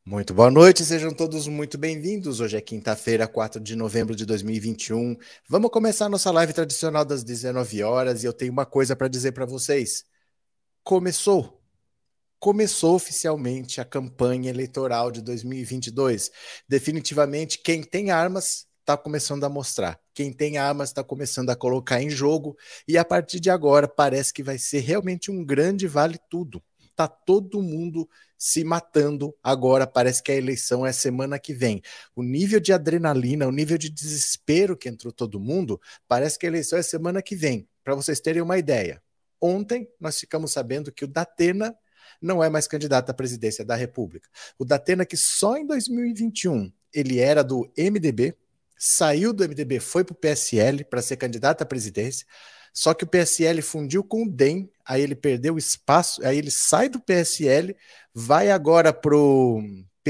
Muito boa noite, sejam todos muito bem-vindos. Hoje é quinta-feira, 4 de novembro de 2021. Vamos começar nossa live tradicional das 19 horas e eu tenho uma coisa para dizer para vocês. Começou oficialmente a campanha eleitoral de 2022. Definitivamente, quem tem armas está começando a mostrar. Quem tem armas está começando a colocar em jogo e a partir de agora parece que vai ser realmente um grande vale tudo. Tá todo mundo se matando agora, parece que a eleição é semana que vem. O nível de adrenalina, o nível de desespero que entrou todo mundo, parece que a eleição é semana que vem. Para vocês terem uma ideia, ontem nós ficamos sabendo que o Datena não é mais candidato à presidência da República. O Datena, que só em 2021 ele era do MDB, saiu do MDB, foi para o PSL para ser candidato à presidência, só que o PSL fundiu com o DEM, aí ele perdeu espaço, aí ele sai do PSL, vai agora para o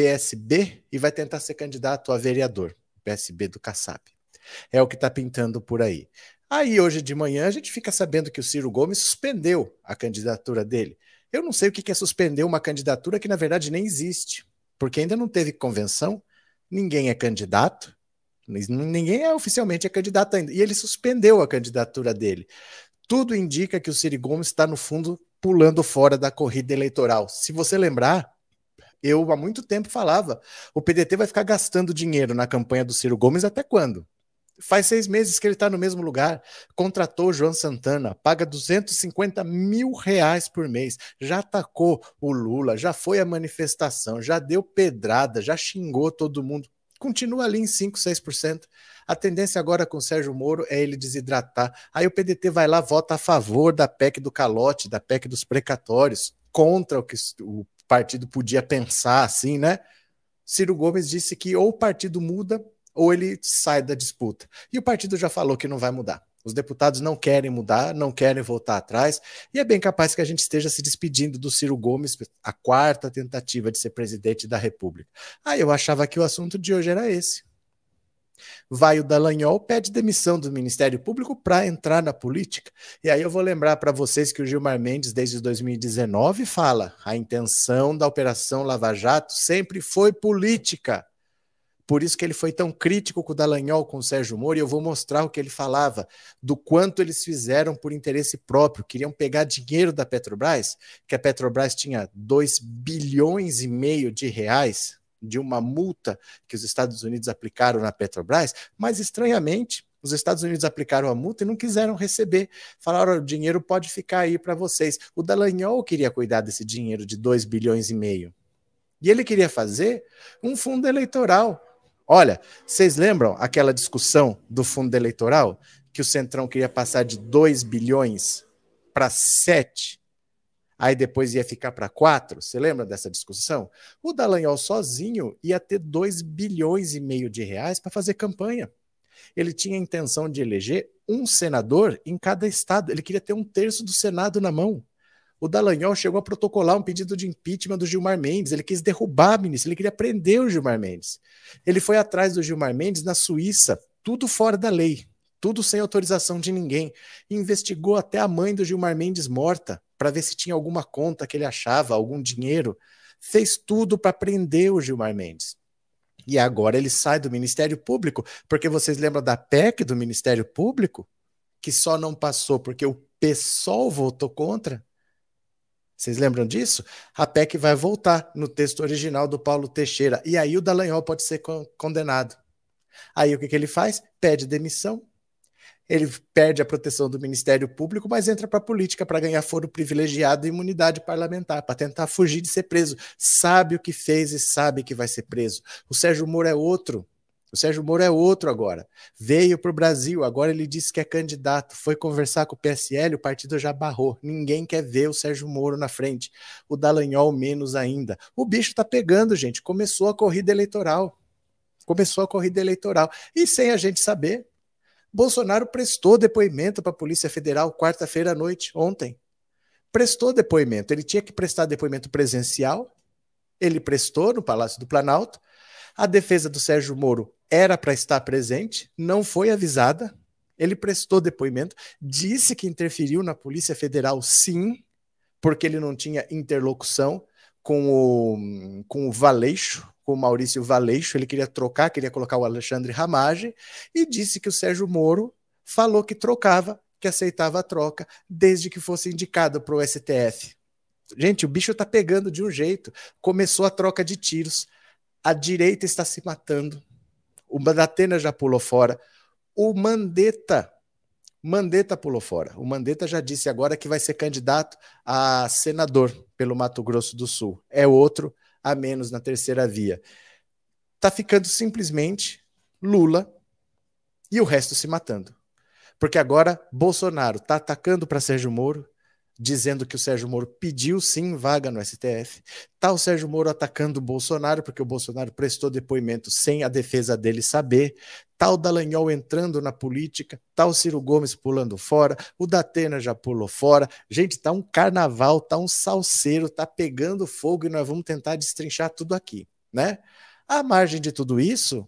PSB e vai tentar ser candidato a vereador, PSB do Kassab. É o que está pintando por aí. Aí hoje de manhã a gente fica sabendo que o Ciro Gomes suspendeu a candidatura dele. Eu não sei o que é suspender uma candidatura que na verdade nem existe, porque ainda não teve convenção, ninguém é candidato, ninguém oficialmente é candidato ainda. E ele suspendeu a candidatura dele. Tudo indica que o Ciro Gomes está, no fundo, pulando fora da corrida eleitoral. Se você lembrar, eu há muito tempo falava, o PDT vai ficar gastando dinheiro na campanha do Ciro Gomes até quando? Faz 6 meses que ele está no mesmo lugar, contratou o João Santana, paga R$250 mil por mês, já atacou o Lula, já foi à manifestação, já deu pedrada, já xingou todo mundo. Continua ali em 5, 6%. A tendência agora com o Sérgio Moro é ele desidratar. Aí o PDT vai lá, vota a favor da PEC do calote, da PEC dos precatórios, contra o que o partido podia pensar, assim, né? Ciro Gomes disse que ou o partido muda ou ele sai da disputa. E o partido já falou que não vai mudar. Os deputados não querem mudar, não querem voltar atrás, e é bem capaz que a gente esteja se despedindo do Ciro Gomes, a quarta tentativa de ser presidente da República. Eu achava que o assunto de hoje era esse. Vai o Dallagnol, pede demissão do Ministério Público para entrar na política. E aí eu vou lembrar para vocês que o Gilmar Mendes, desde 2019, fala: a intenção da Operação Lava Jato sempre foi política. Por isso que ele foi tão crítico com o Dallagnol, com o Sérgio Moro, e eu vou mostrar o que ele falava, do quanto eles fizeram por interesse próprio, queriam pegar dinheiro da Petrobras, que a Petrobras tinha 2,5 bilhões de reais de uma multa que os Estados Unidos aplicaram na Petrobras, mas estranhamente os Estados Unidos aplicaram a multa e não quiseram receber. Falaram: o dinheiro pode ficar aí para vocês. O Dallagnol queria cuidar desse dinheiro de 2,5 bilhões. E ele queria fazer um fundo eleitoral. Olha, vocês lembram aquela discussão do fundo eleitoral? Que o Centrão queria passar de 2 bilhões para 7, aí depois ia ficar para 4? Você lembra dessa discussão? O Dallagnol sozinho ia ter 2,5 bilhões de reais para fazer campanha. Ele tinha a intenção de eleger um senador em cada estado. Ele queria ter 1/3 do Senado na mão. O Dallagnol chegou a protocolar um pedido de impeachment do Gilmar Mendes. Ele quis derrubar o ministro, ele queria prender o Gilmar Mendes. Ele foi atrás do Gilmar Mendes na Suíça, tudo fora da lei, tudo sem autorização de ninguém. Investigou até a mãe do Gilmar Mendes morta, para ver se tinha alguma conta que ele achava, algum dinheiro. Fez tudo para prender o Gilmar Mendes. E agora ele sai do Ministério Público, porque vocês lembram da PEC do Ministério Público? Que só não passou porque o PSOL votou contra? Vocês lembram disso? A PEC vai voltar no texto original do Paulo Teixeira. E aí o Dallagnol pode ser condenado. Aí o que ele faz? Pede demissão. Ele perde a proteção do Ministério Público, mas entra para a política para ganhar foro privilegiado e imunidade parlamentar, para tentar fugir de ser preso. Sabe o que fez e sabe que vai ser preso. O Sérgio Moro é outro. O Sérgio Moro é outro agora. Veio para o Brasil, agora ele disse que é candidato. Foi conversar com o PSL, o partido já barrou. Ninguém quer ver o Sérgio Moro na frente. O Dallagnol menos ainda. O bicho tá pegando, gente. Começou a corrida eleitoral. E sem a gente saber, Bolsonaro prestou depoimento para a Polícia Federal quarta-feira à noite, ontem. Prestou depoimento. Ele tinha que prestar depoimento presencial. Ele prestou no Palácio do Planalto. A defesa do Sérgio Moro era para estar presente, não foi avisada. Ele prestou depoimento, disse que interferiu na Polícia Federal, sim, porque ele não tinha interlocução com o Valeixo, com o Maurício Valeixo, ele queria trocar, queria colocar o Alexandre Ramage, e disse que o Sérgio Moro falou que trocava, que aceitava a troca, desde que fosse indicado para o STF. Gente, o bicho tá pegando de um jeito. Começou a troca de tiros. A direita está se matando. O Datena já pulou fora. O Mandetta pulou fora. O Mandetta já disse agora que vai ser candidato a senador pelo Mato Grosso do Sul. É outro a menos na terceira via. Tá ficando simplesmente Lula e o resto se matando. Porque agora Bolsonaro tá atacando para Sérgio Moro, dizendo que o Sérgio Moro pediu sim vaga no STF. Tá o Sérgio Moro atacando o Bolsonaro, porque o Bolsonaro prestou depoimento sem a defesa dele saber. Tá o Dallagnol entrando na política, tá o Ciro Gomes pulando fora, o Datena já pulou fora. Gente, tá um carnaval, tá um salseiro, tá pegando fogo e nós vamos tentar destrinchar tudo aqui, né? À margem de tudo isso,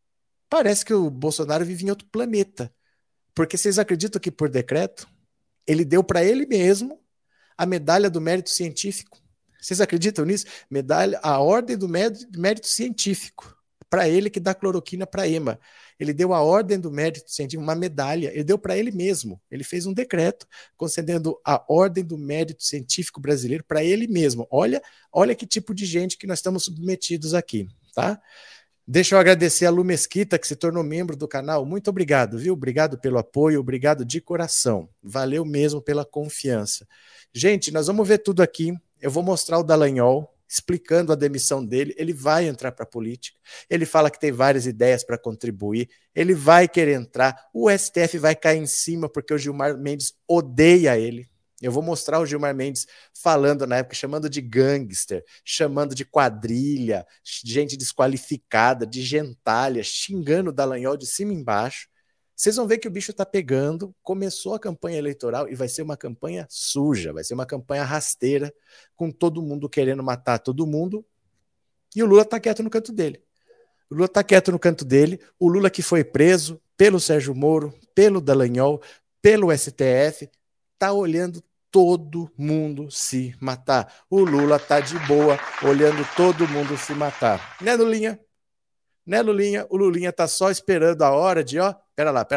parece que o Bolsonaro vive em outro planeta. Porque vocês acreditam que por decreto ele deu para ele mesmo a medalha do mérito científico? Vocês acreditam nisso? Medalha, a ordem do mérito científico. Para ele que dá cloroquina para EMA. Ele deu a ordem do mérito científico, uma medalha. Ele deu para ele mesmo. Ele fez um decreto concedendo a ordem do mérito científico brasileiro para ele mesmo. Olha que tipo de gente que nós estamos submetidos aqui, tá? Deixa eu agradecer a Lu Mesquita, que se tornou membro do canal. Muito obrigado, viu? Obrigado pelo apoio, obrigado de coração. Valeu mesmo pela confiança. Gente, nós vamos ver tudo aqui. Eu vou mostrar o Dallagnol explicando a demissão dele. Ele vai entrar para a política. Ele fala que tem várias ideias para contribuir. Ele vai querer entrar. O STF vai cair em cima porque o Gilmar Mendes odeia ele. Eu vou mostrar o Gilmar Mendes falando na época, chamando de gangster, chamando de quadrilha, gente desqualificada, de gentalha, xingando o Dallagnol de cima e embaixo. Vocês vão ver que o bicho tá pegando, começou a campanha eleitoral e vai ser uma campanha suja, vai ser uma campanha rasteira, com todo mundo querendo matar todo mundo, e o Lula tá quieto no canto dele. O Lula tá quieto no canto dele, o Lula que foi preso pelo Sérgio Moro, pelo Dallagnol, pelo STF, tá olhando todo mundo se matar. O Lula tá de boa, olhando todo mundo se matar. Né, Lulinha? Né, Lulinha? O Lulinha tá só esperando a hora de, ó, pera lá.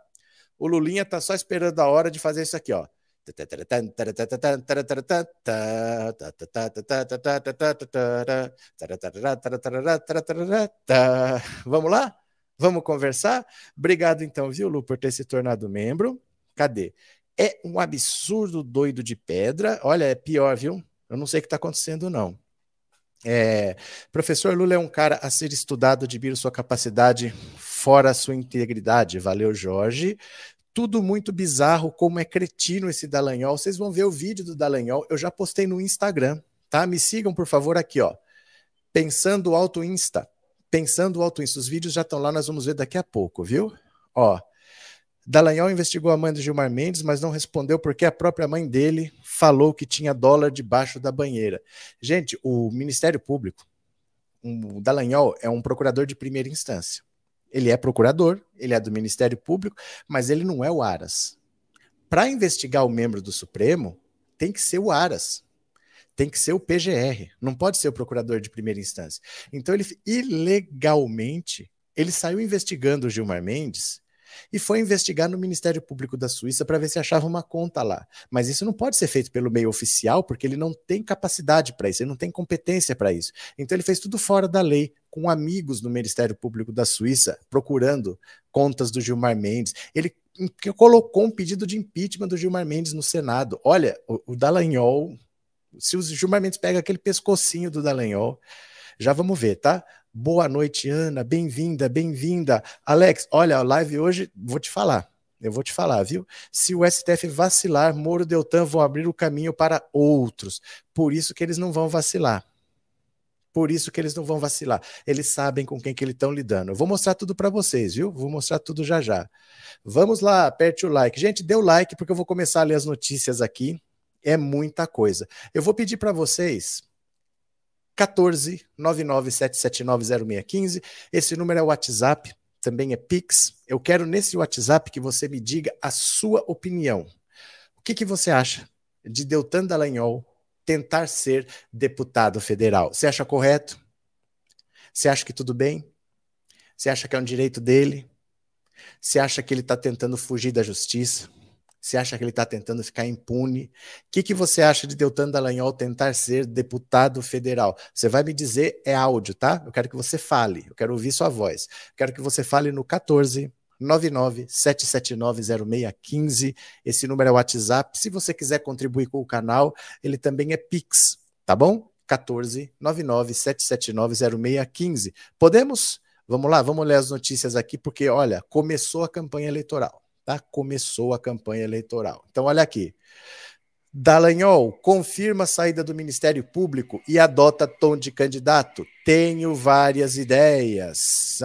O Lulinha tá só esperando a hora de fazer isso aqui, ó. Vamos lá? Vamos conversar? Obrigado então, viu, Lu, por ter se tornado membro. Cadê? É um absurdo doido de pedra. Olha, é pior, viu? Eu não sei o que está acontecendo, não. Professor Lula é um cara a ser estudado, admiro sua capacidade, fora a sua integridade. Valeu, Jorge. Tudo muito bizarro, como é cretino esse Dallagnol. Vocês vão ver o vídeo do Dallagnol, eu já postei no Instagram, tá? Me sigam, por favor, aqui, ó. Pensando Alto Insta. Pensando Alto Insta. Os vídeos já estão lá, nós vamos ver daqui a pouco, viu? Ó. Dallagnol investigou a mãe do Gilmar Mendes, mas não respondeu porque a própria mãe dele falou que tinha dólar debaixo da banheira. Gente, o Ministério Público, o Dallagnol é um procurador de primeira instância. Ele é procurador, ele é do Ministério Público, mas ele não é o Aras. Para investigar o membro do Supremo, tem que ser o Aras. Tem que ser o PGR, não pode ser o procurador de primeira instância. Então, ele ilegalmente, ele saiu investigando o Gilmar Mendes e foi investigar no Ministério Público da Suíça para ver se achava uma conta lá. Mas isso não pode ser feito pelo meio oficial, porque ele não tem capacidade para isso, ele não tem competência para isso. Então ele fez tudo fora da lei, com amigos no Ministério Público da Suíça, procurando contas do Gilmar Mendes. Ele colocou um pedido de impeachment do Gilmar Mendes no Senado. Olha, o Dallagnol, se o Gilmar Mendes pega aquele pescocinho do Dallagnol, já vamos ver, tá? Boa noite, Ana, bem-vinda, bem-vinda. Alex, olha, a live hoje, eu vou te falar, viu? Se o STF vacilar, Moro e Deltan vão abrir o caminho para outros. Por isso que eles não vão vacilar. Por isso que eles não vão vacilar. Eles sabem com quem que eles estão lidando. Eu vou mostrar tudo para vocês, viu? Vou mostrar tudo já já. Vamos lá, aperte o like. Gente, dê o like porque eu vou começar a ler as notícias aqui. É muita coisa. Eu vou pedir para vocês 14 Esse número é o WhatsApp, também é Pix. Eu quero nesse WhatsApp que você me diga a sua opinião. O que você acha de Deltan Dallagnol tentar ser deputado federal. Você acha correto? Você acha que tudo bem? Você acha que é um direito dele? Você acha que ele está tentando fugir da justiça? Você acha que ele está tentando ficar impune? O que você acha de Deltan Dallagnol tentar ser deputado federal? Você vai me dizer, é áudio, tá? Eu quero que você fale, eu quero ouvir sua voz. Quero que você fale no 14 99-779-0615. Esse número é o WhatsApp. Se você quiser contribuir com o canal, ele também é Pix, tá bom? 14 99-779-0615. Podemos? Vamos lá, vamos ler as notícias aqui, porque, olha, começou a campanha eleitoral, tá? Começou a campanha eleitoral. Então, olha aqui. Dallagnol confirma a saída do Ministério Público e adota tom de candidato. Tenho várias ideias.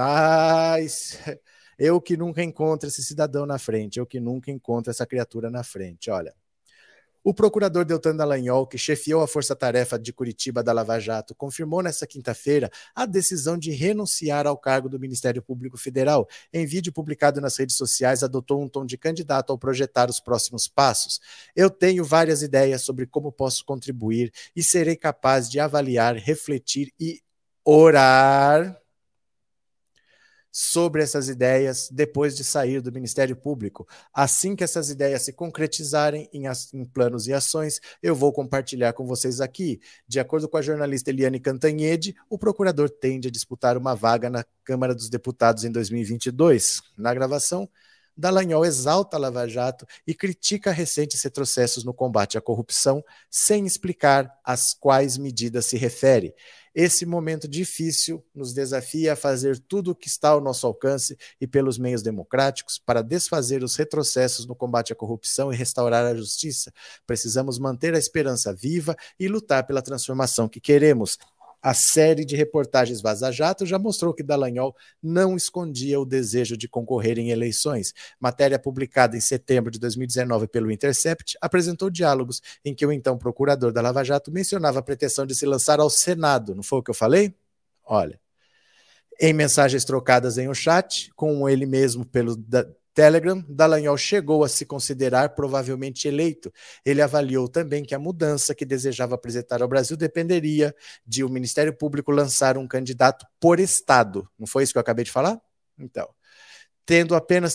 Eu que nunca encontro esse cidadão na frente, eu que nunca encontro essa criatura na frente, olha. O procurador Deltan Dallagnol, que chefiou a força-tarefa de Curitiba da Lava Jato, confirmou nesta quinta-feira a decisão de renunciar ao cargo do Ministério Público Federal. Em vídeo publicado nas redes sociais, adotou um tom de candidato ao projetar os próximos passos. Eu tenho várias ideias sobre como posso contribuir e serei capaz de avaliar, refletir e orar sobre essas ideias depois de sair do Ministério Público. Assim que essas ideias se concretizarem em planos e ações, eu vou compartilhar com vocês aqui. De acordo com a jornalista Eliane Cantanhede, o procurador tende a disputar uma vaga na Câmara dos Deputados em 2022. Na gravação, Dallagnol exalta a Lava Jato e critica recentes retrocessos no combate à corrupção, sem explicar às quais medidas se refere. Esse momento difícil nos desafia a fazer tudo o que está ao nosso alcance e pelos meios democráticos para desfazer os retrocessos no combate à corrupção e restaurar a justiça. Precisamos manter a esperança viva e lutar pela transformação que queremos. A série de reportagens Vaza Jato já mostrou que Dallagnol não escondia o desejo de concorrer em eleições. Matéria publicada em setembro de 2019 pelo Intercept apresentou diálogos em que o então procurador da Lava Jato mencionava a pretensão de se lançar ao Senado. Não foi o que eu falei? Olha, em mensagens trocadas em um chat com ele mesmo pelo Telegram, Dallagnol chegou a se considerar provavelmente eleito. Ele avaliou também que a mudança que desejava apresentar ao Brasil dependeria de o Ministério Público lançar um candidato por estado. Não foi isso que eu acabei de falar? Então, tenho apenas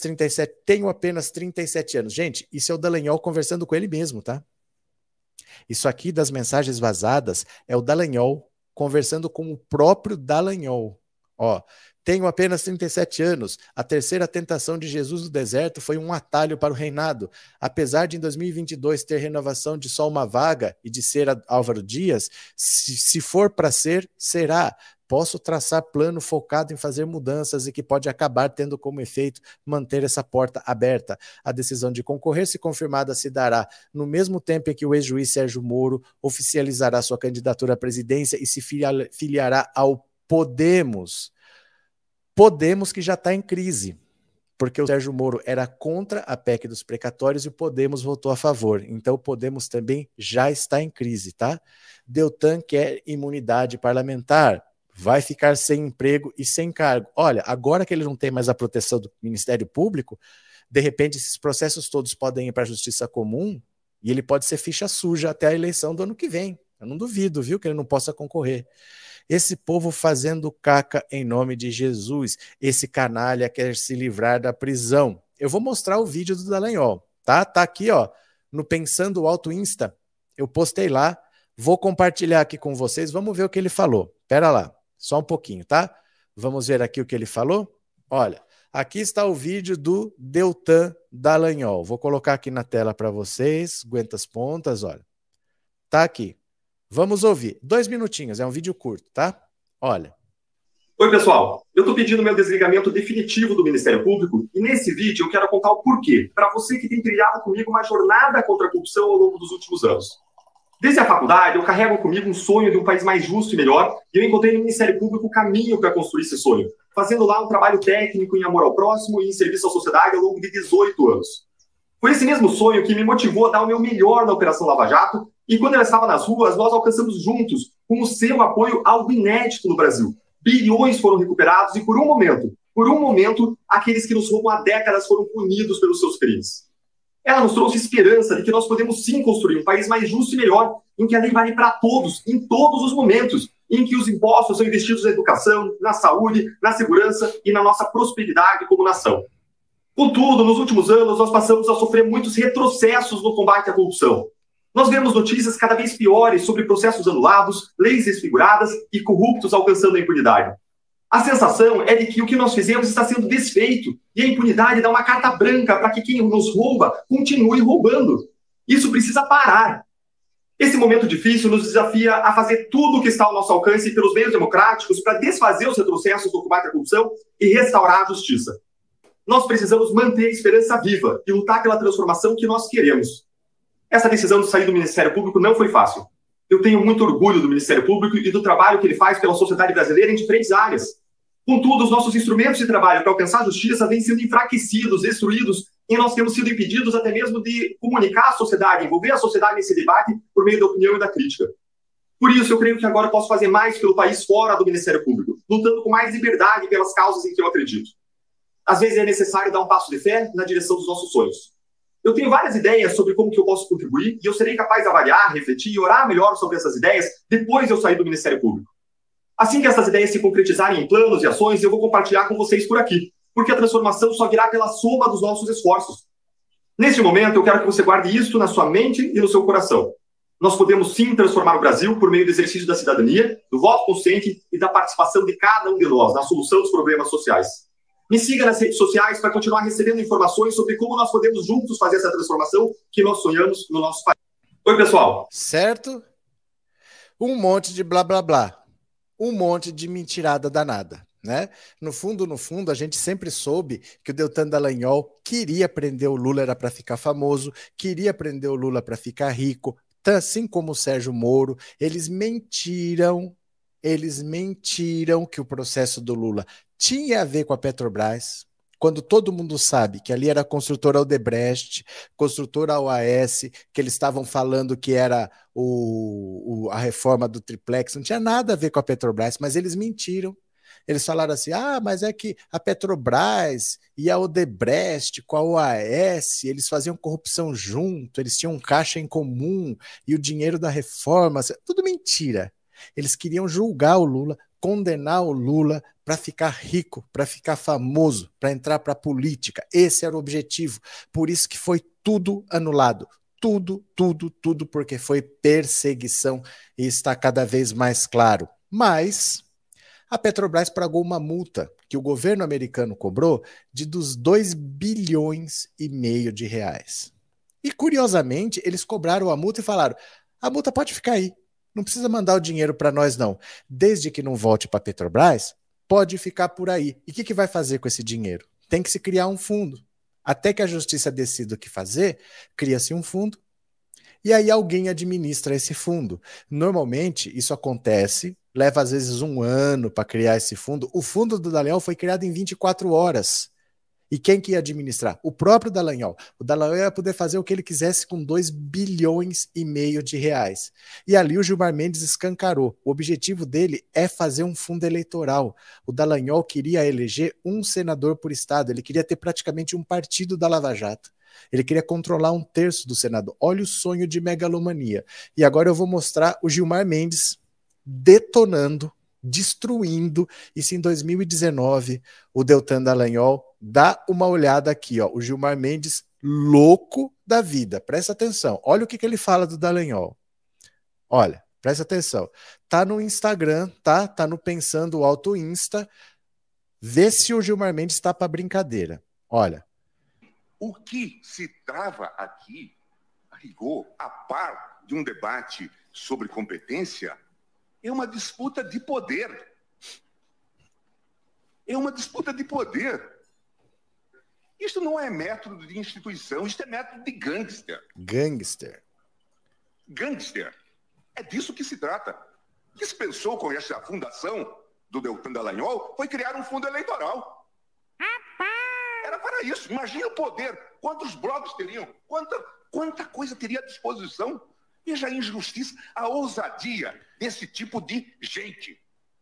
37 anos. Gente, isso é o Dallagnol conversando com ele mesmo, tá? Isso aqui das mensagens vazadas é o Dallagnol conversando com o próprio Dallagnol. Ó, tenho apenas 37 anos. A terceira tentação de Jesus no deserto foi um atalho para o reinado. Apesar de em 2022 ter renovação de só uma vaga e de ser Álvaro Dias, se for para ser, será. Posso traçar plano focado em fazer mudanças e que pode acabar tendo como efeito manter essa porta aberta. A decisão de concorrer, se confirmada, se dará no mesmo tempo em que o ex-juiz Sérgio Moro oficializará sua candidatura à presidência e se filiará ao Podemos. Podemos que já está em crise, porque o Sérgio Moro era contra a PEC dos precatórios e o Podemos votou a favor. Então o Podemos também já está em crise, tá? Deltan quer imunidade parlamentar, vai ficar sem emprego e sem cargo. Olha, agora que ele não tem mais a proteção do Ministério Público, de repente esses processos todos podem ir para a Justiça Comum e ele pode ser ficha suja até a eleição do ano que vem. Eu não duvido, viu, que ele não possa concorrer. Esse povo fazendo caca em nome de Jesus. Esse canalha quer se livrar da prisão. Eu vou mostrar o vídeo do Dallagnol, tá? Tá aqui, ó, no Pensando Alto Insta. Eu postei lá. Vou compartilhar aqui com vocês. Vamos ver o que ele falou. Pera lá, só um pouquinho, tá? Vamos ver aqui o que ele falou. Olha, aqui está o vídeo do Deltan Dallagnol. Vou colocar aqui na tela para vocês. Aguenta as pontas, olha. Tá aqui. Vamos ouvir. 2 minutinhos, é um vídeo curto, tá? Olha. Oi, pessoal. Eu estou pedindo meu desligamento definitivo do Ministério Público e nesse vídeo eu quero contar o porquê, para você que tem trilhado comigo uma jornada contra a corrupção ao longo dos últimos anos. Desde a faculdade, eu carrego comigo um sonho de um país mais justo e melhor e eu encontrei no Ministério Público o caminho para construir esse sonho, fazendo lá um trabalho técnico em amor ao próximo e em serviço à sociedade ao longo de 18 anos. Foi esse mesmo sonho que me motivou a dar o meu melhor na Operação Lava Jato e quando ela estava nas ruas, nós alcançamos juntos, com o seu apoio, algo inédito no Brasil. Bilhões foram recuperados e por um momento, aqueles que nos roubam há décadas foram punidos pelos seus crimes. Ela nos trouxe esperança de que nós podemos sim construir um país mais justo e melhor, em que a lei vale para todos, em todos os momentos, em que os impostos são investidos na educação, na saúde, na segurança e na nossa prosperidade como nação. Contudo, nos últimos anos, nós passamos a sofrer muitos retrocessos no combate à corrupção. Nós vemos notícias cada vez piores sobre processos anulados, leis desfiguradas e corruptos alcançando a impunidade. A sensação é de que o que nós fizemos está sendo desfeito e a impunidade dá uma carta branca para que quem nos rouba continue roubando. Isso precisa parar. Esse momento difícil nos desafia a fazer tudo o que está ao nosso alcance pelos meios democráticos para desfazer os retrocessos do combate à corrupção e restaurar a justiça. Nós precisamos manter a esperança viva e lutar pela transformação que nós queremos. Essa decisão de sair do Ministério Público não foi fácil. Eu tenho muito orgulho do Ministério Público e do trabalho que ele faz pela sociedade brasileira em diferentes áreas. Contudo, os nossos instrumentos de trabalho para alcançar a justiça vêm sendo enfraquecidos, destruídos, e nós temos sido impedidos até mesmo de comunicar à sociedade, envolver a sociedade nesse debate por meio da opinião e da crítica. Por isso, eu creio que agora eu posso fazer mais pelo país fora do Ministério Público, lutando com mais liberdade pelas causas em que eu acredito. Às vezes é necessário dar um passo de fé na direção dos nossos sonhos. Eu tenho várias ideias sobre como que eu posso contribuir e eu serei capaz de avaliar, refletir e orar melhor sobre essas ideias depois de eu sair do Ministério Público. Assim que essas ideias se concretizarem em planos e ações, eu vou compartilhar com vocês por aqui, porque a transformação só virá pela soma dos nossos esforços. Neste momento, eu quero que você guarde isto na sua mente e no seu coração. Nós podemos sim transformar o Brasil por meio do exercício da cidadania, do voto consciente e da participação de cada um de nós na solução dos problemas sociais. Me siga nas redes sociais para continuar recebendo informações sobre como nós podemos juntos fazer essa transformação que nós sonhamos no nosso país. Oi, pessoal. Certo? Um monte de blá, blá, blá. Um monte de mentirada danada, né? No fundo, a gente sempre soube que o Deltan Dallagnol queria prender o Lula era para ficar famoso, queria prender o Lula para ficar rico, assim como o Sérgio Moro. Eles mentiram que o processo do Lula tinha a ver com a Petrobras, quando todo mundo sabe que ali era a construtora Odebrecht, construtora OAS, que eles estavam falando que era a reforma do triplex, não tinha nada a ver com a Petrobras, mas eles mentiram. Eles falaram assim, mas é que a Petrobras e a Odebrecht com a OAS, eles faziam corrupção junto, eles tinham um caixa em comum e o dinheiro da reforma, tudo mentira. Eles queriam julgar o Lula, condenar o Lula para ficar rico, para ficar famoso, para entrar para a política. Esse era o objetivo. Por isso que foi tudo anulado. Tudo, porque foi perseguição e está cada vez mais claro. Mas a Petrobras pagou uma multa que o governo americano cobrou de dos 2,5 bilhões de reais. E, curiosamente, eles cobraram a multa e falaram, a multa pode ficar aí. Não precisa mandar o dinheiro para nós, não. Desde que não volte para a Petrobras, pode ficar por aí. E o que vai fazer com esse dinheiro? Tem que se criar um fundo. Até que a justiça decida o que fazer, cria-se um fundo e aí alguém administra esse fundo. Normalmente, isso acontece, leva às vezes 1 ano para criar esse fundo. O fundo do Dallagnol foi criado em 24 horas. E quem que ia administrar? O próprio Dallagnol. O Dallagnol ia poder fazer o que ele quisesse com 2,5 bilhões de reais. E ali o Gilmar Mendes escancarou. O objetivo dele é fazer um fundo eleitoral. O Dallagnol queria eleger um senador por estado. Ele queria ter praticamente um partido da Lava Jato. Ele queria controlar 1/3 do Senado. Olha o sonho de megalomania. E agora eu vou mostrar o Gilmar Mendes detonando, destruindo. Isso em 2019, o Deltan Dallagnol. Dá uma olhada aqui, ó, o Gilmar Mendes louco da vida. Presta atenção. Olha o que ele fala do Dallagnol. Olha, presta atenção. Tá no Instagram, tá? Tá no Pensando Alto Insta. Vê se o Gilmar Mendes está para brincadeira. Olha. O que se trava aqui, a rigor, a par de um debate sobre competência, é uma disputa de poder. É uma disputa de poder. Isto não é método de instituição, isto é método de gangster. Gangster. Gangster. É disso que se trata. O que se pensou com essa fundação do Deltan Dallagnol foi criar um fundo eleitoral. Era para isso. Imagina o poder. Quantos blogs teriam? Quanta coisa teria à disposição? Veja a injustiça, a ousadia desse tipo de gente.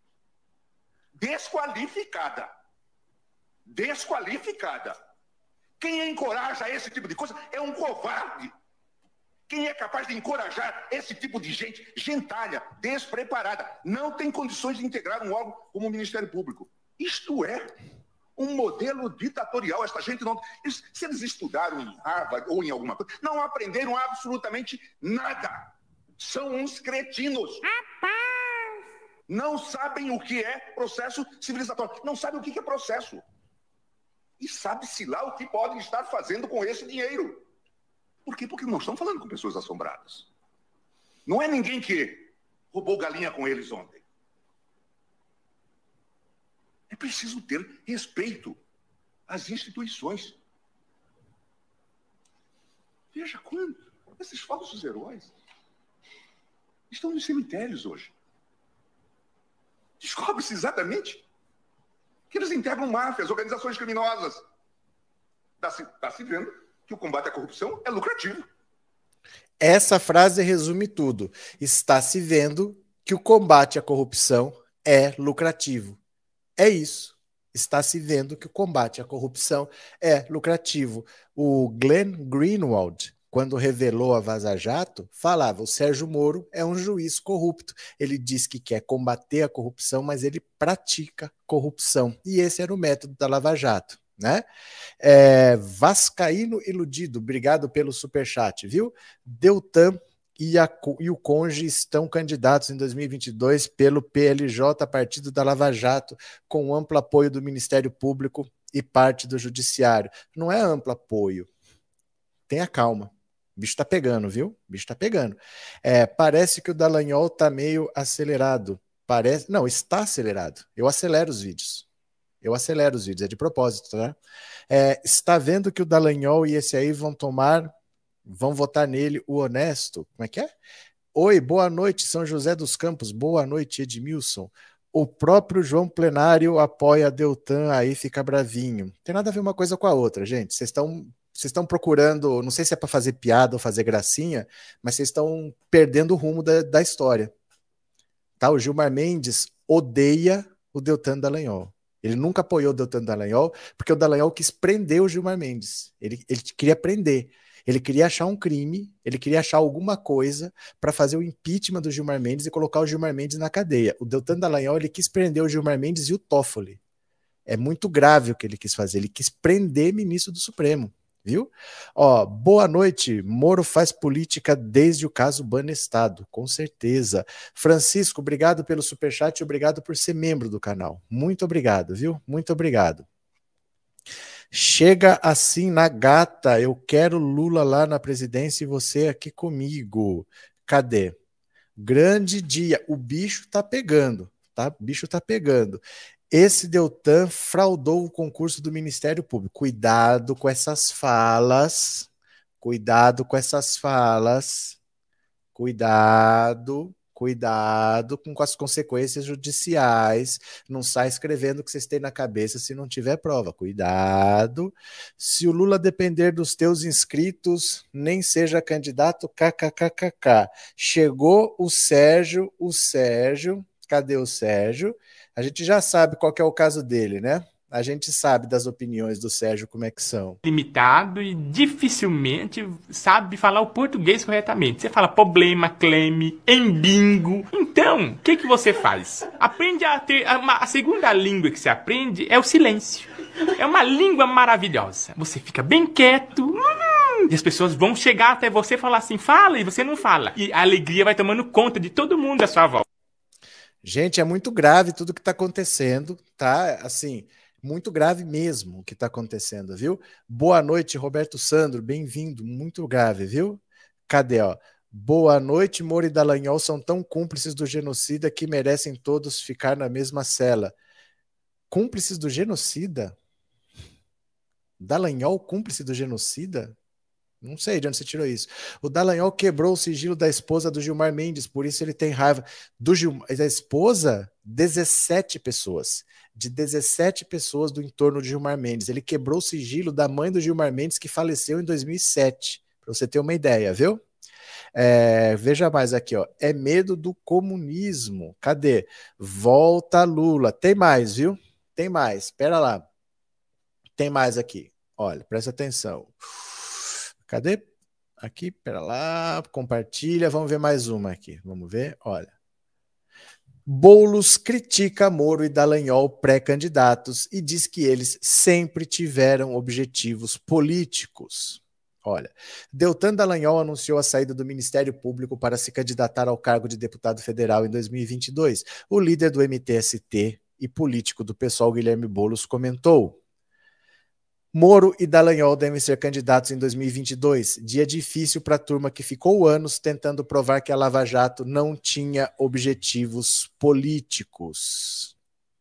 Desqualificada. Desqualificada. Quem encoraja esse tipo de coisa é um covarde. Quem é capaz de encorajar esse tipo de gente, gentalha, despreparada, não tem condições de integrar um órgão como o Ministério Público. Isto é um modelo ditatorial. Esta gente não... Se eles estudaram em Harvard ou em alguma coisa, não aprenderam absolutamente nada. São uns cretinos. Não sabem o que é processo civilizatório. Não sabem o que é processo. E sabe-se lá o que podem estar fazendo com esse dinheiro. Por quê? Porque não estão falando com pessoas assombradas. Não é ninguém que roubou galinha com eles ontem. É preciso ter respeito às instituições. Veja quando esses falsos heróis estão nos cemitérios hoje. Descobre-se exatamente que eles integram máfias, organizações criminosas. Está se vendo que o combate à corrupção é lucrativo. Essa frase resume tudo. Está se vendo que o combate à corrupção é lucrativo. É isso. Está se vendo que o combate à corrupção é lucrativo. O Glenn Greenwald, quando revelou a Vaza Jato, falava: o Sérgio Moro é um juiz corrupto. Ele diz que quer combater a corrupção, mas ele pratica corrupção. E esse era o método da Lava Jato, né? Vascaíno Iludido, obrigado pelo superchat, viu? Deltan e o Conge estão candidatos em 2022 pelo PLJ, partido da Lava Jato, com amplo apoio do Ministério Público e parte do Judiciário. Não é amplo apoio. Tenha calma. O bicho tá pegando, viu? O bicho tá pegando. Parece que o Dallagnol tá meio acelerado. Não, está acelerado. Eu acelero os vídeos. É de propósito, tá? Está vendo que o Dallagnol e esse aí vão votar nele, o honesto. Como é que é? Oi, boa noite, São José dos Campos. Boa noite, Edmilson. O próprio João Plenário apoia Deltan, aí fica bravinho. Não tem nada a ver uma coisa com a outra, gente. Vocês estão procurando, não sei se é para fazer piada ou fazer gracinha, mas vocês estão perdendo o rumo da história. Tá? O Gilmar Mendes odeia o Deltan Dallagnol. Ele nunca apoiou o Deltan Dallagnol, porque o Dallagnol quis prender o Gilmar Mendes. Ele queria prender. Ele queria achar um crime, ele queria achar alguma coisa para fazer o impeachment do Gilmar Mendes e colocar o Gilmar Mendes na cadeia. O Deltan Dallagnol, ele quis prender o Gilmar Mendes e o Toffoli. É muito grave o que ele quis fazer. Ele quis prender ministro do Supremo. Viu? Boa noite. Moro faz política desde o caso Banestado, com certeza. Francisco, obrigado pelo superchat e obrigado por ser membro do canal. Muito obrigado, viu? Muito obrigado. Chega assim na gata, eu quero Lula lá na presidência e você aqui comigo. Cadê? Grande dia. O bicho tá pegando, tá? O bicho tá pegando. Esse Deltan fraudou o concurso do Ministério Público. Cuidado com essas falas. Cuidado com essas falas. Cuidado com as consequências judiciais. Não sai escrevendo o que vocês têm na cabeça se não tiver prova. Cuidado. Se o Lula depender dos teus inscritos, nem seja candidato, kkkk. Chegou o Sérgio. Cadê o Sérgio? A gente já sabe qual que é o caso dele, né? A gente sabe das opiniões do Sérgio como é que são. Limitado e dificilmente sabe falar o português corretamente. Você fala problema, claim, embingo. Então, o que você faz? Aprende a segunda língua que você aprende é o silêncio. É uma língua maravilhosa. Você fica bem quieto. E as pessoas vão chegar até você e falar assim, fala, e você não fala. E a alegria vai tomando conta de todo mundo à sua volta. Gente, é muito grave tudo que está acontecendo, tá? Assim, muito grave mesmo o que está acontecendo, viu? Boa noite, Roberto Sandro, bem-vindo, muito grave, viu? Cadê, Boa noite, Moro e Dallagnol são tão cúmplices do genocida que merecem todos ficar na mesma cela. Cúmplices do genocida? Dallagnol, cúmplice do genocida? Não sei de onde você tirou isso. O Dallagnol quebrou o sigilo da esposa do Gilmar Mendes, por isso ele tem raiva. Da esposa, 17 pessoas. De 17 pessoas do entorno de Gilmar Mendes. Ele quebrou o sigilo da mãe do Gilmar Mendes, que faleceu em 2007. Para você ter uma ideia, viu? Veja mais aqui, é medo do comunismo. Cadê? Volta Lula. Tem mais, viu? Tem mais. Espera lá. Tem mais aqui. Olha, presta atenção. Cadê? Aqui, pera lá, compartilha, vamos ver mais uma aqui. Vamos ver, olha. Boulos critica Moro e Dallagnol pré-candidatos e diz que eles sempre tiveram objetivos políticos. Olha, Deltan Dallagnol anunciou a saída do Ministério Público para se candidatar ao cargo de deputado federal em 2022. O líder do MTST e político do PSOL, Guilherme Boulos, comentou: Moro e Dallagnol devem ser candidatos em 2022. Dia difícil para a turma que ficou anos tentando provar que a Lava Jato não tinha objetivos políticos.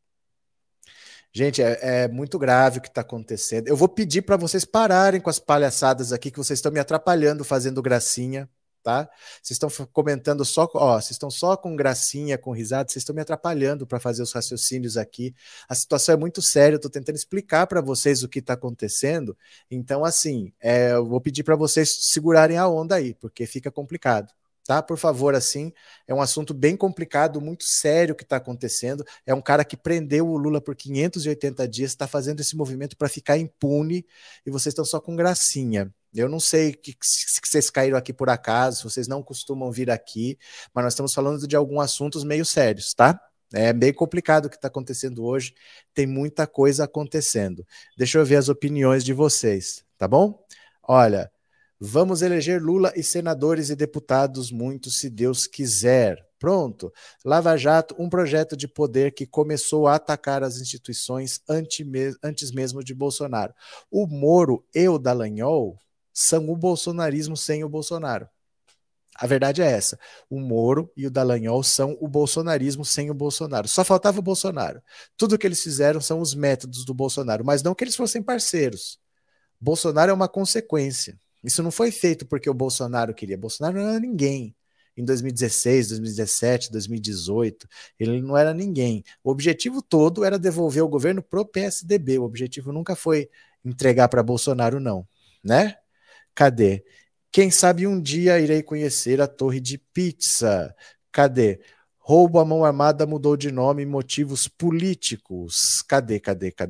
Gente, é muito grave o que está acontecendo. Eu vou pedir para vocês pararem com as palhaçadas aqui, que vocês estão me atrapalhando fazendo gracinha, tá? Vocês estão comentando só, vocês estão só com gracinha, com risada, vocês estão me atrapalhando para fazer os raciocínios aqui. A situação é muito séria, eu estou tentando explicar para vocês o que está acontecendo. Então, assim, eu vou pedir para vocês segurarem a onda aí, porque fica complicado. Tá? Por favor, assim, é um assunto bem complicado, muito sério que está acontecendo. É um cara que prendeu o Lula por 580 dias, está fazendo esse movimento para ficar impune e vocês estão só com gracinha. Eu não sei se vocês caíram aqui por acaso, vocês não costumam vir aqui, mas nós estamos falando de alguns assuntos meio sérios, tá? É bem complicado o que está acontecendo hoje, tem muita coisa acontecendo. Deixa eu ver as opiniões de vocês, tá bom? Olha, vamos eleger Lula e senadores e deputados, muitos, se Deus quiser. Pronto. Lava Jato, um projeto de poder que começou a atacar as instituições antes mesmo de Bolsonaro. O Moro e o Dallagnol são o bolsonarismo sem o Bolsonaro. A verdade é essa. O Moro e o Dallagnol são o bolsonarismo sem o Bolsonaro. Só faltava o Bolsonaro. Tudo que eles fizeram são os métodos do Bolsonaro, mas não que eles fossem parceiros. Bolsonaro é uma consequência. Isso não foi feito porque o Bolsonaro queria. Bolsonaro não era ninguém. Em 2016, 2017, 2018, ele não era ninguém. O objetivo todo era devolver o governo pro PSDB. O objetivo nunca foi entregar para Bolsonaro, não. Né? Cadê? Quem sabe um dia irei conhecer a Torre de Pizza. Cadê? Roubo à mão armada mudou de nome, motivos políticos. Cadê?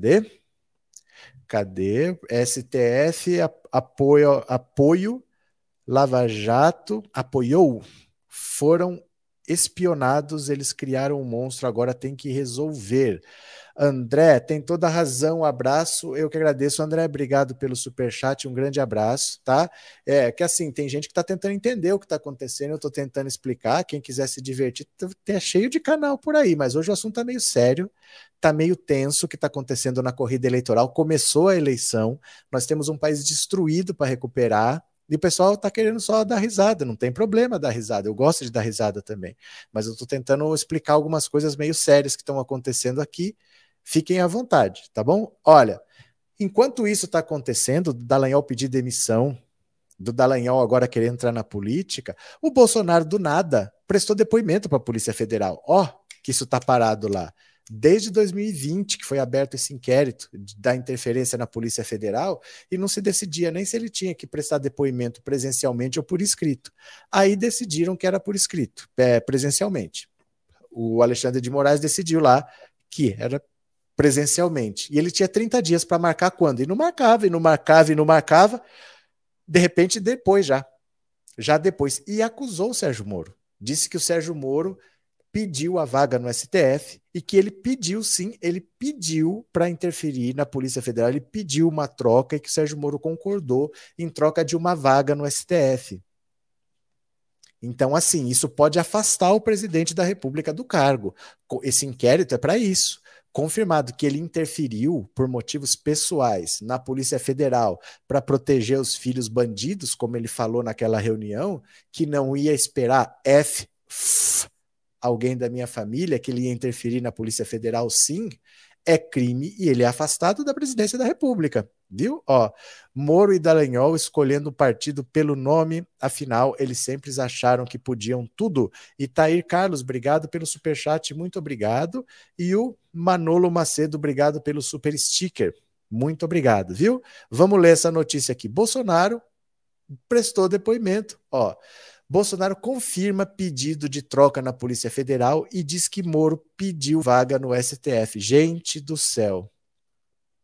Cadê? STF apoio Lava Jato apoiou. Foram espionados, eles criaram um monstro, agora tem que resolver. André, tem toda a razão, abraço, eu que agradeço, André, obrigado pelo superchat, um grande abraço, tá? Que assim, tem gente que tá tentando entender o que tá acontecendo, eu tô tentando explicar, quem quiser se divertir, tá cheio de canal por aí, mas hoje o assunto tá meio sério, tá meio tenso o que tá acontecendo na corrida eleitoral, começou a eleição, nós temos um país destruído para recuperar, e o pessoal tá querendo só dar risada, não tem problema dar risada, eu gosto de dar risada também, mas eu tô tentando explicar algumas coisas meio sérias que estão acontecendo aqui. Fiquem à vontade, tá bom? Olha, enquanto isso está acontecendo, do Dallagnol pedir demissão, do Dallagnol agora querer entrar na política, o Bolsonaro, do nada, prestou depoimento para a Polícia Federal. Que isso está parado lá. Desde 2020 que foi aberto esse inquérito da interferência na Polícia Federal e não se decidia nem se ele tinha que prestar depoimento presencialmente ou por escrito. Aí decidiram que era por escrito, presencialmente. O Alexandre de Moraes decidiu lá que era presencialmente. E ele tinha 30 dias para marcar quando? E não marcava. De repente, depois já depois. E acusou o Sérgio Moro. Disse que o Sérgio Moro pediu a vaga no STF e que ele pediu, sim, ele pediu para interferir na Polícia Federal, ele pediu uma troca e que o Sérgio Moro concordou em troca de uma vaga no STF. Então, assim, isso pode afastar o presidente da República do cargo. Esse inquérito é para isso. Confirmado que ele interferiu por motivos pessoais na Polícia Federal para proteger os filhos bandidos, como ele falou naquela reunião, que não ia esperar alguém da minha família, que ele ia interferir na Polícia Federal, sim, é crime e ele é afastado da presidência da República, viu? Moro e Dallagnol escolhendo o partido pelo nome, afinal, eles sempre acharam que podiam tudo. E Tair Carlos, obrigado pelo superchat, muito obrigado. E o Manolo Macedo, obrigado pelo super sticker, muito obrigado, viu? Vamos ler essa notícia aqui. Bolsonaro prestou depoimento, Bolsonaro confirma pedido de troca na Polícia Federal e diz que Moro pediu vaga no STF. Gente do céu.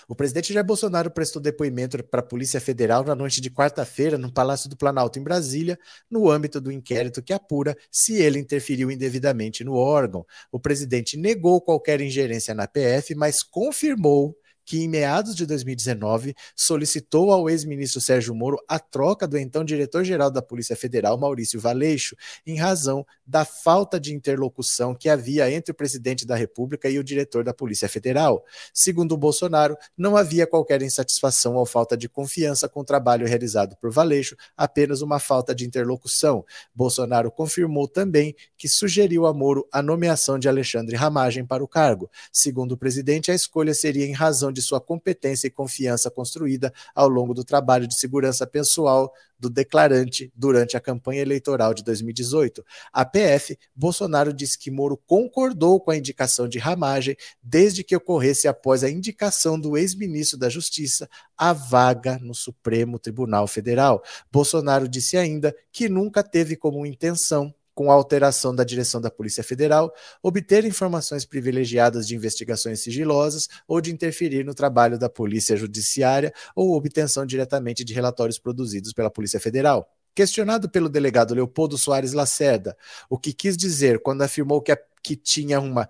O presidente Jair Bolsonaro prestou depoimento para a Polícia Federal na noite de quarta-feira no Palácio do Planalto, em Brasília, no âmbito do inquérito que apura se ele interferiu indevidamente no órgão. O presidente negou qualquer ingerência na PF, mas confirmou que em meados de 2019 solicitou ao ex-ministro Sérgio Moro a troca do então diretor-geral da Polícia Federal, Maurício Valeixo, em razão da falta de interlocução que havia entre o presidente da República e o diretor da Polícia Federal. Segundo o Bolsonaro, não havia qualquer insatisfação ou falta de confiança com o trabalho realizado por Valeixo, apenas uma falta de interlocução. Bolsonaro confirmou também que sugeriu a Moro a nomeação de Alexandre Ramagem para o cargo. Segundo o presidente, a escolha seria em razão de sua competência e confiança construída ao longo do trabalho de segurança pessoal do declarante durante a campanha eleitoral de 2018. A PF, Bolsonaro disse que Moro concordou com a indicação de Ramagem desde que ocorresse após a indicação do ex-ministro da Justiça à vaga no Supremo Tribunal Federal. Bolsonaro disse ainda que nunca teve como intenção, com a alteração da direção da Polícia Federal, obter informações privilegiadas de investigações sigilosas ou de interferir no trabalho da Polícia Judiciária ou obtenção diretamente de relatórios produzidos pela Polícia Federal. Questionado pelo delegado Leopoldo Soares Lacerda, o que quis dizer quando afirmou que tinha uma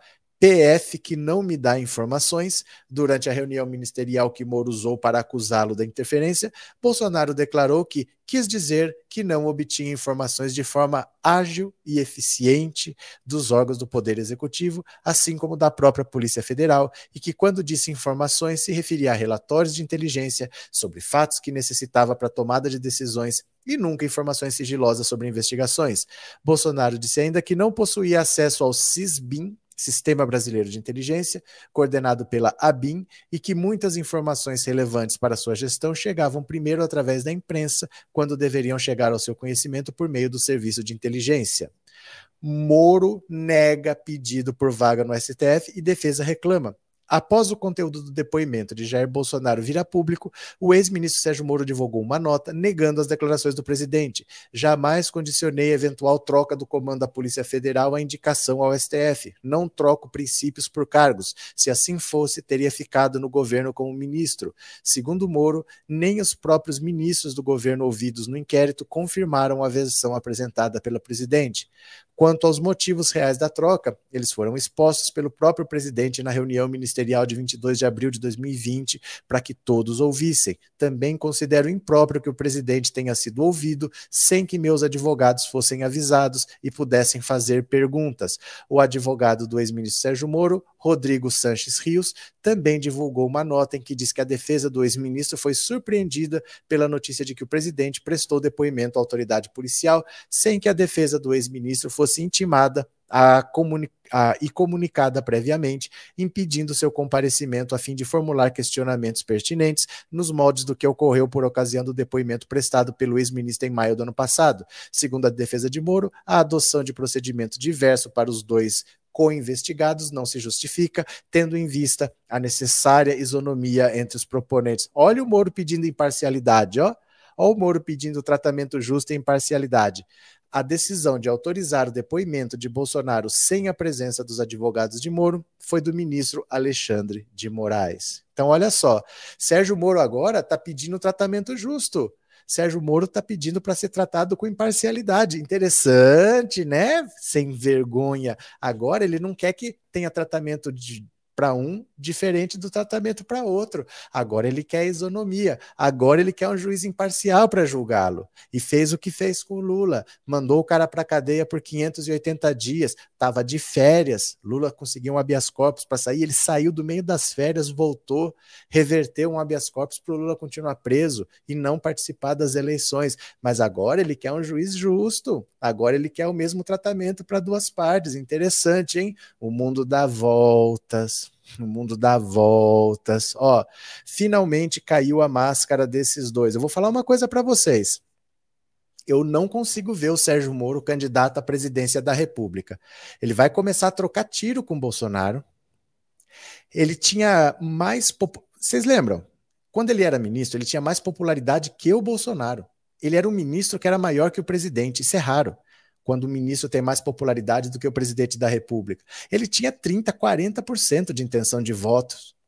PF que não me dá informações, durante a reunião ministerial que Moro usou para acusá-lo da interferência, Bolsonaro declarou que quis dizer que não obtinha informações de forma ágil e eficiente dos órgãos do Poder Executivo, assim como da própria Polícia Federal, e que quando disse informações se referia a relatórios de inteligência sobre fatos que necessitava para tomada de decisões e nunca informações sigilosas sobre investigações. Bolsonaro disse ainda que não possuía acesso ao SISBIN, Sistema Brasileiro de Inteligência, coordenado pela ABIN, e que muitas informações relevantes para sua gestão chegavam primeiro através da imprensa, quando deveriam chegar ao seu conhecimento por meio do Serviço de Inteligência. Moro nega pedido por vaga no STF e defesa reclama. Após o conteúdo do depoimento de Jair Bolsonaro vir a público, o ex-ministro Sérgio Moro divulgou uma nota negando as declarações do presidente. Jamais condicionei eventual troca do comando da Polícia Federal à indicação ao STF. Não troco princípios por cargos. Se assim fosse, teria ficado no governo como ministro. Segundo Moro, nem os próprios ministros do governo ouvidos no inquérito confirmaram a versão apresentada pelo presidente. Quanto aos motivos reais da troca, eles foram expostos pelo próprio presidente na reunião ministerial de 22 de abril de 2020 para que todos ouvissem. Também considero impróprio que o presidente tenha sido ouvido sem que meus advogados fossem avisados e pudessem fazer perguntas. O advogado do ex-ministro Sérgio Moro, Rodrigo Sanches Rios, também divulgou uma nota em que diz que a defesa do ex-ministro foi surpreendida pela notícia de que o presidente prestou depoimento à autoridade policial sem que a defesa do ex-ministro fosse intimada e comunicada previamente, impedindo seu comparecimento a fim de formular questionamentos pertinentes nos moldes do que ocorreu por ocasião do depoimento prestado pelo ex-ministro em maio do ano passado. Segundo a defesa de Moro, a adoção de procedimento diverso para os dois co-investigados não se justifica, tendo em vista a necessária isonomia entre os proponentes. Olha o Moro pedindo imparcialidade, ó. Olha o Moro pedindo tratamento justo e imparcialidade. A decisão de autorizar o depoimento de Bolsonaro sem a presença dos advogados de Moro foi do ministro Alexandre de Moraes. Então, olha só, Sérgio Moro agora está pedindo tratamento justo. Sérgio Moro está pedindo para ser tratado com imparcialidade. Interessante, né? Sem vergonha. Agora ele não quer que tenha tratamento para um diferente do tratamento para outro. Agora ele quer isonomia. Agora ele quer um juiz imparcial para julgá-lo. E fez o que fez com o Lula. Mandou o cara para a cadeia por 580 dias. Estava de férias. Lula conseguiu um habeas corpus para sair. Ele saiu do meio das férias, voltou, reverteu um habeas corpus para o Lula continuar preso e não participar das eleições. Mas agora ele quer um juiz justo. Agora ele quer o mesmo tratamento para duas partes. Interessante, hein? O mundo dá voltas. No mundo dá voltas. Ó, finalmente caiu a máscara desses dois. Eu vou falar uma coisa para vocês. Eu não consigo ver o Sérgio Moro candidato à presidência da República. Ele vai começar a trocar tiro com o Bolsonaro. Ele tinha mais... Vocês lembram? Quando ele era ministro, ele tinha mais popularidade que o Bolsonaro. Ele era um ministro que era maior que o presidente. Isso é raro, quando o ministro tem mais popularidade do que o presidente da República. Ele tinha 30%, 40% de intenção de votos.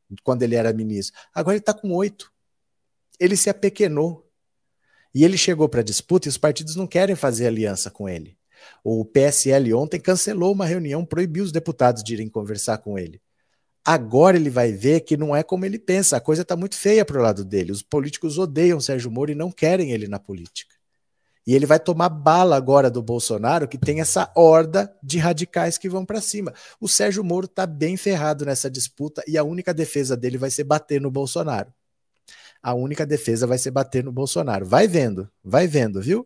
quando ele era ministro. Agora ele está com 8. Ele se apequenou. E ele chegou para a disputa e os partidos não querem fazer aliança com ele. O PSL ontem cancelou uma reunião, proibiu os deputados de irem conversar com ele. Agora ele vai ver que não é como ele pensa, a coisa está muito feia para o lado dele. Os políticos odeiam Sérgio Moro e não querem ele na política. E ele vai tomar bala agora do Bolsonaro, que tem essa horda de radicais que vão para cima. O Sérgio Moro está bem ferrado nessa disputa e a única defesa dele vai ser bater no Bolsonaro. A única defesa vai ser bater no Bolsonaro. Vai vendo, viu?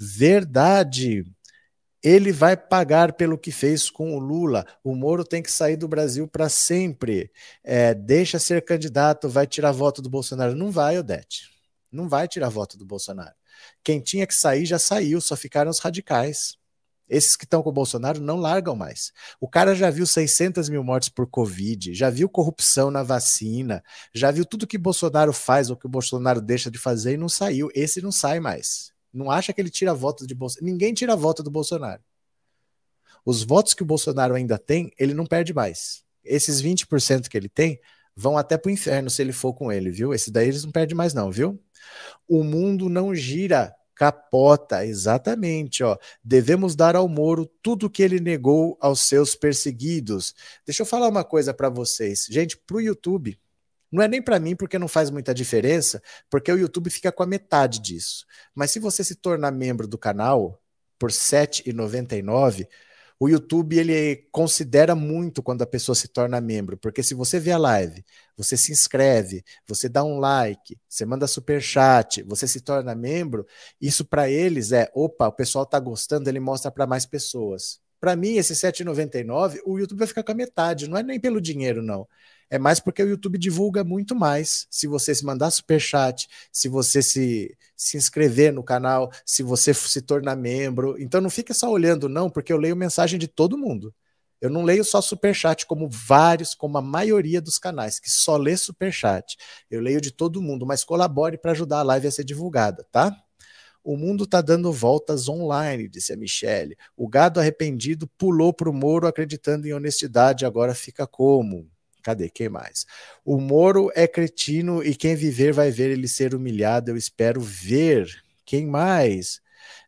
Verdade. Ele vai pagar pelo que fez com o Lula. O Moro tem que sair do Brasil para sempre. Deixa ser candidato, vai tirar voto do Bolsonaro. Não vai, Odete. Não vai tirar voto do Bolsonaro. Quem tinha que sair já saiu, só ficaram os radicais. Esses que estão com o Bolsonaro não largam mais. O cara já viu 600 mil mortes por Covid, já viu corrupção na vacina, já viu tudo que Bolsonaro faz ou que o Bolsonaro deixa de fazer e não saiu. Esse não sai mais. Não acha que ele tira voto de Bolsonaro. Ninguém tira voto do Bolsonaro. Os votos que o Bolsonaro ainda tem, ele não perde mais. Esses 20% que ele tem vão até pro inferno se ele for com ele, viu? Esse daí eles não perdem mais não, viu? O mundo não gira, capota, exatamente, ó. Devemos dar ao Moro tudo o que ele negou aos seus perseguidos. Deixa eu falar uma coisa para vocês. Gente, pro YouTube, não é nem para mim porque não faz muita diferença, porque o YouTube fica com a metade disso. Mas se você se tornar membro do canal por R$ 7,99, o YouTube ele considera muito quando a pessoa se torna membro, porque se você vê a live, você se inscreve, você dá um like, você manda superchat, você se torna membro, isso para eles opa, o pessoal tá gostando, ele mostra para mais pessoas. Para mim, esse R$ 7,99, o YouTube vai ficar com a metade, não é nem pelo dinheiro, não. É mais porque o YouTube divulga muito mais. Se você se mandar superchat, se você se inscrever no canal, se você se tornar membro. Então não fica só olhando, não, porque eu leio mensagem de todo mundo. Eu não leio só superchat, como a maioria dos canais, que só lê superchat. Eu leio de todo mundo, mas colabore para ajudar a live a ser divulgada, tá? O mundo está dando voltas online, disse a Michele. O gado arrependido pulou para o Moro acreditando em honestidade, agora fica como? Cadê? Quem mais? O Moro é cretino e quem viver vai ver ele ser humilhado. Eu espero ver. Quem mais?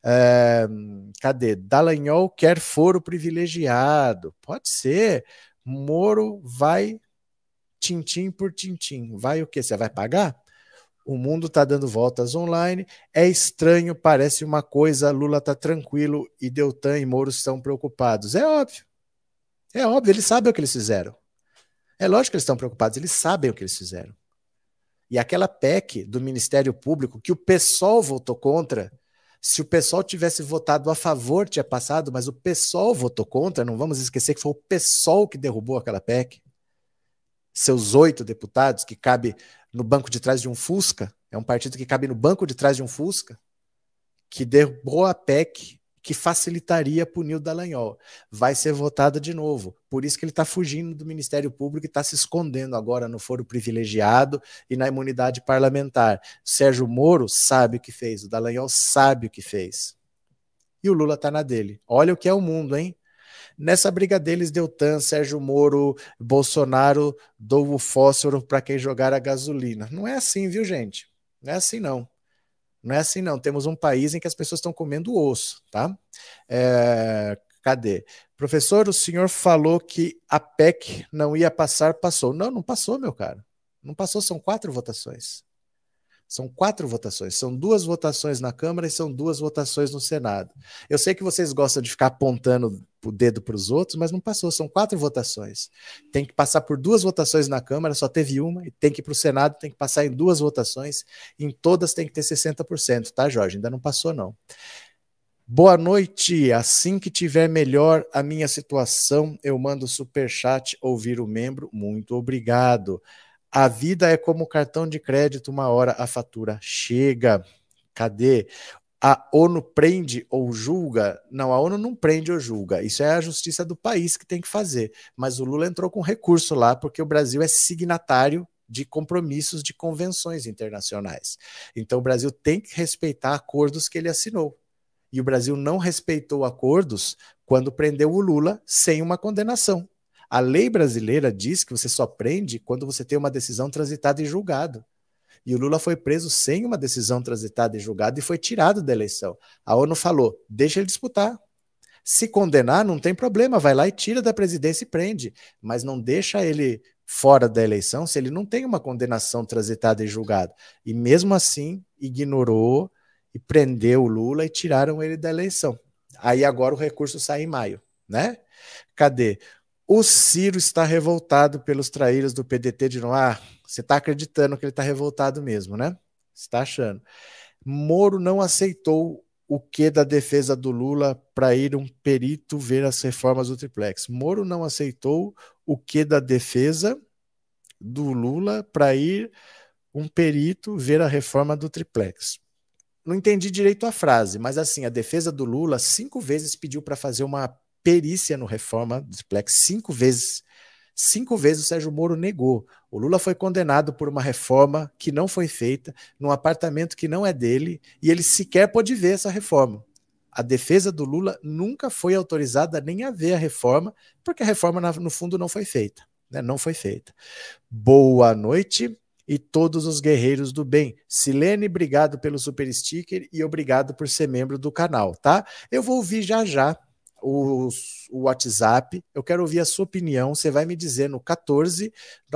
Cadê? Dallagnol quer foro privilegiado. Pode ser. Moro vai tintim por tintim. Vai o quê? Você vai pagar? O mundo está dando voltas online. É estranho, parece uma coisa. Lula está tranquilo e Deltan e Moro estão preocupados. É óbvio. É óbvio, eles sabem o que eles fizeram. É lógico que eles estão preocupados, eles sabem o que eles fizeram. E aquela PEC do Ministério Público, que o PSOL votou contra, se o PSOL tivesse votado a favor, tinha passado, mas o PSOL votou contra, não vamos esquecer que foi o PSOL que derrubou aquela PEC. Seus 8 deputados, que cabe no banco de trás de um Fusca, é um partido que cabe no banco de trás de um Fusca, que derrubou a PEC que facilitaria punir o Dallagnol. Vai ser votada de novo. Por isso que ele está fugindo do Ministério Público e está se escondendo agora no foro privilegiado e na imunidade parlamentar. Sérgio Moro sabe o que fez, o Dallagnol sabe o que fez. E o Lula está na dele. Olha o que é o mundo, hein? Nessa briga deles, Deltan, Sérgio Moro, Bolsonaro, dou o fósforo para quem jogar a gasolina. Não é assim, viu, gente? Não é assim, não. Não é assim, não. Temos um país em que as pessoas estão comendo osso, tá? Cadê? Professor, o senhor falou que a PEC não ia passar, passou. Não, não passou, meu cara. Não passou, são 4 votações. São 4 votações. São 2 votações na Câmara e são 2 votações no Senado. Eu sei que vocês gostam de ficar apontando o dedo para os outros, mas não passou. São 4 votações. Tem que passar por 2 votações na Câmara, só teve uma, e tem que ir para o Senado, tem que passar em 2 votações. Em todas tem que ter 60%, tá, Jorge? Ainda não passou, não. Boa noite. Assim que tiver melhor a minha situação, eu mando superchat ou viro membro. Muito obrigado. A vida é como cartão de crédito, uma hora a fatura chega. Cadê? A ONU prende ou julga? Não, a ONU não prende ou julga. Isso é a justiça do país que tem que fazer. Mas o Lula entrou com recurso lá porque o Brasil é signatário de compromissos de convenções internacionais. Então o Brasil tem que respeitar acordos que ele assinou. E o Brasil não respeitou acordos quando prendeu o Lula sem uma condenação. A lei brasileira diz que você só prende quando você tem uma decisão transitada em julgado. E o Lula foi preso sem uma decisão transitada em julgado e foi tirado da eleição. A ONU falou, deixa ele disputar. Se condenar, não tem problema, vai lá e tira da presidência e prende. Mas não deixa ele fora da eleição se ele não tem uma condenação transitada em julgado. E mesmo assim, ignorou e prendeu o Lula e tiraram ele da eleição. Aí agora o recurso sai em maio, né? Cadê? O Ciro está revoltado pelos traíras do PDT de novo. Ah, você está acreditando que ele está revoltado mesmo, né? Você está achando. Moro não aceitou o que da defesa do Lula para ir um perito ver as reformas do triplex. Moro não aceitou o que da defesa do Lula para ir um perito ver a reforma do triplex. Não entendi direito a frase, mas assim, a defesa do Lula 5 vezes pediu para fazer uma perícia no reforma do triplex, 5 vezes. 5 vezes o Sérgio Moro negou. O Lula foi condenado por uma reforma que não foi feita, num apartamento que não é dele, e ele sequer pôde ver essa reforma. A defesa do Lula nunca foi autorizada nem a ver a reforma, porque a reforma, no fundo, não foi feita. Né? Não foi feita. Boa noite e todos os guerreiros do bem. Silene, obrigado pelo super sticker e obrigado por ser membro do canal, tá? Eu vou ouvir já já o WhatsApp, eu quero ouvir a sua opinião, você vai me dizer no 14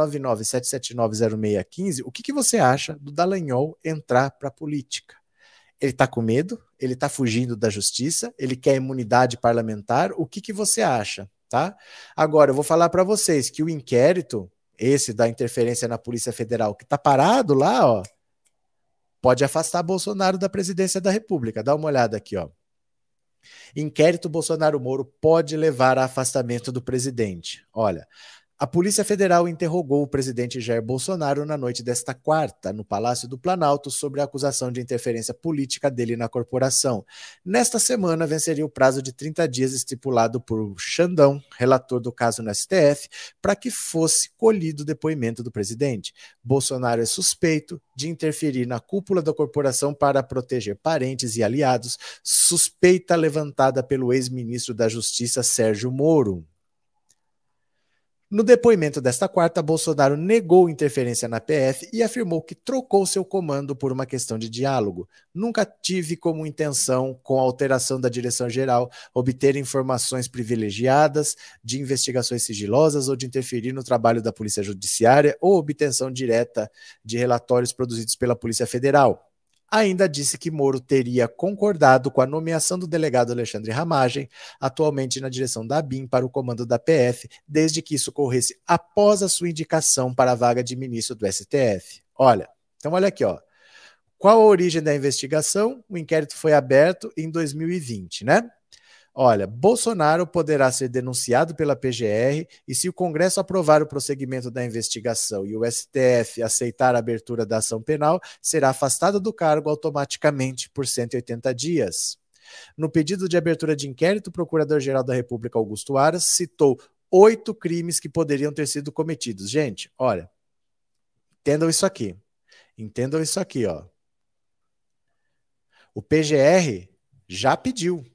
997790615 o que você acha do Dallagnol entrar para a política. Ele está com medo? Ele está fugindo da justiça? Ele quer imunidade parlamentar? O que você acha? Tá? Agora, eu vou falar para vocês que o inquérito, esse da interferência na Polícia Federal, que está parado lá, ó, pode afastar Bolsonaro da presidência da República. Dá uma olhada aqui, ó. Inquérito Bolsonaro-Moro pode levar a afastamento do presidente. Olha, a Polícia Federal interrogou o presidente Jair Bolsonaro na noite desta quarta, no Palácio do Planalto, sobre a acusação de interferência política dele na corporação. Nesta semana, venceria o prazo de 30 dias estipulado por Xandão, relator do caso no STF, para que fosse colhido o depoimento do presidente. Bolsonaro é suspeito de interferir na cúpula da corporação para proteger parentes e aliados, suspeita levantada pelo ex-ministro da Justiça Sérgio Moro. No depoimento desta quarta, Bolsonaro negou interferência na PF e afirmou que trocou seu comando por uma questão de diálogo. Nunca tive como intenção, com a alteração da direção-geral, obter informações privilegiadas de investigações sigilosas ou de interferir no trabalho da Polícia Judiciária ou obtenção direta de relatórios produzidos pela Polícia Federal. Ainda disse que Moro teria concordado com a nomeação do delegado Alexandre Ramagem, atualmente na direção da ABIN, para o comando da PF, desde que isso ocorresse após a sua indicação para a vaga de ministro do STF. Olha, então olha aqui, ó. Qual a origem da investigação? O inquérito foi aberto em 2020, né? Olha, Bolsonaro poderá ser denunciado pela PGR e, se o Congresso aprovar o prosseguimento da investigação e o STF aceitar a abertura da ação penal, será afastado do cargo automaticamente por 180 dias. No pedido de abertura de inquérito, o Procurador-Geral da República, Augusto Aras, citou 8 crimes que poderiam ter sido cometidos. Gente, olha, entendam isso aqui. Entendam isso aqui, ó. O PGR já pediu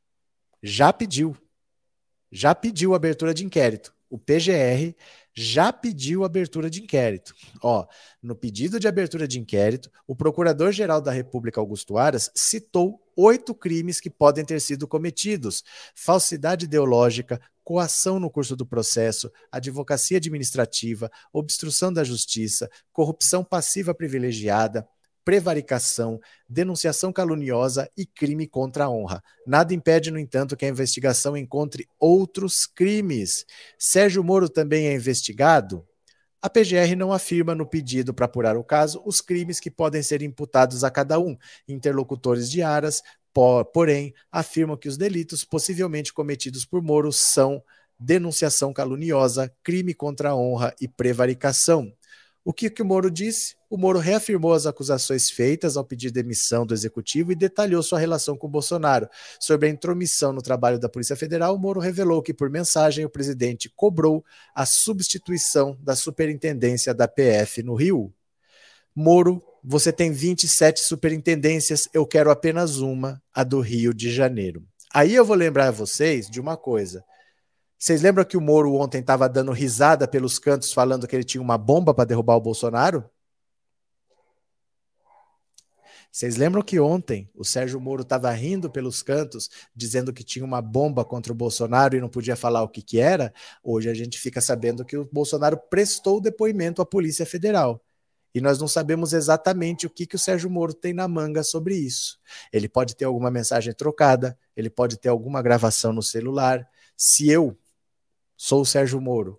abertura de inquérito. O PGR já pediu abertura de inquérito. Ó, no pedido de abertura de inquérito, o Procurador-Geral da República, Augusto Aras, citou 8 crimes que podem ter sido cometidos: falsidade ideológica, coação no curso do processo, advocacia administrativa, obstrução da justiça, corrupção passiva privilegiada, prevaricação, denunciação caluniosa e crime contra a honra. Nada impede, no entanto, que a investigação encontre outros crimes. Sérgio Moro também é investigado? A PGR não afirma no pedido para apurar o caso os crimes que podem ser imputados a cada um. Interlocutores de Aras, porém, afirmam que os delitos possivelmente cometidos por Moro são denunciação caluniosa, crime contra a honra e prevaricação. O que o Moro disse? O Moro reafirmou as acusações feitas ao pedir demissão do executivo e detalhou sua relação com Bolsonaro. Sobre a intromissão no trabalho da Polícia Federal, o Moro revelou que, por mensagem, o presidente cobrou a substituição da superintendência da PF no Rio. Moro, você tem 27 superintendências, eu quero apenas uma, a do Rio de Janeiro. Aí eu vou lembrar a vocês de uma coisa. Vocês lembram que o Moro ontem estava dando risada pelos cantos, falando que ele tinha uma bomba para derrubar o Bolsonaro? Vocês lembram que ontem o Sérgio Moro estava rindo pelos cantos, dizendo que tinha uma bomba contra o Bolsonaro e não podia falar o que que era? Hoje a gente fica sabendo que o Bolsonaro prestou depoimento à Polícia Federal. E nós não sabemos exatamente o que que o Sérgio Moro tem na manga sobre isso. Ele pode ter alguma mensagem trocada, ele pode ter alguma gravação no celular. Se eu sou o Sérgio Moro,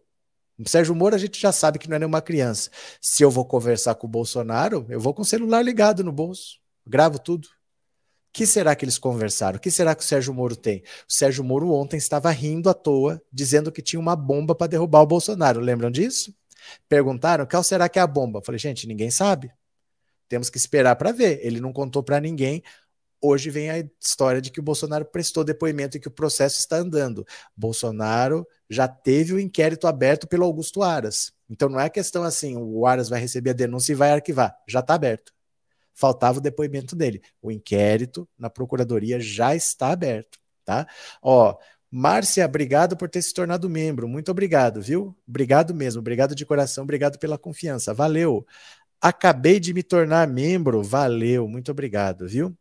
a gente já sabe que não é nenhuma criança. Se eu vou conversar com o Bolsonaro, eu vou com o celular ligado no bolso. Gravo tudo. O que será que eles conversaram? O que será que o Sérgio Moro tem? O Sérgio Moro ontem estava rindo à toa, dizendo que tinha uma bomba para derrubar o Bolsonaro. Lembram disso? Perguntaram, qual será que é a bomba? Eu falei, gente, ninguém sabe. Temos que esperar para ver. Ele não contou para ninguém. Hoje vem a história de que o Bolsonaro prestou depoimento e que o processo está andando. Bolsonaro já teve o inquérito aberto pelo Augusto Aras. Então não é questão assim, o Aras vai receber a denúncia e vai arquivar. Já está aberto. Faltava o depoimento dele. O inquérito na Procuradoria já está aberto, tá? Ó, Márcia, obrigado por ter se tornado membro. Muito obrigado, viu? Obrigado mesmo. Obrigado de coração. Obrigado pela confiança. Valeu. Acabei de me tornar membro. Valeu. Muito obrigado, viu?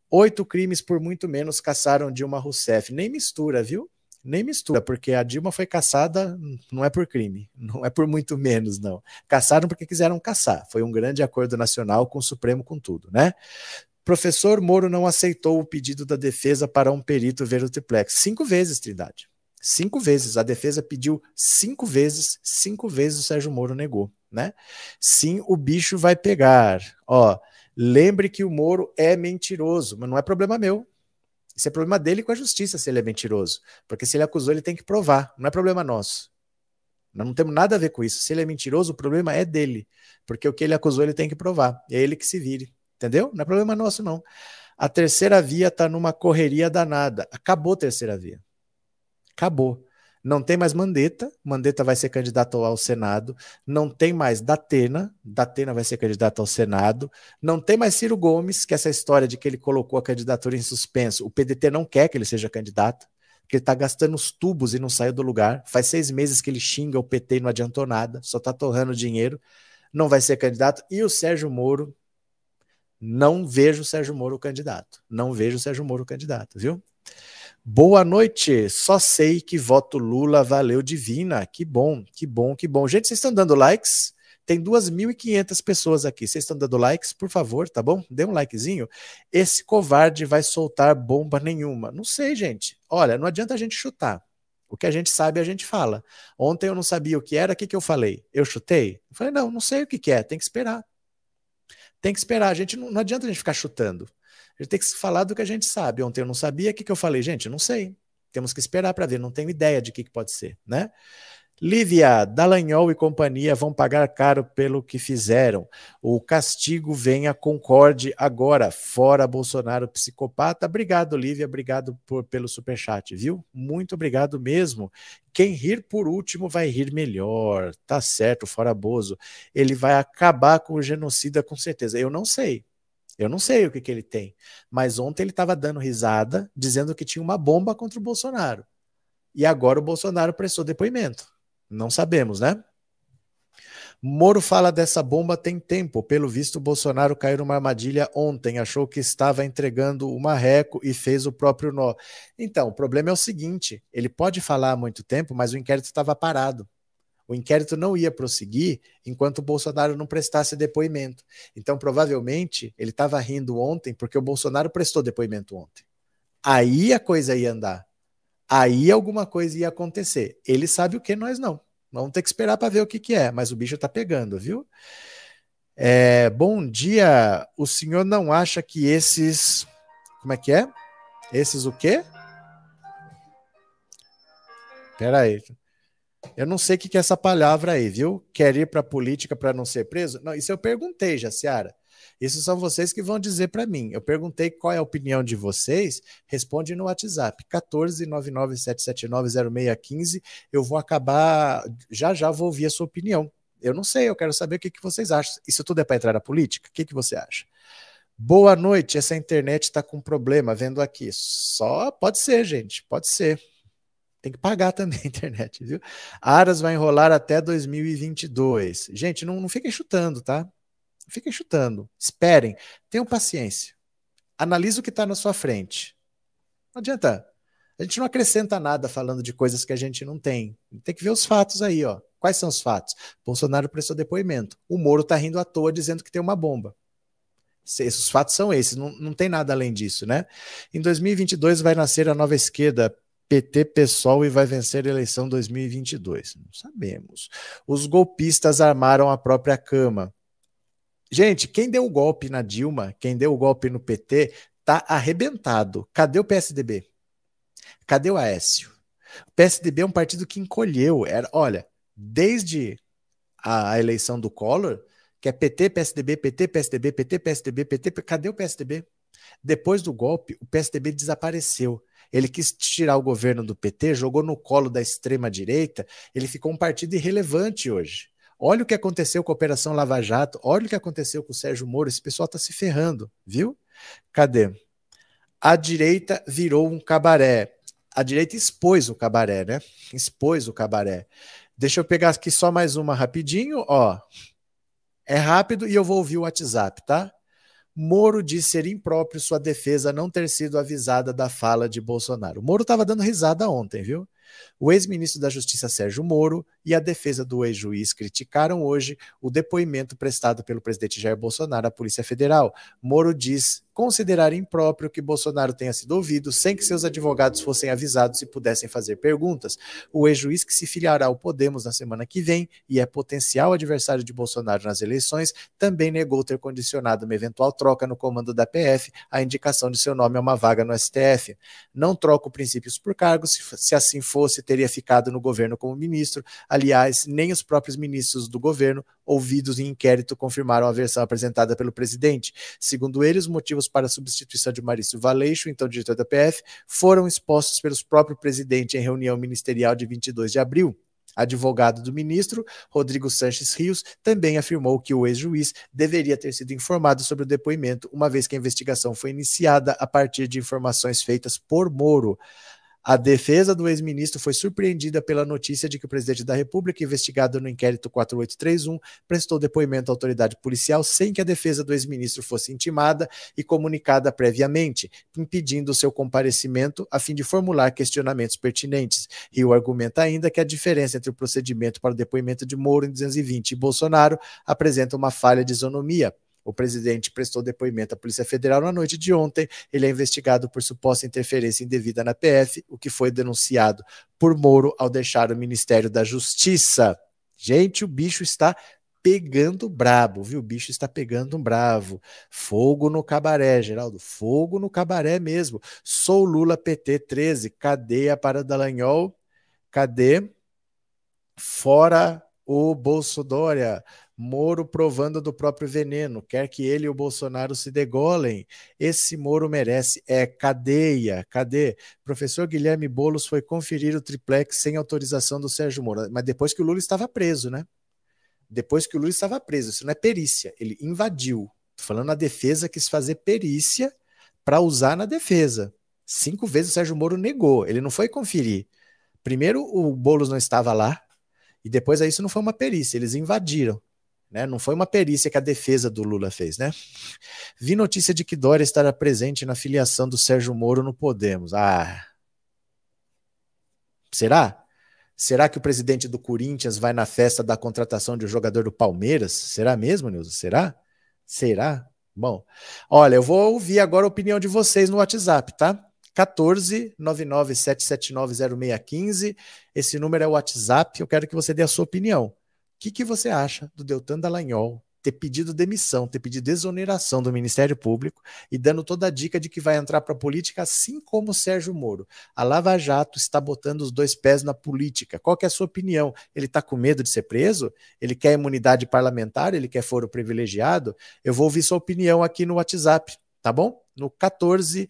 8 crimes por muito menos caçaram Dilma Rousseff. Nem mistura, viu? Nem mistura, porque a Dilma foi caçada, não é por crime, não é por muito menos, não. Caçaram porque quiseram caçar. Foi um grande acordo nacional com o Supremo, com tudo, né? Professor Moro não aceitou o pedido da defesa para um perito ver o triplex. 5 vezes, Trindade. 5 vezes. A defesa pediu 5 vezes, 5 vezes o Sérgio Moro negou, né? Sim, o bicho vai pegar. Ó, lembre que o Moro é mentiroso, mas não é problema meu. Isso é problema dele com a justiça se ele é mentiroso. Porque se ele acusou, ele tem que provar. Não é problema nosso. Nós não temos nada a ver com isso. Se ele é mentiroso, o problema é dele. Porque o que ele acusou, ele tem que provar. É ele que se vire. Entendeu? Não é problema nosso, não. A terceira via está numa correria danada. Acabou a terceira via. Acabou. Não tem mais Mandetta. Mandetta vai ser candidato ao Senado. Não tem mais Datena. Datena vai ser candidato ao Senado. Não tem mais Ciro Gomes, que essa história de que ele colocou a candidatura em suspenso. O PDT não quer que ele seja candidato, porque ele está gastando os tubos e não saiu do lugar. Faz 6 meses que ele xinga o PT e não adiantou nada. Só está torrando dinheiro. Não vai ser candidato. E o Sérgio Moro, não vejo o Sérgio Moro candidato. Não vejo o Sérgio Moro candidato, viu? Boa noite, só sei que voto Lula, valeu divina, que bom, que bom, que bom. Gente, vocês estão dando likes? Tem 2.500 pessoas aqui, vocês estão dando likes, por favor, tá bom? Dê um likezinho. Esse covarde vai soltar bomba nenhuma. Não sei, gente, olha, não adianta a gente chutar. O que a gente sabe, a gente fala. Ontem eu não sabia o que era, o que eu falei? Eu chutei? Eu falei, não sei o que é, tem que esperar. Tem que esperar, a gente não adianta a gente ficar chutando. A gente tem que falar do que a gente sabe. Ontem eu não sabia, o que eu falei? Gente, eu não sei. Temos que esperar para ver, não tenho ideia de que pode ser, né? Lívia, Dallagnol e companhia vão pagar caro pelo que fizeram. O castigo venha, concorde agora. Fora Bolsonaro psicopata. Obrigado, Lívia, obrigado pelo superchat, viu? Muito obrigado mesmo. Quem rir por último vai rir melhor. Tá certo, fora Bozo. Ele vai acabar com o genocida com certeza. Eu não sei o que ele tem, mas ontem ele estava dando risada, dizendo que tinha uma bomba contra o Bolsonaro. E agora o Bolsonaro prestou depoimento. Não sabemos, né? Moro fala dessa bomba tem tempo. Pelo visto, o Bolsonaro caiu numa armadilha ontem. Achou que estava entregando o marreco e fez o próprio nó. Então, o problema é o seguinte, ele pode falar há muito tempo, mas o inquérito estava parado. O inquérito não ia prosseguir enquanto o Bolsonaro não prestasse depoimento. Então, provavelmente, ele estava rindo ontem porque o Bolsonaro prestou depoimento ontem. Aí a coisa ia andar. Aí alguma coisa ia acontecer. Ele sabe o que, nós não. Vamos ter que esperar para ver o que é, mas o bicho está pegando, viu? Bom dia. O senhor não acha que esses... Como é que é? Esses o quê? Espera aí. Eu não sei o que é essa palavra aí, viu? Quer ir para a política para não ser preso? Não, isso eu perguntei, Jaciara. Isso são vocês que vão dizer para mim. Eu perguntei qual é a opinião de vocês. Responde no WhatsApp, 14997790615. Eu vou acabar... Já vou ouvir a sua opinião. Eu não sei, eu quero saber o que vocês acham. Isso tudo é para entrar na política? O que você acha? Boa noite, essa internet está com problema, vendo aqui. Só pode ser, gente, pode ser. Tem que pagar também a internet, viu? Aras vai enrolar até 2022. Gente, não fiquem chutando, tá? Não fiquem chutando. Esperem. Tenham paciência. Analisa o que está na sua frente. Não adianta. A gente não acrescenta nada falando de coisas que a gente não tem. Tem que ver os fatos aí, ó. Quais são os fatos? Bolsonaro prestou depoimento. O Moro tá rindo à toa dizendo que tem uma bomba. Esses fatos são esses, não tem nada além disso, né? Em 2022 vai nascer a nova esquerda, PT, PSOL, e vai vencer a eleição 2022. Não sabemos. Os golpistas armaram a própria cama. Gente, quem deu o golpe na Dilma, quem deu o golpe no PT, tá arrebentado. Cadê o PSDB? Cadê o Aécio? O PSDB é um partido que encolheu. Olha, desde a eleição do Collor, que é PT, PSDB, PT, PSDB, PT, PSDB, PT, cadê o PSDB? Depois do golpe, o PSDB desapareceu. Ele quis tirar o governo do PT, jogou no colo da extrema-direita, ele ficou um partido irrelevante hoje. Olha o que aconteceu com a Operação Lava Jato, olha o que aconteceu com o Sérgio Moro, esse pessoal tá se ferrando, viu? Cadê? A direita virou um cabaré. A direita expôs o cabaré, né? Expôs o cabaré. Deixa eu pegar aqui só mais uma rapidinho, ó. É rápido e eu vou ouvir o WhatsApp, tá? Moro diz ser impróprio sua defesa não ter sido avisada da fala de Bolsonaro. O Moro estava dando risada ontem, viu? O ex-ministro da Justiça Sérgio Moro e a defesa do ex-juiz criticaram hoje o depoimento prestado pelo presidente Jair Bolsonaro à Polícia Federal. Moro diz considerar impróprio que Bolsonaro tenha sido ouvido sem que seus advogados fossem avisados e pudessem fazer perguntas. O ex-juiz, que se filiará ao Podemos na semana que vem e é potencial adversário de Bolsonaro nas eleições, também negou ter condicionado uma eventual troca no comando da PF à indicação de seu nome a uma vaga no STF. Não troco princípios por cargos, se assim fosse, teria ficado no governo como ministro. Aliás, nem os próprios ministros do governo, ouvidos em inquérito, confirmaram a versão apresentada pelo presidente. Segundo ele, os motivos para a substituição de Maurício Valeixo, então diretor da PF, foram expostos pelo próprio presidente em reunião ministerial de 22 de abril. Advogado do ministro, Rodrigo Sanches Rios, também afirmou que o ex-juiz deveria ter sido informado sobre o depoimento, uma vez que a investigação foi iniciada a partir de informações feitas por Moro. A defesa do ex-ministro foi surpreendida pela notícia de que o presidente da República, investigado no inquérito 4831, prestou depoimento à autoridade policial sem que a defesa do ex-ministro fosse intimada e comunicada previamente, impedindo o seu comparecimento a fim de formular questionamentos pertinentes. Rio argumenta ainda que a diferença entre o procedimento para o depoimento de Moro em 220 e Bolsonaro apresenta uma falha de isonomia. O presidente prestou depoimento à Polícia Federal na noite de ontem. Ele é investigado por suposta interferência indevida na PF, o que foi denunciado por Moro ao deixar o Ministério da Justiça. Gente, o bicho está pegando brabo, viu? O bicho está pegando um bravo. Fogo no cabaré, Geraldo. Fogo no cabaré mesmo. Sou Lula PT 13. Cadeia para Dallagnol. Cadê? Fora o Bolsonaro. Moro provando do próprio veneno, quer que ele e o Bolsonaro se degolem. Esse Moro merece cadeia. Cadê? Professor Guilherme Boulos foi conferir o triplex sem autorização do Sérgio Moro, mas depois que o Lula estava preso, né? Depois que o Lula estava preso, isso não é perícia, ele invadiu. Tô falando, a defesa quis fazer perícia para usar na defesa. 5 vezes o Sérgio Moro negou, ele não foi conferir. Primeiro o Boulos não estava lá, e depois isso não foi uma perícia, eles invadiram. Né? Não foi uma perícia que a defesa do Lula fez, né? Vi notícia de que Dória estará presente na filiação do Sérgio Moro no Podemos. Será? Será que o presidente do Corinthians vai na festa da contratação de um jogador do Palmeiras? Será mesmo, Nilson? Será? Será? Bom, olha, eu vou ouvir agora a opinião de vocês no WhatsApp, tá? 14 997790615. Esse número é o WhatsApp, eu quero que você dê a sua opinião. O que você acha do Deltan Dallagnol ter pedido demissão, ter pedido exoneração do Ministério Público e dando toda a dica de que vai entrar para a política, assim como o Sérgio Moro? A Lava Jato está botando os 2 pés na política. Qual que é a sua opinião? Ele está com medo de ser preso? Ele quer imunidade parlamentar? Ele quer foro privilegiado? Eu vou ouvir sua opinião aqui no WhatsApp, tá bom? No 14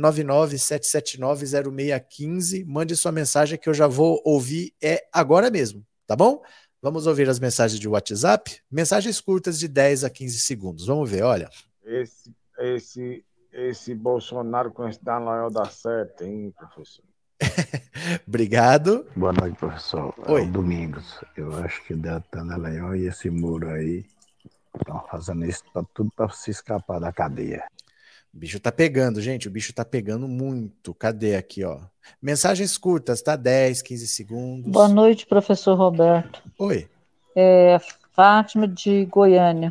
997790615. Mande sua mensagem que eu já vou ouvir agora mesmo, tá bom? Vamos ouvir as mensagens de WhatsApp? Mensagens curtas de 10 a 15 segundos. Vamos ver, olha. Esse Bolsonaro com esse Dallagnol dá certo, hein, professor? Obrigado. Boa noite, professor. É Oi. o Domingos. Eu acho que o Deltan Dallagnol e esse Moro aí estão fazendo isso tudo para se escapar da cadeia. O bicho tá pegando, gente. O bicho tá pegando muito. Cadê aqui, ó? Mensagens curtas, tá? 10, 15 segundos. Boa noite, professor Roberto. Oi. Fátima de Goiânia.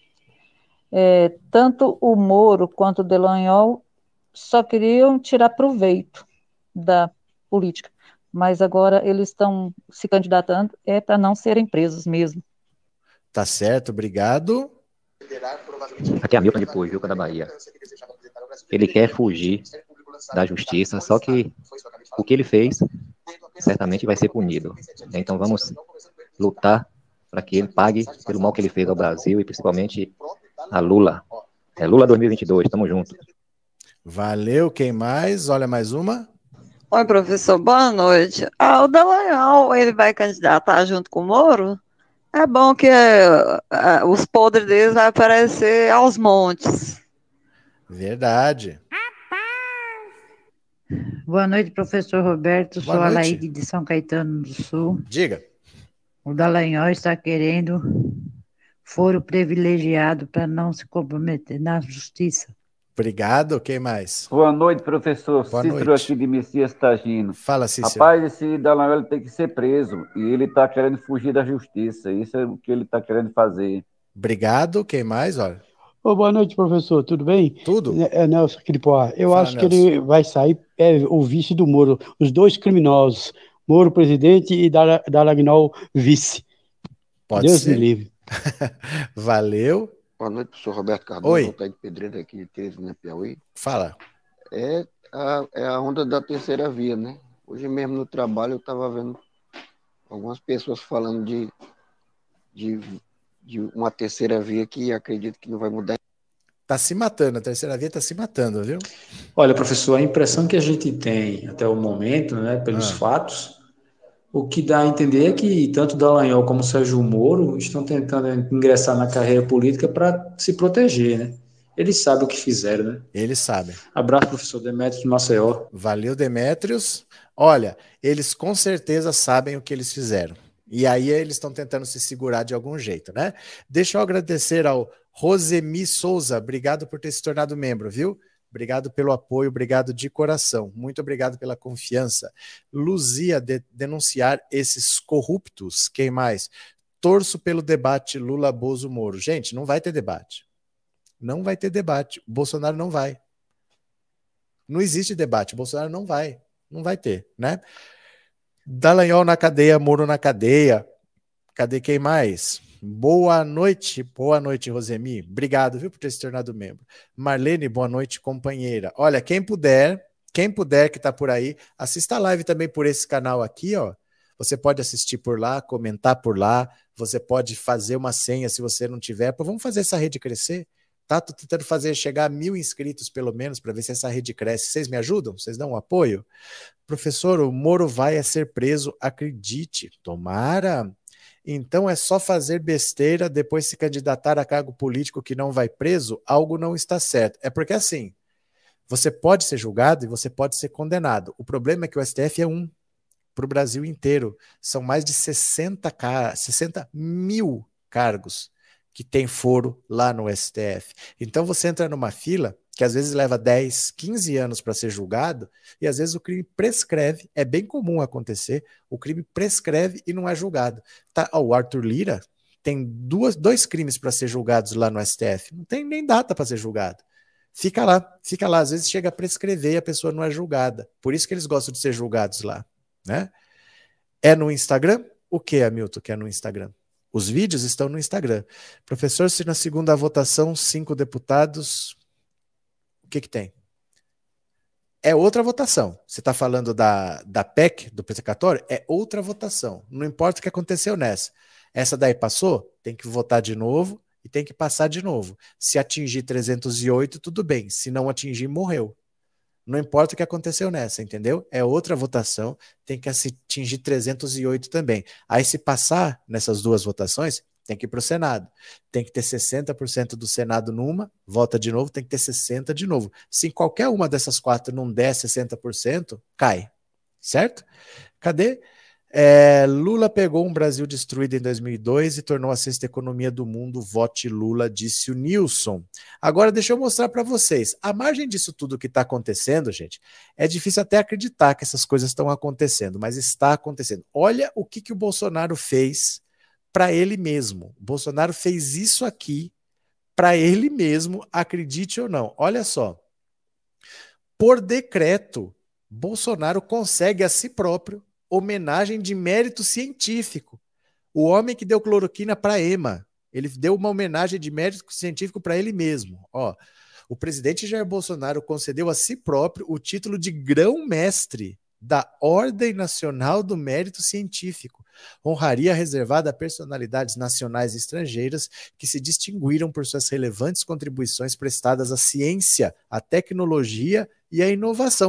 Tanto o Moro quanto o Dallagnol só queriam tirar proveito da política, mas agora eles estão se candidatando para não serem presos mesmo. Tá certo, obrigado. Aqui é Hamilton de Pujuca, da Bahia. Ele quer fugir da justiça, só que o que ele fez certamente vai ser punido. Então vamos lutar para que ele pague pelo mal que ele fez ao Brasil e principalmente a Lula. É Lula 2022, tamo junto. Valeu, quem mais? Olha mais uma. Oi, professor, boa noite. O Dallagnol, ele vai candidatar junto com o Moro? É bom que os podres deles vão aparecer aos montes. Verdade. Boa noite, professor Roberto. Boa Sou a noite. Laíde de São Caetano do Sul. Diga. O Dallagnol está querendo foro privilegiado para não se comprometer na justiça. Obrigado, quem mais? Boa noite, professor. Boa Cícero noite. aqui de Messias Tagino. Fala, Cícero. Rapaz, esse Dallagnol tem que ser preso e ele está querendo fugir da justiça. Isso é o que ele está querendo fazer. Obrigado, quem mais? Olha. Boa noite, professor. Tudo bem? Tudo. Nelson Cripoá. Eu Fala, acho que Nelson. ele vai sair o vice do Moro. Os dois criminosos. Moro presidente e Dallagnol vice. Pode Deus ser. me livre. Valeu. Boa noite, professor Roberto Cardoso, Oi. voltar de Pedreira aqui de Teresina, Piauí. Fala. É a onda da terceira via, né? Hoje mesmo no trabalho eu estava vendo algumas pessoas falando de uma terceira via que acredito que não vai mudar. Tá se matando, a terceira via tá se matando, viu? Olha, professor, a impressão que a gente tem até o momento, né, pelos fatos, o que dá a entender é que tanto Dallagnol como Sérgio Moro estão tentando ingressar na carreira política para se proteger, né? Eles sabem o que fizeram, né? Eles sabem. Abraço, professor Demétrio de Maceió. Valeu, Demétrios. Olha, eles com certeza sabem o que eles fizeram. E aí eles estão tentando se segurar de algum jeito, né? Deixa eu agradecer ao Rosemi Souza. Obrigado por ter se tornado membro, viu? Obrigado pelo apoio, obrigado de coração. Muito obrigado pela confiança. Luzia, denunciar esses corruptos. Quem mais? Torço pelo debate Lula, Bozo, Moro. Gente, não vai ter debate. Não vai ter debate. O Bolsonaro não vai. Não existe debate. O Bolsonaro não vai. Não vai ter, né? Dallagnol na cadeia, Moro na cadeia. Cadê quem mais? Boa noite, Rosemi. Obrigado, viu, por ter se tornado membro. Marlene, boa noite, companheira. Olha, quem puder que tá por aí, assista a live também por esse canal aqui, ó. Você pode assistir por lá, comentar por lá, você pode fazer uma senha se você não tiver. Pô, vamos fazer essa rede crescer? Tá? Tô tentando fazer chegar a 1.000 inscritos pelo menos para ver se essa rede cresce. Vocês me ajudam? Vocês dão um apoio? Professor, o Moro vai ser preso, acredite. Tomara. Então é só fazer besteira, depois se candidatar a cargo político que não vai preso? Algo não está certo. É porque assim, você pode ser julgado e você pode ser condenado. O problema é que o STF é um para o Brasil inteiro. São mais de 60 mil cargos que tem foro lá no STF. Então você entra numa fila que às vezes leva 10, 15 anos para ser julgado, e às vezes o crime prescreve, é bem comum acontecer, o crime prescreve e não é julgado. Tá, o Arthur Lira tem dois crimes para ser julgados lá no STF, não tem nem data para ser julgado. Fica lá, às vezes chega a prescrever e a pessoa não é julgada. Por isso que eles gostam de ser julgados lá, né? É no Instagram? O que, Hamilton, que é no Instagram? Os vídeos estão no Instagram. Professor, se na segunda votação 5 deputados... O que tem? É outra votação. Você está falando da PEC, do precatório? É outra votação. Não importa o que aconteceu nessa. Essa daí passou? Tem que votar de novo e tem que passar de novo. Se atingir 308, tudo bem. Se não atingir, morreu. Não importa o que aconteceu nessa, entendeu? É outra votação, tem que atingir 308 também. Aí se passar nessas duas votações, tem que ir para o Senado. Tem que ter 60% do Senado numa, vota de novo, tem que ter 60% de novo. Se em qualquer uma dessas quatro não der 60%, cai. certo? Cadê? Lula pegou um Brasil destruído em 2002 e tornou a sexta economia do mundo. Vote Lula, disse o Nilson. Agora deixa eu mostrar para vocês. À margem disso tudo que está acontecendo, gente, é difícil até acreditar que essas coisas estão acontecendo, mas está acontecendo. Olha o que o Bolsonaro fez para ele mesmo. O Bolsonaro fez isso aqui para ele mesmo, acredite ou não. Olha só. Por decreto, Bolsonaro consegue a si próprio homenagem de mérito científico. O homem que deu cloroquina para Ema, ele deu uma homenagem de mérito científico para ele mesmo. Ó, o presidente Jair Bolsonaro concedeu a si próprio o título de grão-mestre da Ordem Nacional do Mérito Científico, honraria reservada a personalidades nacionais e estrangeiras que se distinguiram por suas relevantes contribuições prestadas à ciência, à tecnologia e à inovação.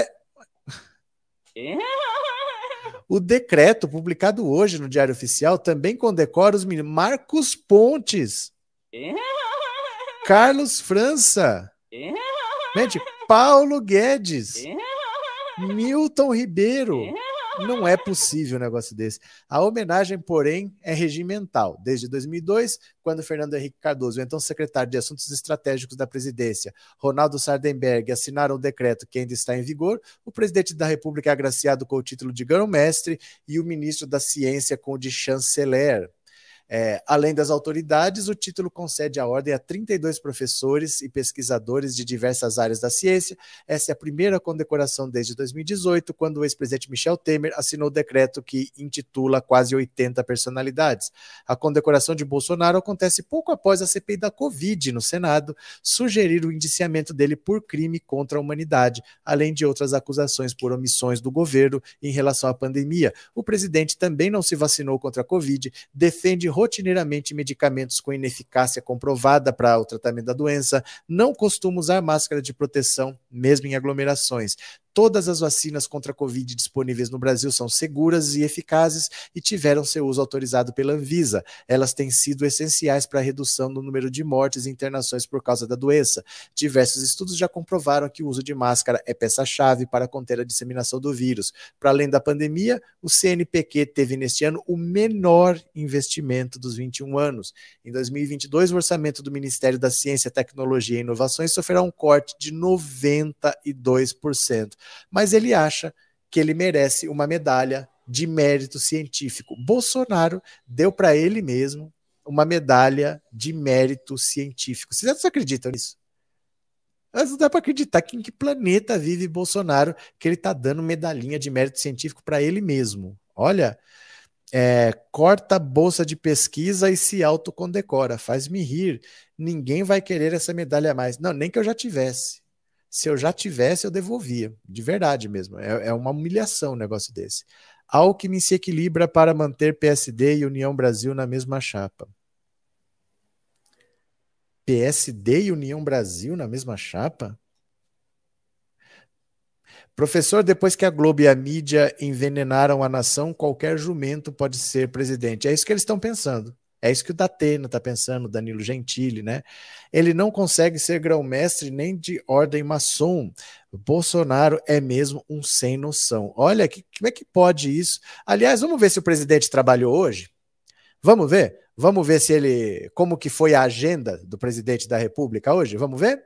O decreto, publicado hoje no Diário Oficial, também condecora os meninos Marcos Pontes, Carlos França, gente, Paulo Guedes, Milton Ribeiro. Não é possível um negócio desse. A homenagem, porém, é regimental. Desde 2002, quando Fernando Henrique Cardoso, então secretário de Assuntos Estratégicos da Presidência, Ronaldo Sardenberg, assinaram o decreto que ainda está em vigor, o presidente da República é agraciado com o título de grão-mestre e o ministro da Ciência com o de chanceler. Além das autoridades, o título concede a ordem a 32 professores e pesquisadores de diversas áreas da ciência. Essa é a primeira condecoração desde 2018, quando o ex-presidente Michel Temer assinou o decreto que intitula quase 80 personalidades. A condecoração de Bolsonaro acontece pouco após a CPI da Covid no Senado sugerir o indiciamento dele por crime contra a humanidade, além de outras acusações por omissões do governo em relação à pandemia. O presidente também não se vacinou contra a Covid, defende rotineiramente medicamentos com ineficácia comprovada para o tratamento da doença, não costuma usar máscara de proteção, mesmo em aglomerações. Todas as vacinas contra a Covid disponíveis no Brasil são seguras e eficazes e tiveram seu uso autorizado pela Anvisa. Elas têm sido essenciais para a redução do número de mortes e internações por causa da doença. Diversos estudos já comprovaram que o uso de máscara é peça-chave para conter a disseminação do vírus. Para além da pandemia, o CNPq teve neste ano o menor investimento dos 21 anos. Em 2022, o orçamento do Ministério da Ciência, Tecnologia e Inovações sofrerá um corte de 92%. Mas ele acha que ele merece uma medalha de mérito científico. Bolsonaro deu para ele mesmo uma medalha de mérito científico. Vocês acreditam nisso? Mas não dá para acreditar que em que planeta vive Bolsonaro que ele está dando medalhinha de mérito científico para ele mesmo. Olha, corta a bolsa de pesquisa e se autocondecora. Faz-me rir. Ninguém vai querer essa medalha a mais. Não, nem que eu já tivesse. Se eu já tivesse, eu devolvia. De verdade mesmo. É uma humilhação um negócio desse. Alckmin se equilibra para manter PSD e União Brasil na mesma chapa. PSD e União Brasil na mesma chapa? Professor, depois que a Globo e a mídia envenenaram a nação, qualquer jumento pode ser presidente. É isso que eles estão pensando. É isso que o Datena está pensando, Danilo Gentili, né? Ele não consegue ser grão-mestre nem de ordem maçom. Bolsonaro é mesmo um sem noção. Olha, como é que pode isso? Aliás, vamos ver se o presidente trabalhou hoje? Vamos ver? Vamos ver se ele, como que foi a agenda do presidente da República hoje? Vamos ver?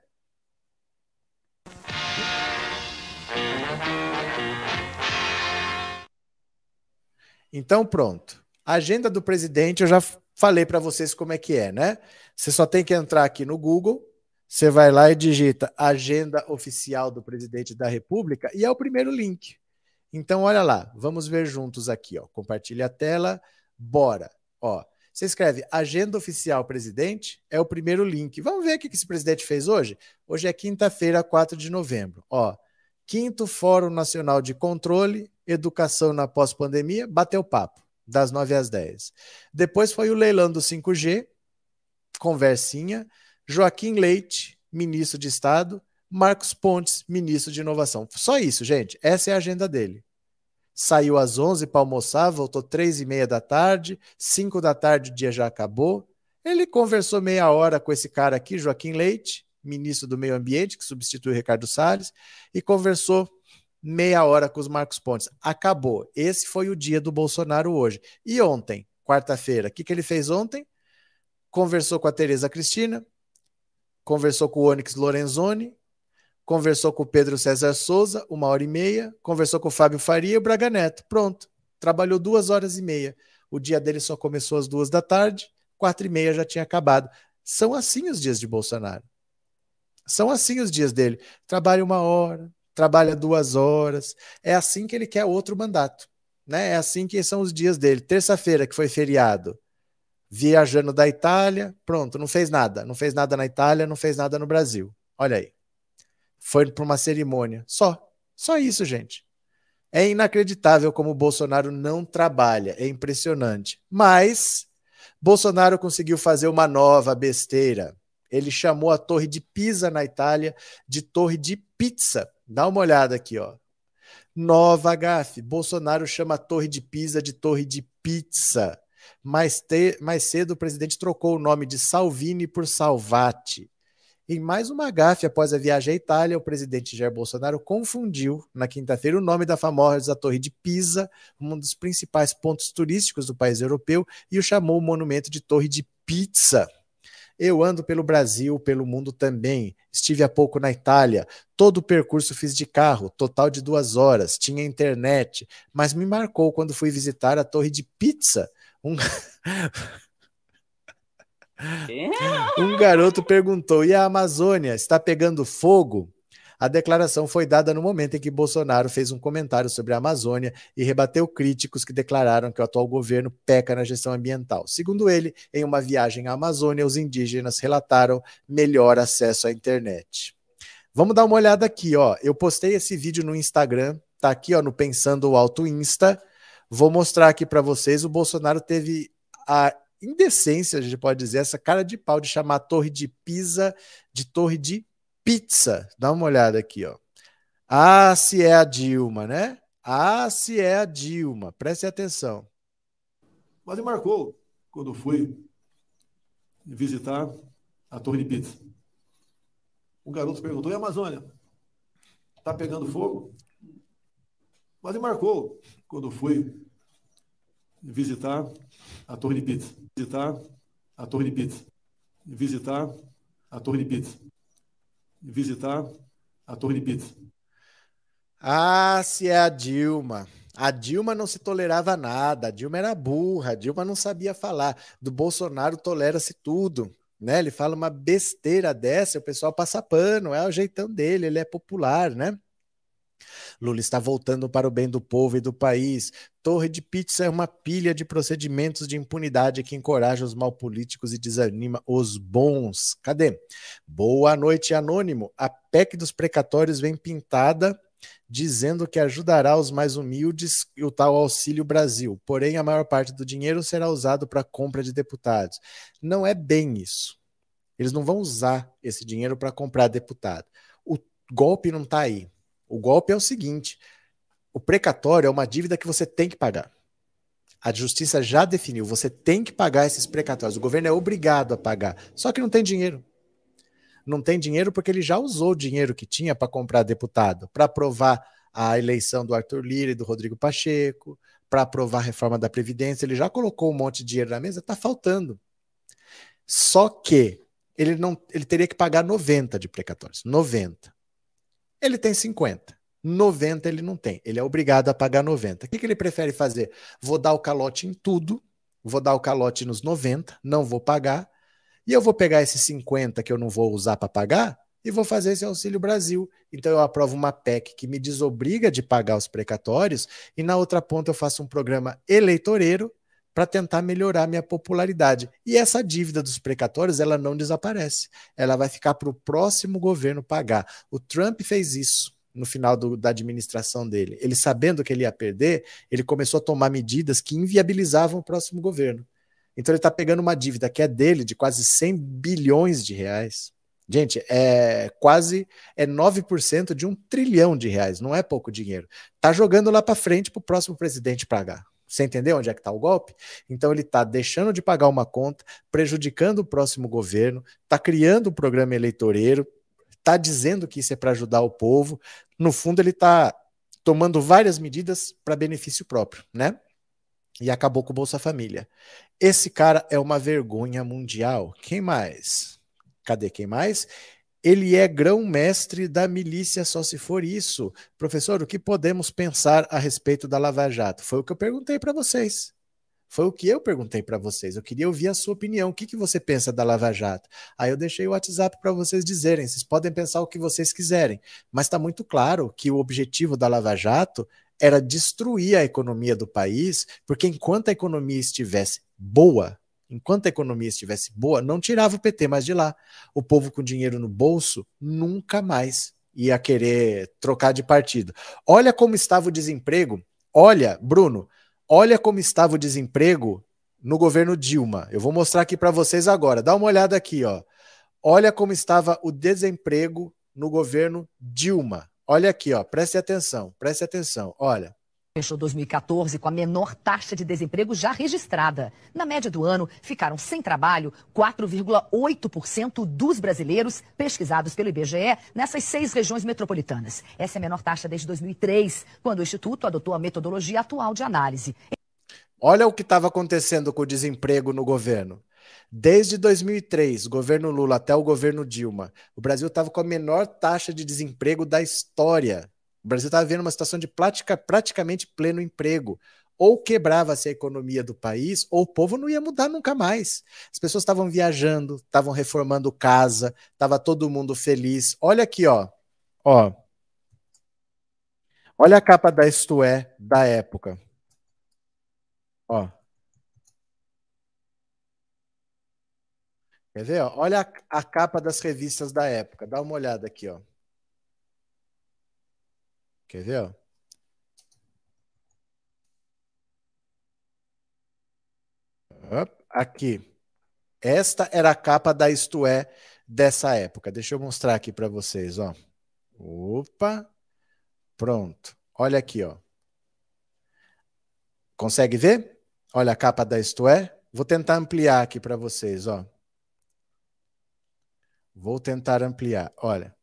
Então, pronto. A agenda do presidente eu já falei para vocês como é que é, né? Você só tem que entrar aqui no Google, você vai lá e digita Agenda Oficial do Presidente da República e é o primeiro link. Então, olha lá, vamos ver juntos aqui, ó. Compartilha a tela, bora. Ó, você escreve Agenda Oficial Presidente, é o primeiro link. Vamos ver o que esse presidente fez hoje? Hoje é quinta-feira, 4 de novembro. Ó, 5º Fórum Nacional de Controle, Educação na Pós-Pandemia, bateu papo, das 9 às 10. Depois foi o leilão do 5G, conversinha, Joaquim Leite, ministro de Estado, Marcos Pontes, ministro de Inovação. Só isso, gente, essa é a agenda dele. Saiu às 11 para almoçar, voltou 3h30 da tarde, 5 da tarde o dia já acabou. Ele conversou meia hora com esse cara aqui, Joaquim Leite, ministro do Meio Ambiente, que substitui o Ricardo Salles, e conversou meia hora com os Marcos Pontes. Acabou. Esse foi o dia do Bolsonaro hoje. E ontem, quarta-feira, o que ele fez ontem? Conversou com a Tereza Cristina, conversou com o Onyx Lorenzoni, conversou com o Pedro César Souza, 1h30, conversou com o Fábio Faria e o Braga Neto. Pronto. Trabalhou 2h30. O dia dele só começou às 14h, 4h30 já tinha acabado. São assim os dias de Bolsonaro. São assim os dias dele. Trabalha 1 hora, trabalha 2 horas. É assim que ele quer outro mandato, né? É assim que são os dias dele. Terça-feira, que foi feriado, viajando da Itália, pronto, não fez nada. Não fez nada na Itália, não fez nada no Brasil. Olha aí. Foi para uma cerimônia. Só isso, gente. É inacreditável como o Bolsonaro não trabalha. É impressionante. Mas Bolsonaro conseguiu fazer uma nova besteira. Ele chamou a Torre de Pisa na Itália de Torre de Pizza. Dá uma olhada aqui, ó. Nova gafe. Bolsonaro chama a Torre de Pisa de Torre de Pizza. Mais cedo, o presidente trocou o nome de Salvini por Salvati. Em mais uma gafe após a viagem à Itália, o presidente Jair Bolsonaro confundiu, na quinta-feira, o nome da famosa Torre de Pisa, um dos principais pontos turísticos do país europeu, e o chamou o monumento de Torre de Pizza. Eu ando pelo Brasil, pelo mundo também. Estive há pouco na Itália. Todo o percurso fiz de carro, total de 2 horas. Tinha internet, mas me marcou quando fui visitar a Torre de Pizza. Um garoto perguntou: e a Amazônia está pegando fogo? A declaração foi dada no momento em que Bolsonaro fez um comentário sobre a Amazônia e rebateu críticos que declararam que o atual governo peca na gestão ambiental. Segundo ele, em uma viagem à Amazônia, os indígenas relataram melhor acesso à internet. Vamos dar uma olhada aqui, ó. Eu postei esse vídeo no Instagram, tá aqui, ó, no Pensando Alto Insta. Vou mostrar aqui para vocês. O Bolsonaro teve a indecência, a gente pode dizer, essa cara de pau de chamar a Torre de Pisa de Torre de Pizza. Dá uma olhada aqui, ó. Ah, se é a Dilma, né? Ah, se é a Dilma. Preste atenção. Mas me marcou quando fui visitar a Torre de Pizza. Um garoto perguntou: e a Amazônia? Tá pegando fogo? Mas me marcou quando fui visitar a Torre de Pizza. Visitar a Torre de Pizza. Visitar a Torre de Pizza. Visitar a Torre de Pizza. Ah, se é a Dilma. A Dilma não se tolerava nada, a Dilma era burra, a Dilma não sabia falar. Do Bolsonaro tolera-se tudo, né? Ele fala uma besteira dessa, o pessoal passa pano, é o jeitão dele, ele é popular, né? Lula está voltando para o bem do povo e do país. Torre de Pizza é uma pilha de procedimentos de impunidade que encoraja os mal políticos e desanima os bons. Cadê? Boa noite, Anônimo. A PEC dos precatórios vem pintada dizendo que ajudará os mais humildes e o tal Auxílio Brasil. Porém, a maior parte do dinheiro será usado para a compra de deputados. Não é bem isso. Eles não vão usar esse dinheiro para comprar deputado. O golpe não está aí. O golpe é o seguinte: o precatório é uma dívida que você tem que pagar. A justiça já definiu, você tem que pagar esses precatórios. O governo é obrigado a pagar, só que não tem dinheiro. Não tem dinheiro porque ele já usou o dinheiro que tinha para comprar deputado, para aprovar a eleição do Arthur Lira e do Rodrigo Pacheco, para aprovar a reforma da Previdência. Ele já colocou um monte de dinheiro na mesa, está faltando. Só que ele teria que pagar 90 de precatórios. 90. Ele tem 50. 90 ele não tem. Ele é obrigado a pagar 90. O que ele prefere fazer? Vou dar o calote em tudo, vou dar o calote nos 90, não vou pagar, e eu vou pegar esses 50 que eu não vou usar para pagar e vou fazer esse Auxílio Brasil. Então eu aprovo uma PEC que me desobriga de pagar os precatórios e na outra ponta eu faço um programa eleitoreiro para tentar melhorar minha popularidade. E essa dívida dos precatórios, ela não desaparece. Ela vai ficar para o próximo governo pagar. O Trump fez isso no final da administração dele. Ele, sabendo que ele ia perder, ele começou a tomar medidas que inviabilizavam o próximo governo. Então ele está pegando uma dívida que é dele, de quase 100 bilhões de reais. Gente, é 9% de 1 trilhão de reais, não é pouco dinheiro. Está jogando lá para frente para o próximo presidente pagar. Você entendeu onde é que está o golpe? Então ele está deixando de pagar uma conta, prejudicando o próximo governo, está criando um programa eleitoreiro, está dizendo que isso é para ajudar o povo. No fundo, ele está tomando várias medidas para benefício próprio, né? E acabou com o Bolsa Família. Esse cara é uma vergonha mundial. Quem mais? Cadê quem mais? Ele é grão-mestre da milícia, só se for isso. Professor, o que podemos pensar a respeito da Lava Jato? Foi o que eu perguntei para vocês. Foi o que eu perguntei para vocês. Eu queria ouvir a sua opinião. O que você pensa da Lava Jato? Aí eu deixei o WhatsApp para vocês dizerem. Vocês podem pensar o que vocês quiserem. Mas está muito claro que o objetivo da Lava Jato era destruir a economia do país, porque enquanto a economia estivesse boa, não tirava o PT mais de lá. O povo com dinheiro no bolso nunca mais ia querer trocar de partido. Olha como estava o desemprego. Olha, Bruno, olha como estava o desemprego no governo Dilma. Eu vou mostrar aqui para vocês agora. Dá uma olhada aqui, ó. Olha como estava o desemprego no governo Dilma. Olha aqui, ó. Preste atenção, olha. Fechou 2014 com a menor taxa de desemprego já registrada. Na média do ano, ficaram sem trabalho 4,8% dos brasileiros pesquisados pelo IBGE nessas 6 regiões metropolitanas. Essa é a menor taxa desde 2003, quando o Instituto adotou a metodologia atual de análise. Olha o que estava acontecendo com o desemprego no governo. Desde 2003, governo Lula até o governo Dilma, o Brasil estava com a menor taxa de desemprego da história. O Brasil estava vivendo uma situação de praticamente pleno emprego. Ou quebrava-se a economia do país, ou o povo não ia mudar nunca mais. As pessoas estavam viajando, estavam reformando casa, estava todo mundo feliz. Olha aqui, ó. Olha a capa da Isto É da época. Ó. Quer ver? Ó? Olha a capa das revistas da época. Dá uma olhada aqui, ó. Quer ver? Ó? Aqui. Esta era a capa da Isto É dessa época. Deixa eu mostrar aqui para vocês, ó. Opa. Pronto. Olha aqui, ó. Consegue ver? Olha a capa da Isto É. Vou tentar ampliar aqui para vocês, ó. Vou tentar ampliar. Olha.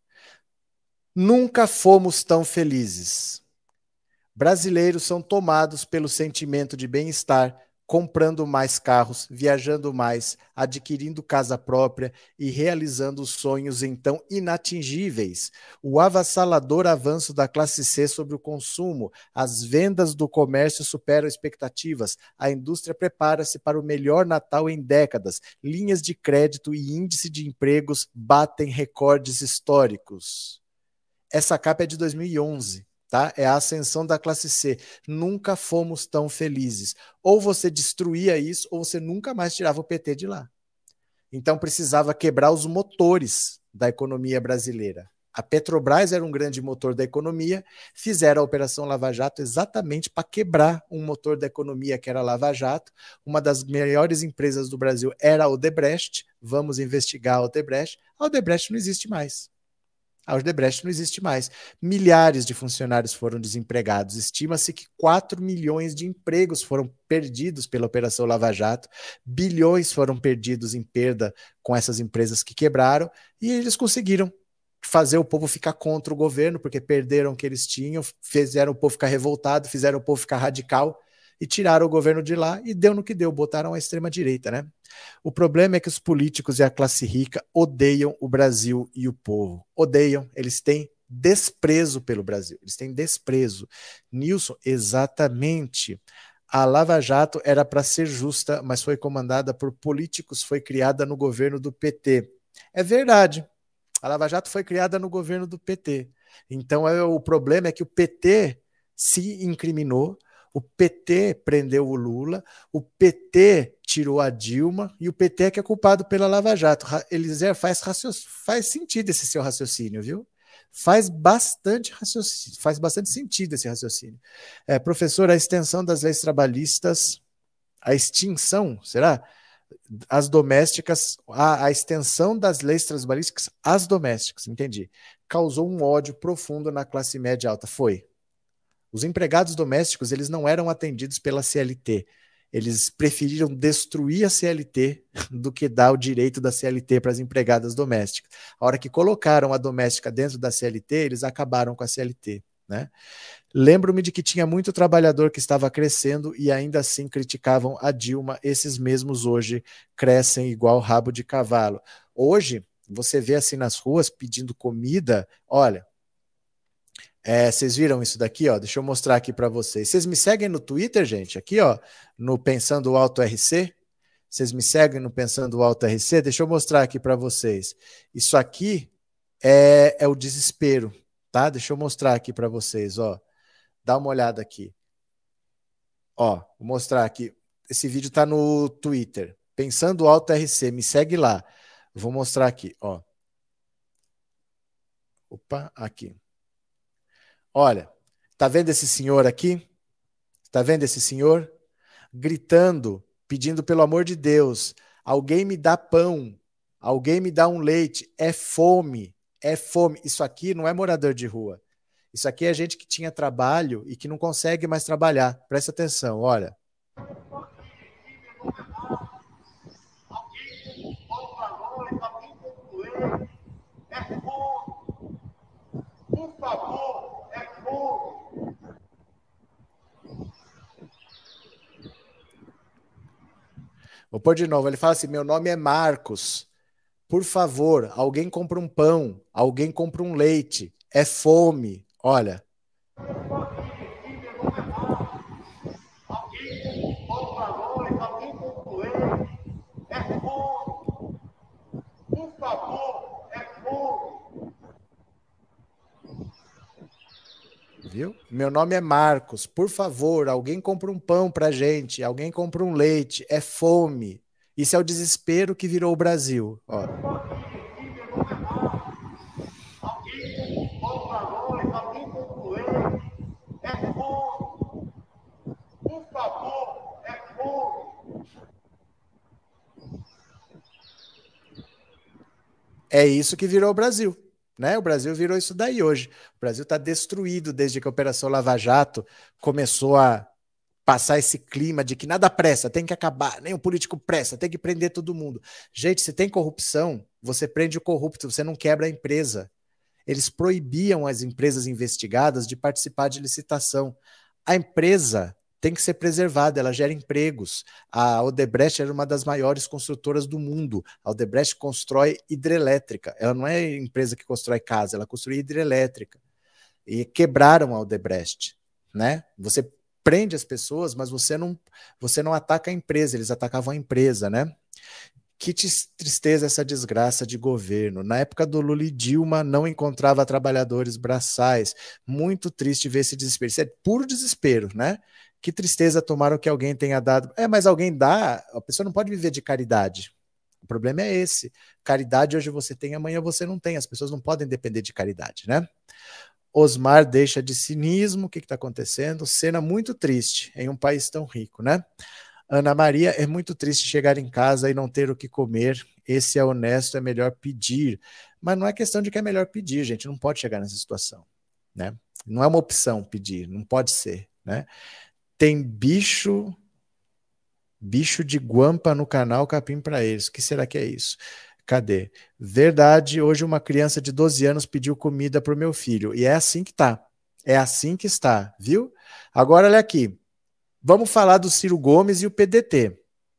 Nunca fomos tão felizes. Brasileiros são tomados pelo sentimento de bem-estar, comprando mais carros, viajando mais, adquirindo casa própria e realizando sonhos então inatingíveis. O avassalador avanço da classe C sobre o consumo, as vendas do comércio superam expectativas, a indústria prepara-se para o melhor Natal em décadas, linhas de crédito e índice de empregos batem recordes históricos. Essa capa é de 2011. Tá? É a ascensão da classe C. Nunca fomos tão felizes. Ou você destruía isso, ou você nunca mais tirava o PT de lá. Então precisava quebrar os motores da economia brasileira. A Petrobras era um grande motor da economia, fizeram a Operação Lava Jato exatamente para quebrar um motor da economia que era a Lava Jato. Uma das maiores empresas do Brasil era a Odebrecht. Vamos investigar a Odebrecht. A Odebrecht não existe mais. A Odebrecht não existe mais. Milhares de funcionários foram desempregados. Estima-se que 4 milhões de empregos foram perdidos pela Operação Lava Jato. Bilhões foram perdidos em perda com essas empresas que quebraram. E eles conseguiram fazer o povo ficar contra o governo, porque perderam o que eles tinham, fizeram o povo ficar revoltado, fizeram o povo ficar radical e tiraram o governo de lá e deu no que deu, botaram a extrema-direita, né? O problema é que os políticos e a classe rica odeiam o Brasil e o povo. Odeiam, eles têm desprezo pelo Brasil, eles têm desprezo. Nilson, exatamente. A Lava Jato era para ser justa, mas foi comandada por políticos, foi criada no governo do PT. É verdade, a Lava Jato foi criada no governo do PT. Então o problema é que o PT se incriminou, o PT prendeu o Lula, o PT tirou a Dilma e o PT é que é culpado pela Lava Jato. Eliezer, faz sentido esse seu raciocínio, viu? Faz bastante sentido esse raciocínio. Professor, a extensão das leis trabalhistas, a extinção, será? As domésticas, a extensão das leis trabalhistas às domésticas, entendi. Causou um ódio profundo na classe média alta. Foi. Os empregados domésticos, eles não eram atendidos pela CLT. Eles preferiram destruir a CLT do que dar o direito da CLT para as empregadas domésticas. A hora que colocaram a doméstica dentro da CLT, eles acabaram com a CLT. né? Lembro-me de que tinha muito trabalhador que estava crescendo e ainda assim criticavam a Dilma. Esses mesmos hoje crescem igual rabo de cavalo. Hoje, você vê assim nas ruas pedindo comida. Olha, vocês viram isso daqui? Ó? Deixa eu mostrar aqui para vocês. Vocês me seguem no Twitter, gente? Aqui, ó, no Pensando Alto RC? Vocês me seguem no Pensando Alto RC? Deixa eu mostrar aqui para vocês. Isso aqui é o desespero, tá? Deixa eu mostrar aqui para vocês, ó. Dá uma olhada aqui. Ó, vou mostrar aqui. Esse vídeo tá no Twitter. Pensando Alto RC, me segue lá. Vou mostrar aqui, ó. Opa, aqui. Olha, tá vendo esse senhor aqui? Tá vendo esse senhor? Gritando, pedindo pelo amor de Deus, alguém me dá pão, alguém me dá um leite. É fome, é fome. Isso aqui não é morador de rua. Isso aqui é gente que tinha trabalho e que não consegue mais trabalhar. Presta atenção, olha. Por favor, é fome. Vou pôr de novo. Ele fala assim: meu nome é Marcos. Por favor, alguém compra um pão, alguém compra um leite. É fome. Olha. Por favor, é fome. Viu? Meu nome é Marcos. Por favor, alguém compra um pão pra gente, alguém compra um leite. É fome. Isso é o desespero que virou o Brasil. Ó. É isso que virou o Brasil, né? O Brasil virou isso daí hoje. O Brasil está destruído desde que a Operação Lava Jato começou a passar esse clima de que nada presta, tem que acabar, nem o político presta, tem que prender todo mundo. Gente, se tem corrupção, você prende o corrupto, você não quebra a empresa. Eles proibiam as empresas investigadas de participar de licitação. A empresa tem que ser preservada, ela gera empregos. A Odebrecht era uma das maiores construtoras do mundo. A Odebrecht constrói hidrelétrica. Ela não é empresa que constrói casa, ela construi hidrelétrica. E quebraram a Odebrecht, né? Você prende as pessoas, mas você não ataca a empresa, eles atacavam a empresa, né? Que tristeza essa desgraça de governo. Na época do Lula e Dilma, não encontrava trabalhadores braçais. Muito triste ver esse desespero. Isso é puro desespero, né? Que tristeza tomar o que alguém tenha dado. Mas alguém dá, a pessoa não pode viver de caridade. O problema é esse. Caridade hoje você tem, amanhã você não tem. As pessoas não podem depender de caridade, né? Osmar deixa de cinismo. O que está acontecendo? Cena muito triste em um país tão rico, né? Ana Maria, é muito triste chegar em casa e não ter o que comer. Esse é honesto, é melhor pedir. Mas não é questão de que é melhor pedir, gente. Não pode chegar nessa situação, né? Não é uma opção pedir, não pode ser, né? Tem bicho de guampa no canal Capim para eles. O que será que é isso? Cadê? Verdade, hoje uma criança de 12 anos pediu comida para o meu filho. E é assim que tá. É assim que está, viu? Agora, olha aqui. Vamos falar do Ciro Gomes e o PDT.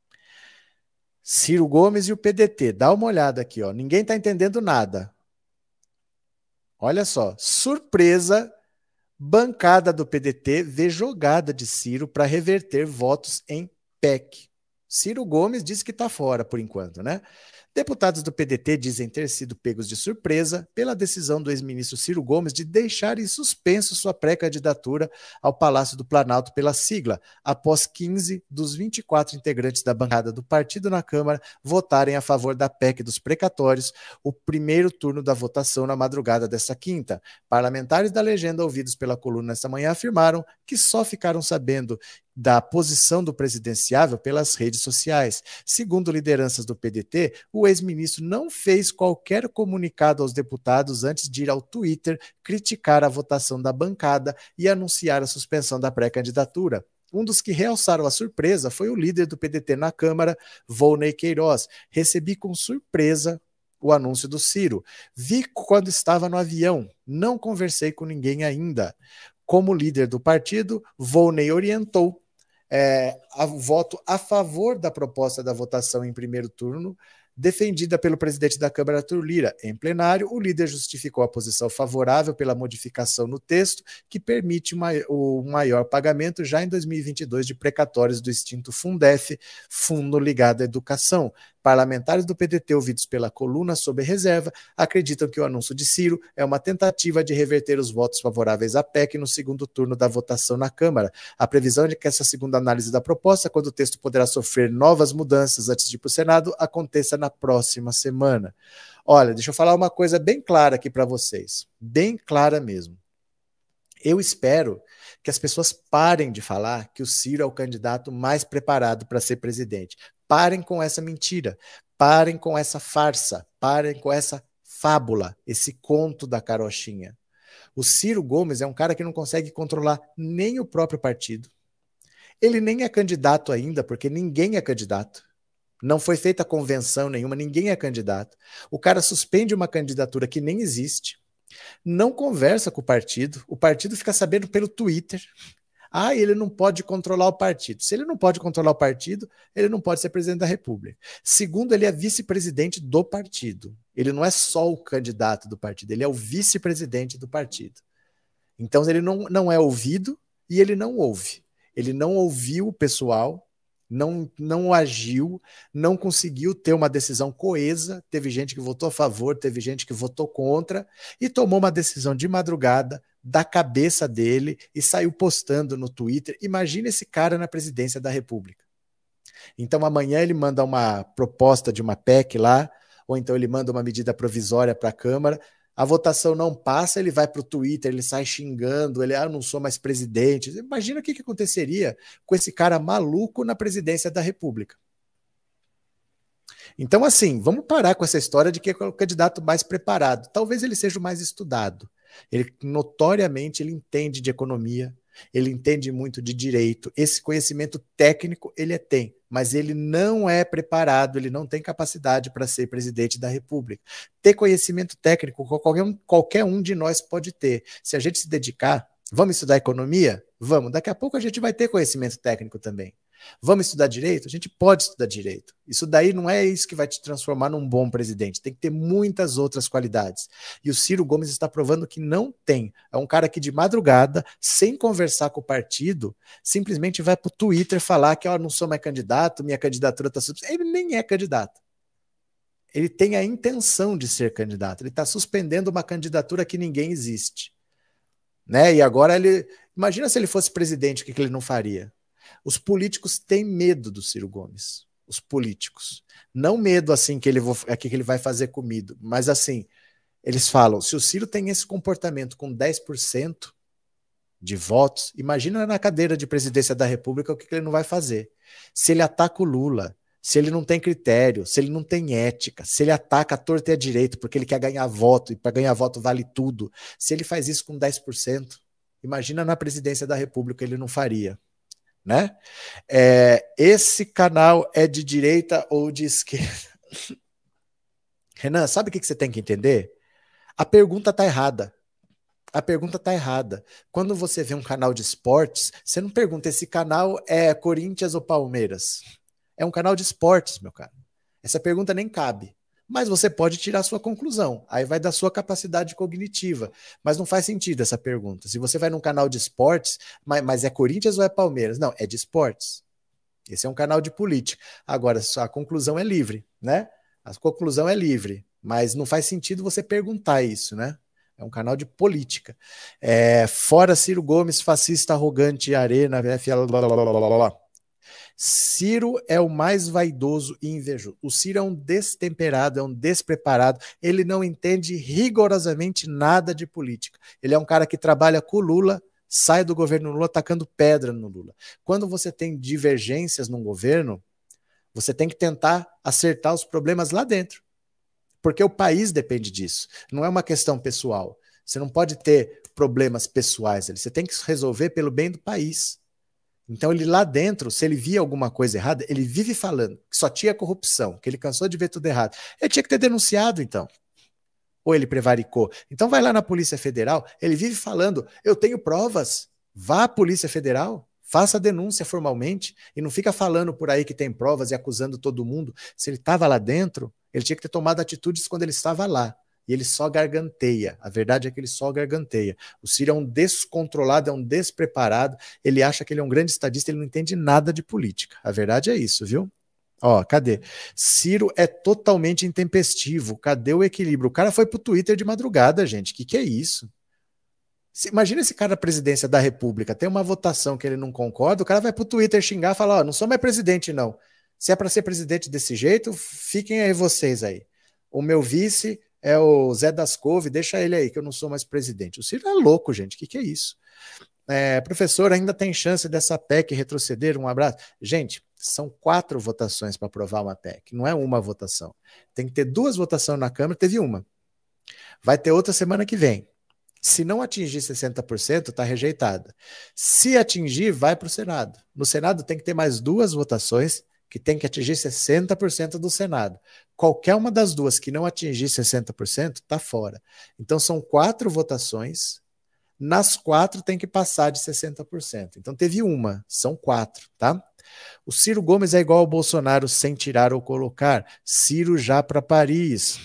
Ciro Gomes e o PDT. Dá uma olhada aqui, ó. Ninguém está entendendo nada. Olha só. Surpresa. Bancada do PDT vê jogada de Ciro para reverter votos em PEC. Ciro Gomes diz que está fora por enquanto, né? Deputados do PDT dizem ter sido pegos de surpresa pela decisão do ex-ministro Ciro Gomes de deixar em suspenso sua pré-candidatura ao Palácio do Planalto pela sigla, após 15 dos 24 integrantes da bancada do partido na Câmara votarem a favor da PEC dos precatórios, o primeiro turno da votação na madrugada desta quinta. Parlamentares da legenda ouvidos pela coluna nesta manhã afirmaram que só ficaram sabendo da posição do presidenciável pelas redes sociais. Segundo lideranças do PDT, o ex-ministro não fez qualquer comunicado aos deputados antes de ir ao Twitter criticar a votação da bancada e anunciar a suspensão da pré-candidatura. Um dos que realçaram a surpresa foi o líder do PDT na Câmara, Volney Queiroz. Recebi com surpresa o anúncio do Ciro. Vi quando estava no avião, não conversei com ninguém ainda. Como líder do partido, Volney orientou o voto a favor da proposta da votação em primeiro turno, defendida pelo presidente da Câmara, Arthur Lira. Em plenário, o líder justificou a posição favorável pela modificação no texto que permite o maior pagamento já em 2022 de precatórios do extinto Fundef, Fundo Ligado à Educação. Parlamentares do PDT ouvidos pela coluna sob reserva acreditam que o anúncio de Ciro é uma tentativa de reverter os votos favoráveis à PEC no segundo turno da votação na Câmara. A previsão é de que essa segunda análise da proposta, quando o texto poderá sofrer novas mudanças antes de ir para o Senado, aconteça na próxima semana. Olha, deixa eu falar uma coisa bem clara aqui para vocês, bem clara mesmo. Eu espero que as pessoas parem de falar que o Ciro é o candidato mais preparado para ser presidente. Parem com essa mentira, parem com essa farsa, parem com essa fábula, esse conto da carochinha. O Ciro Gomes é um cara que não consegue controlar nem o próprio partido. Ele nem é candidato ainda, porque ninguém é candidato. Não foi feita convenção nenhuma, ninguém é candidato. O cara suspende uma candidatura que nem existe, não conversa com o partido fica sabendo pelo Twitter. Ele não pode controlar o partido. Se ele não pode controlar o partido, ele não pode ser presidente da República. Segundo, ele é vice-presidente do partido. Ele não é só o candidato do partido, ele é o vice-presidente do partido. Então ele não é ouvido e ele não ouve. Ele não ouviu o pessoal, não agiu, não conseguiu ter uma decisão coesa. Teve gente que votou a favor, teve gente que votou contra e tomou uma decisão de madrugada da cabeça dele e saiu postando no Twitter. Imagina esse cara na presidência da República. Então amanhã ele manda uma proposta de uma PEC lá, ou então ele manda uma medida provisória para a Câmara, a votação não passa, ele vai para o Twitter, ele sai xingando, ele, não sou mais presidente. Imagina o que aconteceria com esse cara maluco na presidência da República. Então, assim, vamos parar com essa história de que é o candidato mais preparado. Talvez ele seja o mais estudado. Ele, notoriamente, ele entende de economia, ele entende muito de direito. Esse conhecimento técnico ele tem, mas ele não é preparado, ele não tem capacidade para ser presidente da República. Ter conhecimento técnico, qualquer um de nós pode ter. Se a gente se dedicar, vamos estudar economia? Vamos. Daqui a pouco a gente vai ter conhecimento técnico também. Vamos estudar direito? A gente pode estudar direito. Isso daí não é isso que vai te transformar num bom presidente. Tem que ter muitas outras qualidades. E o Ciro Gomes está provando que não tem. É um cara que de madrugada, sem conversar com o partido, simplesmente vai para o Twitter falar que não sou mais candidato, minha candidatura está suspendida. Ele nem é candidato. Ele tem a intenção de ser candidato. Ele está suspendendo uma candidatura que ninguém existe. Né? E agora ele... Imagina se ele fosse presidente, o que ele não faria? Os políticos têm medo do Ciro Gomes. Os políticos. Não medo assim que ele vai fazer comigo, mas assim, eles falam, se o Ciro tem esse comportamento com 10% de votos, imagina na cadeira de presidência da República o que ele não vai fazer. Se ele ataca o Lula, se ele não tem critério, se ele não tem ética, se ele ataca a torta e a direito porque ele quer ganhar voto, e para ganhar voto vale tudo, se ele faz isso com 10%, imagina na presidência da República ele não faria. Né? Esse canal é de direita ou de esquerda? Renan, sabe o que você tem que entender? A pergunta está errada. A pergunta está errada. Quando você vê um canal de esportes, você não pergunta, esse canal é Corinthians ou Palmeiras? É um canal de esportes, meu cara. Essa pergunta nem cabe. Mas você pode tirar a sua conclusão. Aí vai da sua capacidade cognitiva. Mas não faz sentido essa pergunta. Se você vai num canal de esportes, mas é Corinthians ou é Palmeiras? Não, é de esportes. Esse é um canal de política. Agora, a conclusão é livre, né? A conclusão é livre. Mas não faz sentido você perguntar isso, né? É um canal de política. Fora Ciro Gomes, fascista, arrogante, arena, Ciro é o mais vaidoso e invejoso. O Ciro é um destemperado, é um despreparado. Ele não entende rigorosamente nada de política. Ele é um cara que trabalha com o Lula, sai do governo Lula tacando pedra no Lula. Quando você tem divergências num governo, você tem que tentar acertar os problemas lá dentro. Porque o país depende disso. Não é uma questão pessoal. Você não pode ter problemas pessoais ali. Você tem que resolver pelo bem do país. Então ele lá dentro, se ele via alguma coisa errada, ele vive falando que só tinha corrupção, que ele cansou de ver tudo errado. Ele tinha que ter denunciado, então. Ou ele prevaricou. Então vai lá na Polícia Federal, ele vive falando, eu tenho provas. Vá à Polícia Federal, faça a denúncia formalmente e não fica falando por aí que tem provas e acusando todo mundo. Se ele estava lá dentro, ele tinha que ter tomado atitudes quando ele estava lá. E ele só garganteia. A verdade é que ele só garganteia. O Ciro é um descontrolado, é um despreparado. Ele acha que ele é um grande estadista, ele não entende nada de política. A verdade é isso, viu? Ó, cadê? Ciro é totalmente intempestivo. Cadê o equilíbrio? O cara foi pro Twitter de madrugada, gente. Que é isso? Imagina esse cara na presidência da República, tem uma votação que ele não concorda, o cara vai pro Twitter xingar e falar, ó, não sou mais presidente não. Se é para ser presidente desse jeito, fiquem aí vocês aí. O meu vice é o Zé das Couve, deixa ele aí que eu não sou mais presidente. O Ciro é louco, gente, que é isso? Professor, ainda tem chance dessa PEC retroceder? Um abraço. Gente, são 4 votações para aprovar uma PEC, não é uma votação. Tem que ter 2 votações na Câmara, teve uma. Vai ter outra semana que vem. Se não atingir 60%, está rejeitada. Se atingir, vai para o Senado. No Senado tem que ter mais 2 votações, que tem que atingir 60% do Senado. Qualquer uma das 2 que não atingir 60%, está fora. Então são 4 votações, nas 4 tem que passar de 60%. Então teve uma, são 4, tá? O Ciro Gomes é igual ao Bolsonaro sem tirar ou colocar. Ciro já para Paris.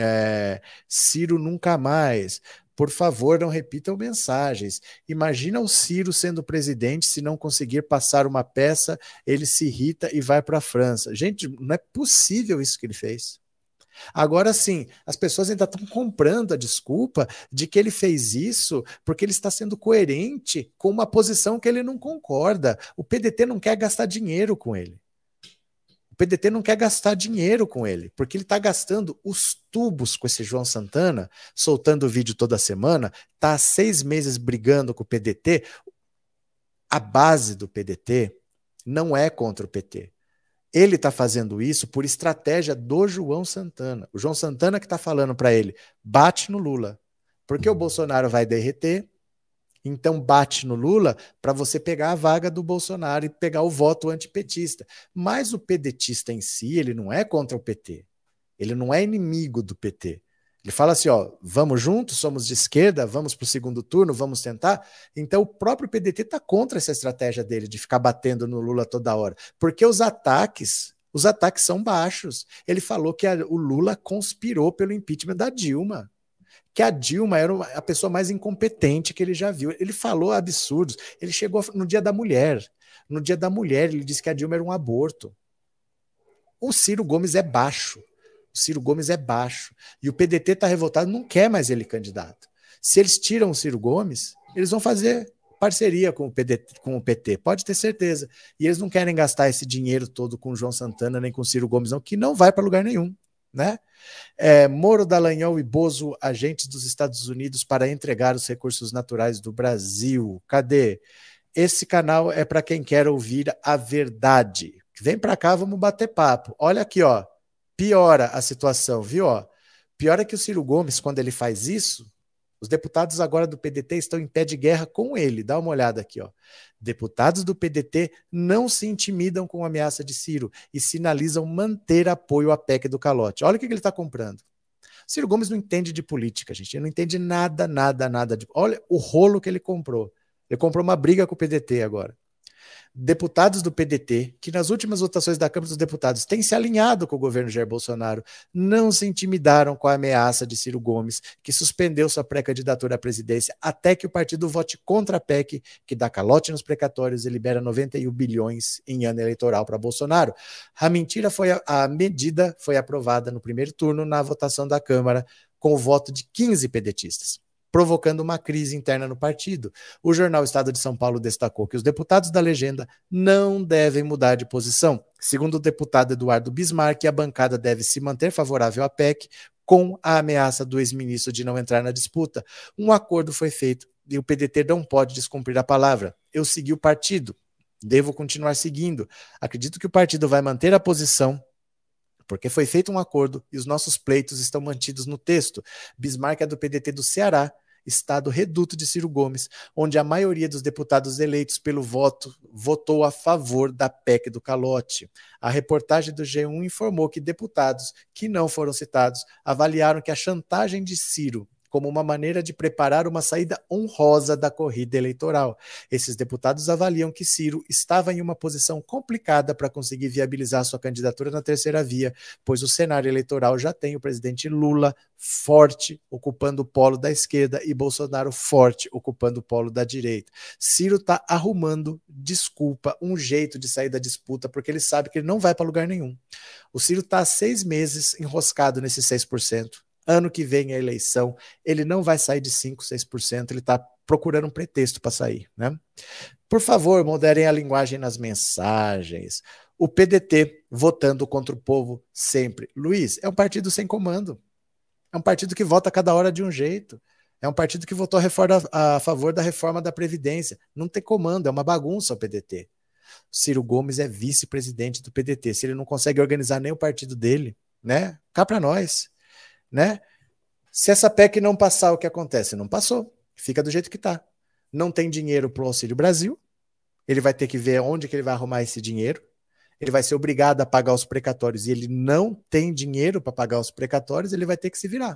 Ciro nunca mais. Por favor, não repitam mensagens. Imagina o Ciro sendo presidente, se não conseguir passar uma peça, ele se irrita e vai para a França. Gente, não é possível isso que ele fez. Agora sim, as pessoas ainda estão comprando a desculpa de que ele fez isso porque ele está sendo coerente com uma posição que ele não concorda. O PDT não quer gastar dinheiro com ele. O PDT não quer gastar dinheiro com ele, porque ele está gastando os tubos com esse João Santana, soltando vídeo toda semana, está há 6 meses brigando com o PDT. A base do PDT não é contra o PT. Ele está fazendo isso por estratégia do João Santana. O João Santana que está falando para ele, bate no Lula, porque o Bolsonaro vai derreter, então bate no Lula para você pegar a vaga do Bolsonaro e pegar o voto antipetista. Mas o pedetista em si, ele não é contra o PT. Ele não é inimigo do PT. Ele fala assim, ó, vamos juntos, somos de esquerda, vamos para o segundo turno, vamos tentar. Então o próprio PDT está contra essa estratégia dele de ficar batendo no Lula toda hora. Porque os ataques são baixos. Ele falou que o Lula conspirou pelo impeachment da Dilma. Que a Dilma era a pessoa mais incompetente que ele já viu. Ele falou absurdos. Ele chegou no Dia da Mulher. No Dia da Mulher, ele disse que a Dilma era um aborto. O Ciro Gomes é baixo. O Ciro Gomes é baixo. E o PDT está revoltado, não quer mais ele candidato. Se eles tiram o Ciro Gomes, eles vão fazer parceria com o PT, pode ter certeza. E eles não querem gastar esse dinheiro todo com o João Santana, nem com o Ciro Gomes, não, que não vai para lugar nenhum. Né? Moro, Dallagnol e Bozo, agentes dos Estados Unidos para entregar os recursos naturais do Brasil. Cadê? Esse canal é para quem quer ouvir a verdade. Vem para cá, vamos bater papo. Olha aqui, ó. Piora a situação, viu? Ó. Piora que o Ciro Gomes, quando ele faz isso, os deputados agora do PDT estão em pé de guerra com ele. Dá uma olhada aqui, ó. Deputados do PDT não se intimidam com a ameaça de Ciro e sinalizam manter apoio à PEC do calote. Olha o que ele está comprando. Ciro Gomes não entende de política, gente. Ele não entende nada. Olha o rolo que ele comprou. Ele comprou uma briga com o PDT agora. Deputados do PDT, que nas últimas votações da Câmara dos Deputados têm se alinhado com o governo Jair Bolsonaro, não se intimidaram com a ameaça de Ciro Gomes, que suspendeu sua pré-candidatura à presidência até que o partido vote contra a PEC, que dá calote nos precatórios e libera 91 bilhões em ano eleitoral para Bolsonaro. A medida foi aprovada no primeiro turno na votação da Câmara, com o voto de 15 pedetistas, provocando uma crise interna no partido. O jornal Estado de São Paulo destacou que os deputados da legenda não devem mudar de posição. Segundo o deputado Eduardo Bismarck, a bancada deve se manter favorável à PEC com a ameaça do ex-ministro de não entrar na disputa. Um acordo foi feito e o PDT não pode descumprir a palavra. Eu segui o partido, devo continuar seguindo. Acredito que o partido vai manter a posição, porque foi feito um acordo e os nossos pleitos estão mantidos no texto. Bismarck é do PDT do Ceará estado reduto de Ciro Gomes, onde a maioria dos deputados eleitos pelo voto votou a favor da PEC do calote. A reportagem do G1 informou que deputados que não foram citados avaliaram que a chantagem de Ciro como uma maneira de preparar uma saída honrosa da corrida eleitoral. Esses deputados avaliam que Ciro estava em uma posição complicada para conseguir viabilizar sua candidatura na terceira via, pois o cenário eleitoral já tem o presidente Lula forte, ocupando o polo da esquerda, e Bolsonaro forte, ocupando o polo da direita. Ciro está arrumando desculpa, um jeito de sair da disputa, porque ele sabe que ele não vai para lugar nenhum. O Ciro está há 6 meses enroscado nesses 6%. Ano que vem a eleição, ele não vai sair de 5%, 6%, ele está procurando um pretexto para sair, né? Por favor, moderem a linguagem nas mensagens. O PDT votando contra o povo sempre. Luiz, é um partido sem comando. É um partido que vota cada hora de um jeito. É um partido que votou a favor da reforma da Previdência. Não tem comando, é uma bagunça o PDT. Ciro Gomes é vice-presidente do PDT. Se ele não consegue organizar nem o partido dele, né? Cá para nós. Né? Se essa PEC não passar, o que acontece? Não passou, fica do jeito que está. Não tem dinheiro para o Auxílio Brasil, ele vai ter que ver onde que ele vai arrumar esse dinheiro, ele vai ser obrigado a pagar os precatórios e ele não tem dinheiro para pagar os precatórios, ele vai ter que se virar.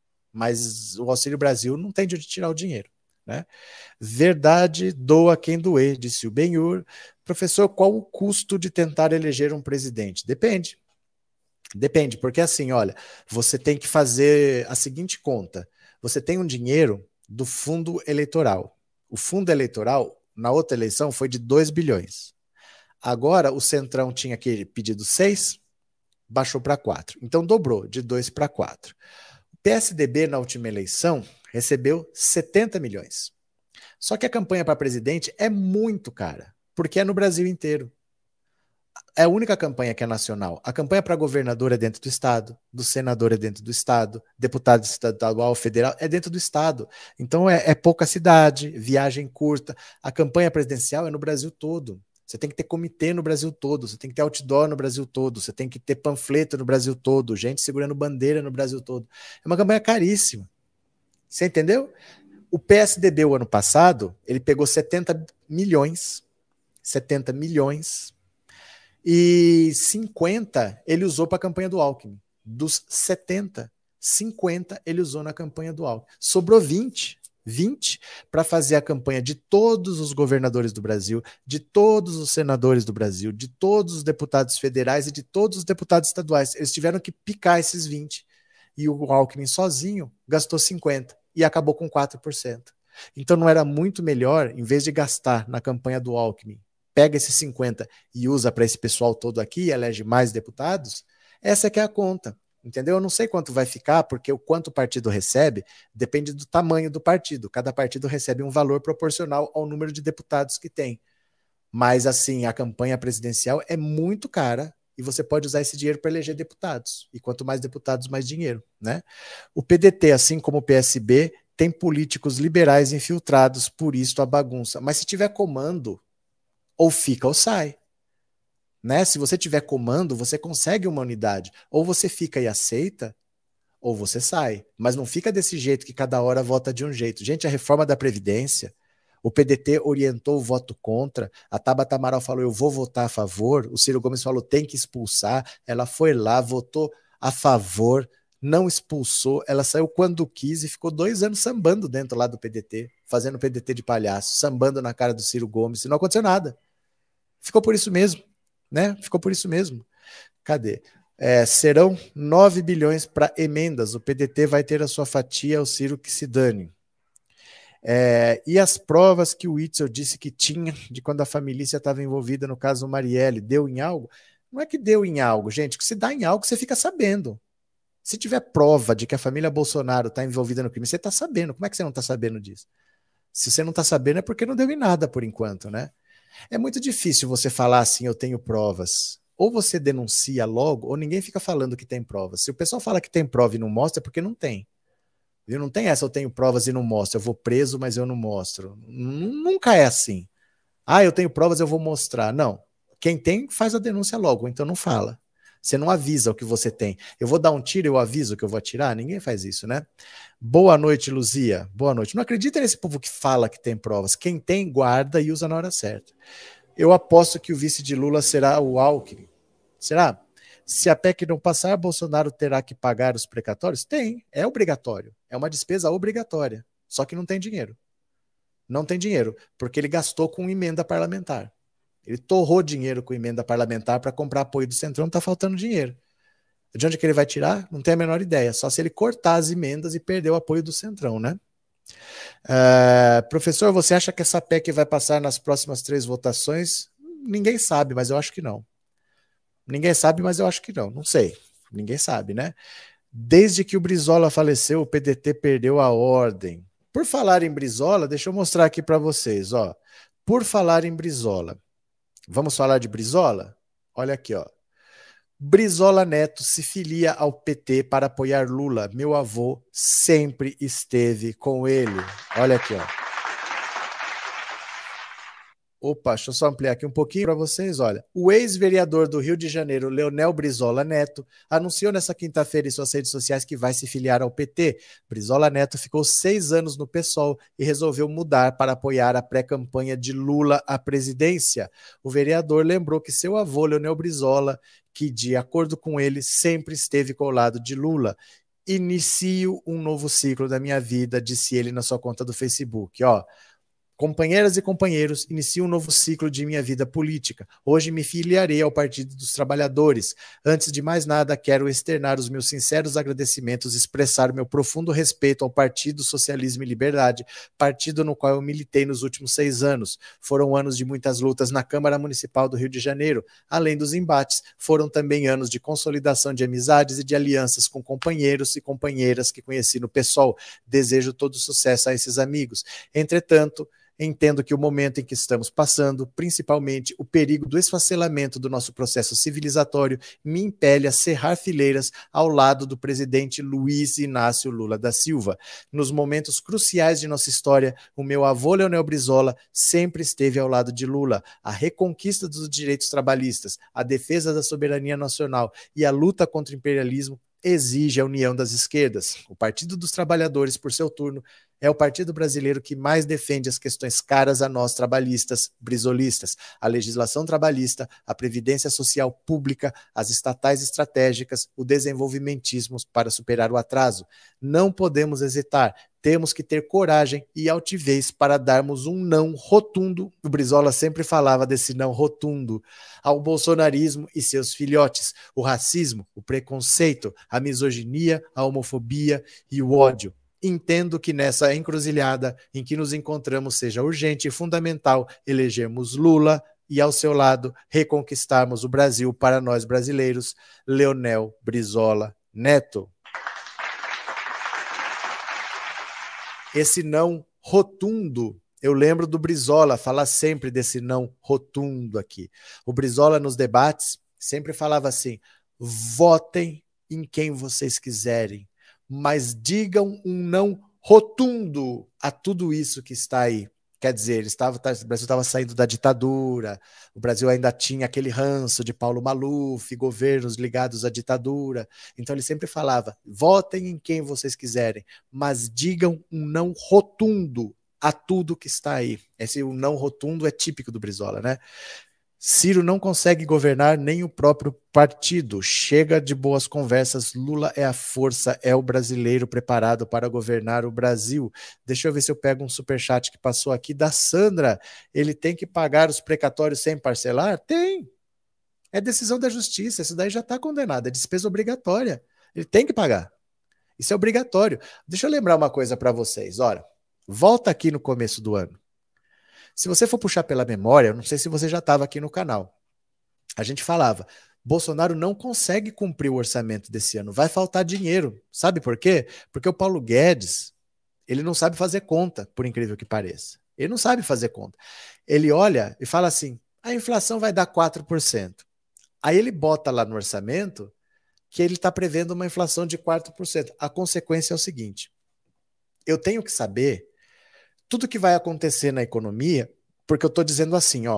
Mas o Auxílio Brasil não tem de onde tirar o dinheiro. Né? Verdade doa quem doer, disse o Benhur. Professor, qual o custo de tentar eleger um presidente? Depende. Depende, porque assim, olha, você tem que fazer a seguinte conta. Você tem um dinheiro do fundo eleitoral. O fundo eleitoral, na outra eleição, foi de 2 bilhões. Agora, o Centrão tinha pedido 6, baixou para 4. Então, dobrou, de 2 para 4. O PSDB, na última eleição, recebeu 70 milhões. Só que a campanha para presidente é muito cara, porque é no Brasil inteiro. É a única campanha que é nacional. A campanha para governador é dentro do estado, do senador é dentro do estado, deputado estadual, federal é dentro do estado. Então é pouca cidade, viagem curta. A campanha presidencial é no Brasil todo. Você tem que ter comitê no Brasil todo, você tem que ter outdoor no Brasil todo, você tem que ter panfleto no Brasil todo, gente segurando bandeira no Brasil todo. É uma campanha caríssima. Você entendeu? O PSDB, o ano passado, ele pegou 70 milhões, e 50 ele usou para a campanha do Alckmin. Dos 70, 50 ele usou na campanha do Alckmin. Sobrou 20 para fazer a campanha de todos os governadores do Brasil, de todos os senadores do Brasil, de todos os deputados federais e de todos os deputados estaduais. Eles tiveram que picar esses 20. E o Alckmin sozinho gastou 50 e acabou com 4%. Então não era muito melhor, em vez de gastar na campanha do Alckmin, pega esses 50 e usa para esse pessoal todo aqui e elege mais deputados? Essa que é a conta, entendeu? Eu não sei quanto vai ficar, porque o quanto o partido recebe depende do tamanho do partido. Cada partido recebe um valor proporcional ao número de deputados que tem. Mas, assim, a campanha presidencial é muito cara e você pode usar esse dinheiro para eleger deputados. E quanto mais deputados, mais dinheiro, né? O PDT, assim como o PSB, tem políticos liberais infiltrados, por isso a bagunça. Mas se tiver comando, ou fica ou sai. Né? Se você tiver comando, você consegue uma unidade. Ou você fica e aceita, ou você sai. Mas não fica desse jeito que cada hora vota de um jeito. Gente, a reforma da Previdência, o PDT orientou o voto contra, a Tabata Amaral falou, eu vou votar a favor, o Ciro Gomes falou, tem que expulsar, ela foi lá, votou a favor, não expulsou, ela saiu quando quis e ficou 2 anos sambando dentro lá do PDT, fazendo o PDT de palhaço, sambando na cara do Ciro Gomes, e não aconteceu nada. Ficou por isso mesmo, né? Ficou por isso mesmo. Cadê? Serão 9 bilhões para emendas. O PDT vai ter a sua fatia, o Ciro que se dane. E as provas que o Witzel disse que tinha de quando a família estava envolvida no caso Marielle, deu em algo? Não é que deu em algo, gente, que se dá em algo, você fica sabendo. Se tiver prova de que a família Bolsonaro está envolvida no crime, você está sabendo. Como é que você não está sabendo disso? Se você não está sabendo é porque não deu em nada por enquanto, né? É muito difícil você falar assim, eu tenho provas. Ou você denuncia logo, ou ninguém fica falando que tem provas. Se o pessoal fala que tem prova e não mostra, é porque não tem. Viu? Não tem essa, eu tenho provas e não mostro. Eu vou preso, mas eu não mostro. Nunca é assim. Eu tenho provas, eu vou mostrar. Não. Quem tem, faz a denúncia logo, então não fala. Você não avisa o que você tem. Eu vou dar um tiro, eu aviso que eu vou atirar? Ninguém faz isso, né? Boa noite, Luzia. Boa noite. Não acredita nesse povo que fala que tem provas. Quem tem, guarda e usa na hora certa. Eu aposto que o vice de Lula será o Alckmin. Será? Se a PEC não passar, Bolsonaro terá que pagar os precatórios? Tem, é obrigatório. É uma despesa obrigatória. Só que não tem dinheiro. Não tem dinheiro, porque ele gastou com emenda parlamentar. Ele torrou dinheiro com emenda parlamentar para comprar apoio do Centrão, está faltando dinheiro. De onde que ele vai tirar? Não tem a menor ideia. Só se ele cortar as emendas e perder o apoio do Centrão, né? Professor, você acha que essa PEC vai passar nas próximas 3 votações? Ninguém sabe, mas eu acho que não. Ninguém sabe, mas eu acho que não. Não sei. Ninguém sabe, né? Desde que o Brizola faleceu, o PDT perdeu a ordem. Por falar em Brizola, deixa eu mostrar aqui para vocês, ó. Por falar em Brizola. Vamos falar de Brizola? Olha aqui, ó. Brizola Neto se filia ao PT para apoiar Lula. Meu avô sempre esteve com ele. Olha aqui, ó. Opa, deixa eu só ampliar aqui um pouquinho para vocês, olha. O ex-vereador do Rio de Janeiro, Leonel Brizola Neto, anunciou nessa quinta-feira em suas redes sociais que vai se filiar ao PT. Brizola Neto ficou 6 anos no PSOL e resolveu mudar para apoiar a pré-campanha de Lula à presidência. O vereador lembrou que seu avô, Leonel Brizola, que de acordo com ele, sempre esteve com o lado de Lula. Inicio um novo ciclo da minha vida, disse ele na sua conta do Facebook, ó. Companheiras e companheiros, inicio um novo ciclo de minha vida política. Hoje me filiarei ao Partido dos Trabalhadores. Antes de mais nada, quero externar os meus sinceros agradecimentos e expressar o meu profundo respeito ao Partido Socialismo e Liberdade, partido no qual eu militei nos últimos 6 anos. Foram anos de muitas lutas na Câmara Municipal do Rio de Janeiro. Além dos embates, foram também anos de consolidação de amizades e de alianças com companheiros e companheiras que conheci no PSOL. Desejo todo sucesso a esses amigos. Entretanto, entendo que o momento em que estamos passando, principalmente o perigo do esfacelamento do nosso processo civilizatório, me impele a cerrar fileiras ao lado do presidente Luiz Inácio Lula da Silva. Nos momentos cruciais de nossa história, o meu avô Leonel Brizola sempre esteve ao lado de Lula. A reconquista dos direitos trabalhistas, a defesa da soberania nacional e a luta contra o imperialismo exige a união das esquerdas. O Partido dos Trabalhadores, por seu turno, é o partido brasileiro que mais defende as questões caras a nós trabalhistas, brizolistas, a legislação trabalhista, a previdência social pública, as estatais estratégicas, o desenvolvimentismo para superar o atraso. Não podemos hesitar, temos que ter coragem e altivez para darmos um não rotundo, o Brizola sempre falava desse não rotundo, ao bolsonarismo e seus filhotes, o racismo, o preconceito, a misoginia, a homofobia e o ódio. Entendo que nessa encruzilhada em que nos encontramos seja urgente e fundamental elegermos Lula e, ao seu lado, reconquistarmos o Brasil para nós brasileiros. Leonel Brizola Neto. Esse não rotundo, eu lembro do Brizola falar sempre desse não rotundo aqui. O Brizola nos debates sempre falava assim: votem em quem vocês quiserem, mas digam um não rotundo a tudo isso que está aí. Quer dizer, o Brasil estava saindo da ditadura, o Brasil ainda tinha aquele ranço de Paulo Maluf, governos ligados à ditadura. Então ele sempre falava, votem em quem vocês quiserem, mas digam um não rotundo a tudo que está aí. Esse um não rotundo é típico do Brizola, né? Ciro não consegue governar nem o próprio partido. Chega de boas conversas. Lula é a força, é o brasileiro preparado para governar o Brasil. Deixa eu ver se eu pego um superchat que passou aqui da Sandra. Ele tem que pagar os precatórios sem parcelar? Tem. É decisão da justiça. Isso daí já está condenado. É despesa obrigatória. Ele tem que pagar. Isso é obrigatório. Deixa eu lembrar uma coisa para vocês. Olha, volta aqui no começo do ano. Se você for puxar pela memória, eu não sei se você já estava aqui no canal, a gente falava, Bolsonaro não consegue cumprir o orçamento desse ano, vai faltar dinheiro. Sabe por quê? Porque o Paulo Guedes, ele não sabe fazer conta, por incrível que pareça. Ele não sabe fazer conta. Ele olha e fala assim, a inflação vai dar 4%. Aí ele bota lá no orçamento que ele está prevendo uma inflação de 4%. A consequência é o seguinte, eu tenho que saber tudo que vai acontecer na economia, porque eu estou dizendo assim, ó,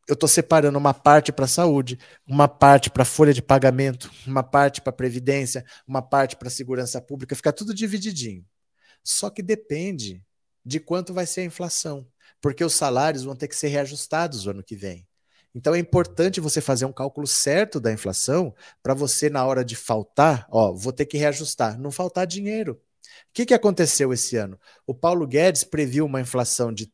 eu estou separando uma parte para a saúde, uma parte para folha de pagamento, uma parte para a previdência, uma parte para a segurança pública, fica tudo divididinho. Só que depende de quanto vai ser a inflação, porque os salários vão ter que ser reajustados no ano que vem. Então é importante você fazer um cálculo certo da inflação para você, na hora de faltar, vou ter que reajustar, não faltar dinheiro. O que aconteceu esse ano? O Paulo Guedes previu uma inflação de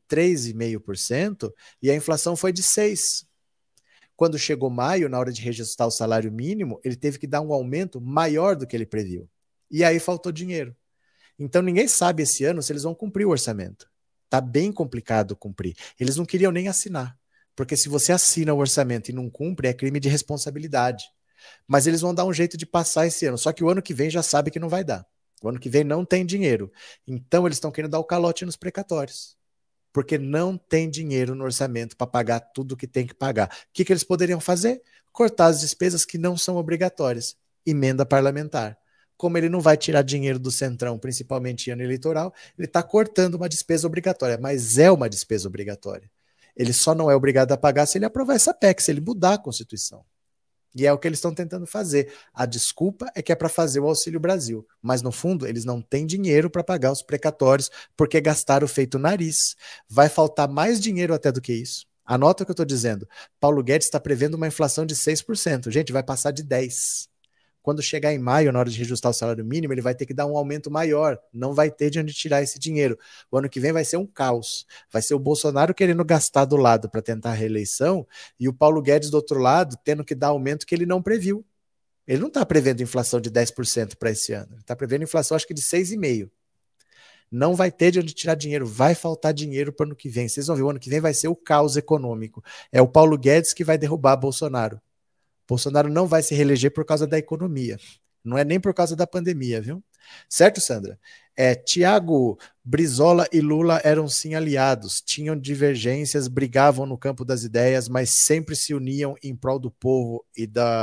3,5% e a inflação foi de 6%. Quando chegou maio, na hora de reajustar o salário mínimo, ele teve que dar um aumento maior do que ele previu. E aí faltou dinheiro. Então ninguém sabe esse ano se eles vão cumprir o orçamento. Está bem complicado cumprir. Eles não queriam nem assinar, porque se você assina o orçamento e não cumpre, é crime de responsabilidade. Mas eles vão dar um jeito de passar esse ano, só que o ano que vem já sabe que não vai dar. O ano que vem não tem dinheiro. Então eles estão querendo dar o calote nos precatórios, porque não tem dinheiro no orçamento para pagar tudo que tem que pagar. O que eles poderiam fazer? Cortar as despesas que não são obrigatórias. Emenda parlamentar. Como ele não vai tirar dinheiro do Centrão, principalmente em ano eleitoral, ele está cortando uma despesa obrigatória, mas é uma despesa obrigatória. Ele só não é obrigado a pagar se ele aprovar essa PEC, se ele mudar a Constituição. E é o que eles estão tentando fazer. A desculpa é que é para fazer o Auxílio Brasil. Mas, no fundo, eles não têm dinheiro para pagar os precatórios porque gastaram feito nariz. Vai faltar mais dinheiro até do que isso. Anota o que eu estou dizendo. Paulo Guedes está prevendo uma inflação de 6%. Gente, vai passar de 10%. Quando chegar em maio, na hora de reajustar o salário mínimo, ele vai ter que dar um aumento maior. Não vai ter de onde tirar esse dinheiro. O ano que vem vai ser um caos. Vai ser o Bolsonaro querendo gastar do lado para tentar a reeleição e o Paulo Guedes do outro lado tendo que dar aumento que ele não previu. Ele não está prevendo inflação de 10% para esse ano. Ele está prevendo inflação, acho que de 6,5%. Não vai ter de onde tirar dinheiro. Vai faltar dinheiro para o ano que vem. Vocês vão ver, o ano que vem vai ser o caos econômico. É o Paulo Guedes que vai derrubar Bolsonaro. Bolsonaro não vai se reeleger por causa da economia. Não é nem por causa da pandemia, viu? Certo, Sandra? Tiago, Brizola e Lula eram sim aliados, tinham divergências, brigavam no campo das ideias, mas sempre se uniam em prol do povo e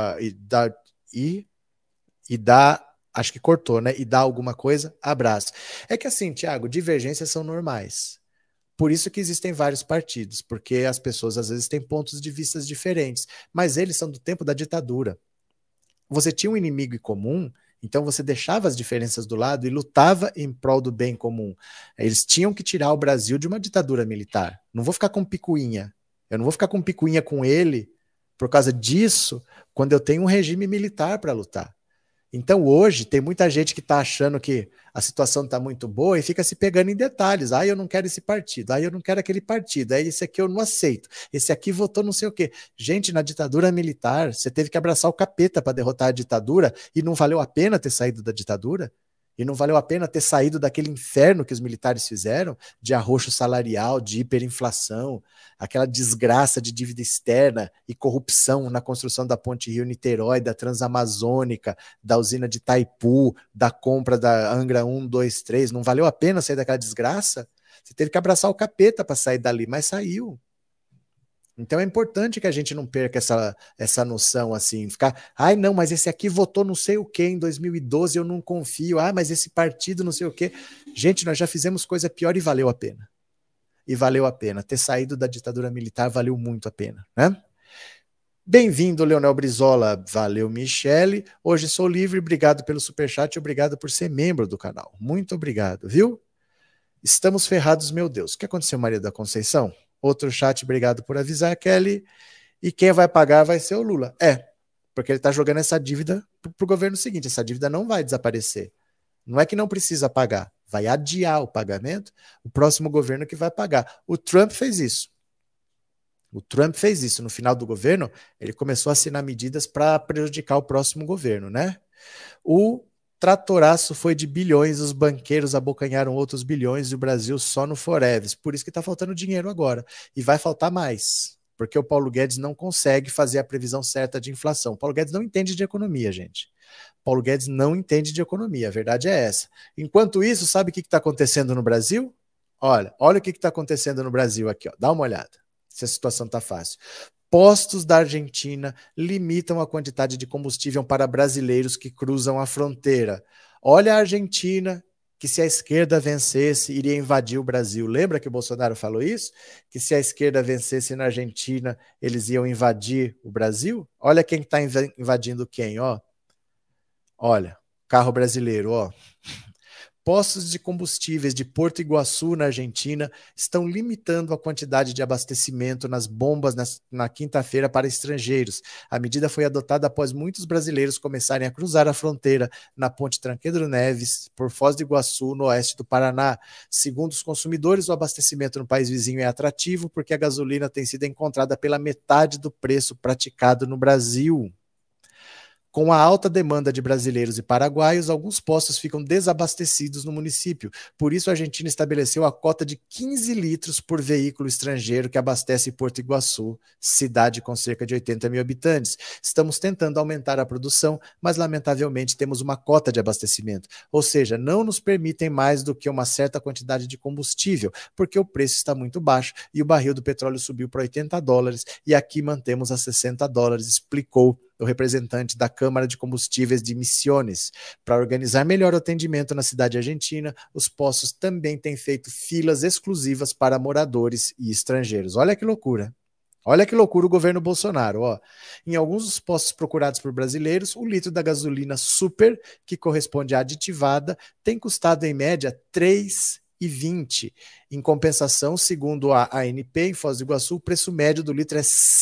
acho que cortou, né? E dá alguma coisa, abraço. É que assim, Tiago, divergências são normais. Por isso que existem vários partidos, porque as pessoas às vezes têm pontos de vista diferentes, mas eles são do tempo da ditadura. Você tinha um inimigo em comum, então você deixava as diferenças do lado e lutava em prol do bem comum. Eles tinham que tirar o Brasil de uma ditadura militar. Não vou ficar com picuinha. Eu não vou ficar com picuinha com ele por causa disso, quando eu tenho um regime militar para lutar. Então hoje tem muita gente que está achando que a situação está muito boa e fica se pegando em detalhes. Eu não quero esse partido, eu não quero aquele partido, esse aqui eu não aceito, esse aqui votou não sei o quê. Gente, na ditadura militar, você teve que abraçar o capeta para derrotar a ditadura e não valeu a pena ter saído da ditadura? E não valeu a pena ter saído daquele inferno que os militares fizeram, de arroxo salarial, de hiperinflação, aquela desgraça de dívida externa e corrupção na construção da Ponte Rio-Niterói, da Transamazônica, da usina de Itaipu, da compra da Angra 1, 2, 3. Não valeu a pena sair daquela desgraça? Você teve que abraçar o capeta para sair dali, mas saiu. Então é importante que a gente não perca essa noção assim, ficar, não, mas esse aqui votou não sei o que em 2012, eu não confio, mas esse partido não sei o que. Gente, nós já fizemos coisa pior e valeu a pena. E valeu a pena. Ter saído da ditadura militar valeu muito a pena, né? Bem-vindo, Leonel Brizola. Valeu, Michele. Hoje sou livre, obrigado pelo superchat e obrigado por ser membro do canal. Muito obrigado, viu? Estamos ferrados, meu Deus. O que aconteceu, Maria da Conceição? Outro chat, obrigado por avisar, Kelly. E quem vai pagar vai ser o Lula. Porque ele está jogando essa dívida para o governo seguinte. Essa dívida não vai desaparecer. Não é que não precisa pagar. Vai adiar o pagamento. O próximo governo que vai pagar. O Trump fez isso. No final do governo, ele começou a assinar medidas para prejudicar o próximo governo, né? O tratoraço foi de bilhões, os banqueiros abocanharam outros bilhões e o Brasil só no Forever. Por isso que está faltando dinheiro agora. E vai faltar mais, porque o Paulo Guedes não consegue fazer a previsão certa de inflação. O Paulo Guedes não entende de economia, gente. Paulo Guedes não entende de economia, a verdade é essa. Enquanto isso, sabe o que está acontecendo no Brasil? Olha o que está acontecendo no Brasil aqui, ó. Dá uma olhada, se a situação está fácil. Postos da Argentina limitam a quantidade de combustível para brasileiros que cruzam a fronteira. Olha a Argentina que se a esquerda vencesse, iria invadir o Brasil. Lembra que o Bolsonaro falou isso? Que se a esquerda vencesse na Argentina, eles iam invadir o Brasil? Olha quem está invadindo quem, ó. Olha, carro brasileiro, ó. Postos de combustíveis de Porto Iguaçu, na Argentina, estão limitando a quantidade de abastecimento nas bombas na quinta-feira para estrangeiros. A medida foi adotada após muitos brasileiros começarem a cruzar a fronteira na ponte Tancredo Neves, por Foz do Iguaçu, no oeste do Paraná. Segundo os consumidores, o abastecimento no país vizinho é atrativo porque a gasolina tem sido encontrada pela metade do preço praticado no Brasil. Com a alta demanda de brasileiros e paraguaios, alguns postos ficam desabastecidos no município. Por isso, a Argentina estabeleceu a cota de 15 litros por veículo estrangeiro que abastece Porto Iguaçu, cidade com cerca de 80 mil habitantes. Estamos tentando aumentar a produção, mas lamentavelmente temos uma cota de abastecimento. Ou seja, não nos permitem mais do que uma certa quantidade de combustível, porque o preço está muito baixo e o barril do petróleo subiu para $80 e aqui mantemos a $60, explicou o representante da Câmara de Combustíveis de Misiones. Para organizar melhor o atendimento na cidade argentina, os postos também têm feito filas exclusivas para moradores e estrangeiros. Olha que loucura. Olha que loucura o governo Bolsonaro. Ó. Em alguns dos postos procurados por brasileiros, o litro da gasolina super, que corresponde à aditivada, tem custado em média R$3,20. Em compensação, segundo a ANP, em Foz do Iguaçu, o preço médio do litro é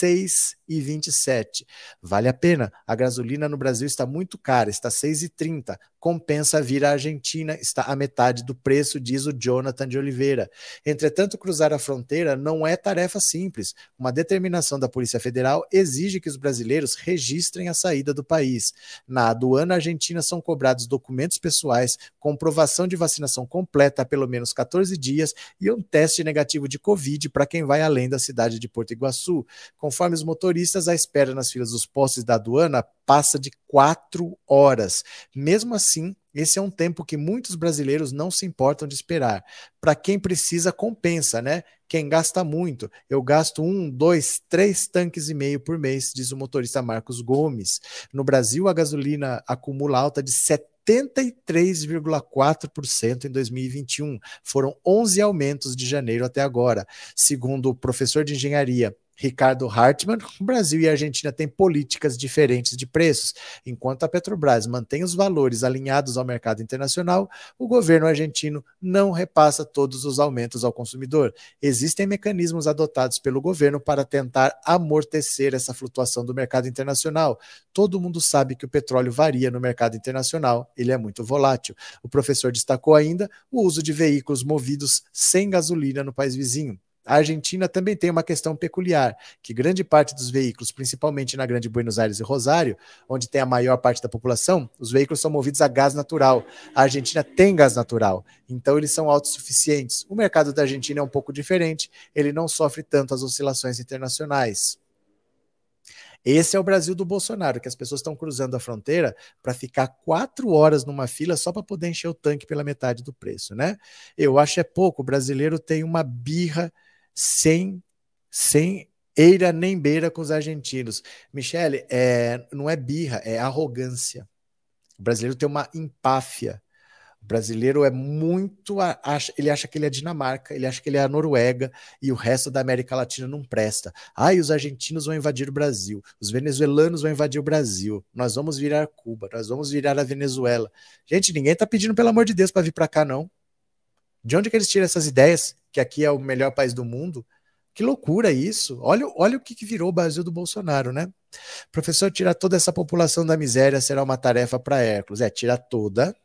R$6,27. Vale a pena. A gasolina no Brasil está muito cara, está R$6,30. Compensa vir à Argentina, está a metade do preço, diz o Jonathan de Oliveira. Entretanto, cruzar a fronteira não é tarefa simples. Uma determinação da Polícia Federal exige que os brasileiros registrem a saída do país. Na aduana argentina são cobrados documentos pessoais, comprovação de vacinação completa há pelo menos 14 dias e um teste negativo de Covid para quem vai além da cidade de Porto Iguaçu. Conforme os motoristas, a espera nas filas dos postos da aduana passa de 4 horas. Mesmo assim, esse é um tempo que muitos brasileiros não se importam de esperar. Para quem precisa, compensa, né? Quem gasta muito, eu gasto 1, 2, 3 tanques e meio por mês, diz o motorista Marcos Gomes. No Brasil, a gasolina acumula alta de 73,4% em 2021. Foram 11 aumentos de janeiro até agora. Segundo o professor de engenharia Ricardo Hartmann, o Brasil e a Argentina têm políticas diferentes de preços. Enquanto a Petrobras mantém os valores alinhados ao mercado internacional, o governo argentino não repassa todos os aumentos ao consumidor. Existem mecanismos adotados pelo governo para tentar amortecer essa flutuação do mercado internacional. Todo mundo sabe que o petróleo varia no mercado internacional, ele é muito volátil. O professor destacou ainda o uso de veículos movidos sem gasolina no país vizinho. A Argentina também tem uma questão peculiar, que grande parte dos veículos, principalmente na Grande Buenos Aires e Rosário, onde tem a maior parte da população, os veículos são movidos a gás natural. A Argentina tem gás natural, então eles são autossuficientes. O mercado da Argentina é um pouco diferente, ele não sofre tanto as oscilações internacionais. Esse é o Brasil do Bolsonaro, que as pessoas estão cruzando a fronteira para ficar 4 horas numa fila só para poder encher o tanque pela metade do preço, né? Eu acho é pouco, o brasileiro tem uma birra sem eira nem beira com os argentinos. Michele, não é birra, é arrogância. O brasileiro tem uma empáfia. O brasileiro é muito... Ele acha que ele é a Dinamarca, ele acha que ele é a Noruega e o resto da América Latina não presta. Os argentinos vão invadir o Brasil, os venezuelanos vão invadir o Brasil, nós vamos virar Cuba, nós vamos virar a Venezuela. Gente, ninguém tá pedindo, pelo amor de Deus, para vir para cá, não. De onde que eles tiram essas ideias? Que aqui é o melhor país do mundo? Que loucura isso. Olha o que virou o Brasil do Bolsonaro, né? Professor, tirar toda essa população da miséria será uma tarefa para Hércules. Tirar toda.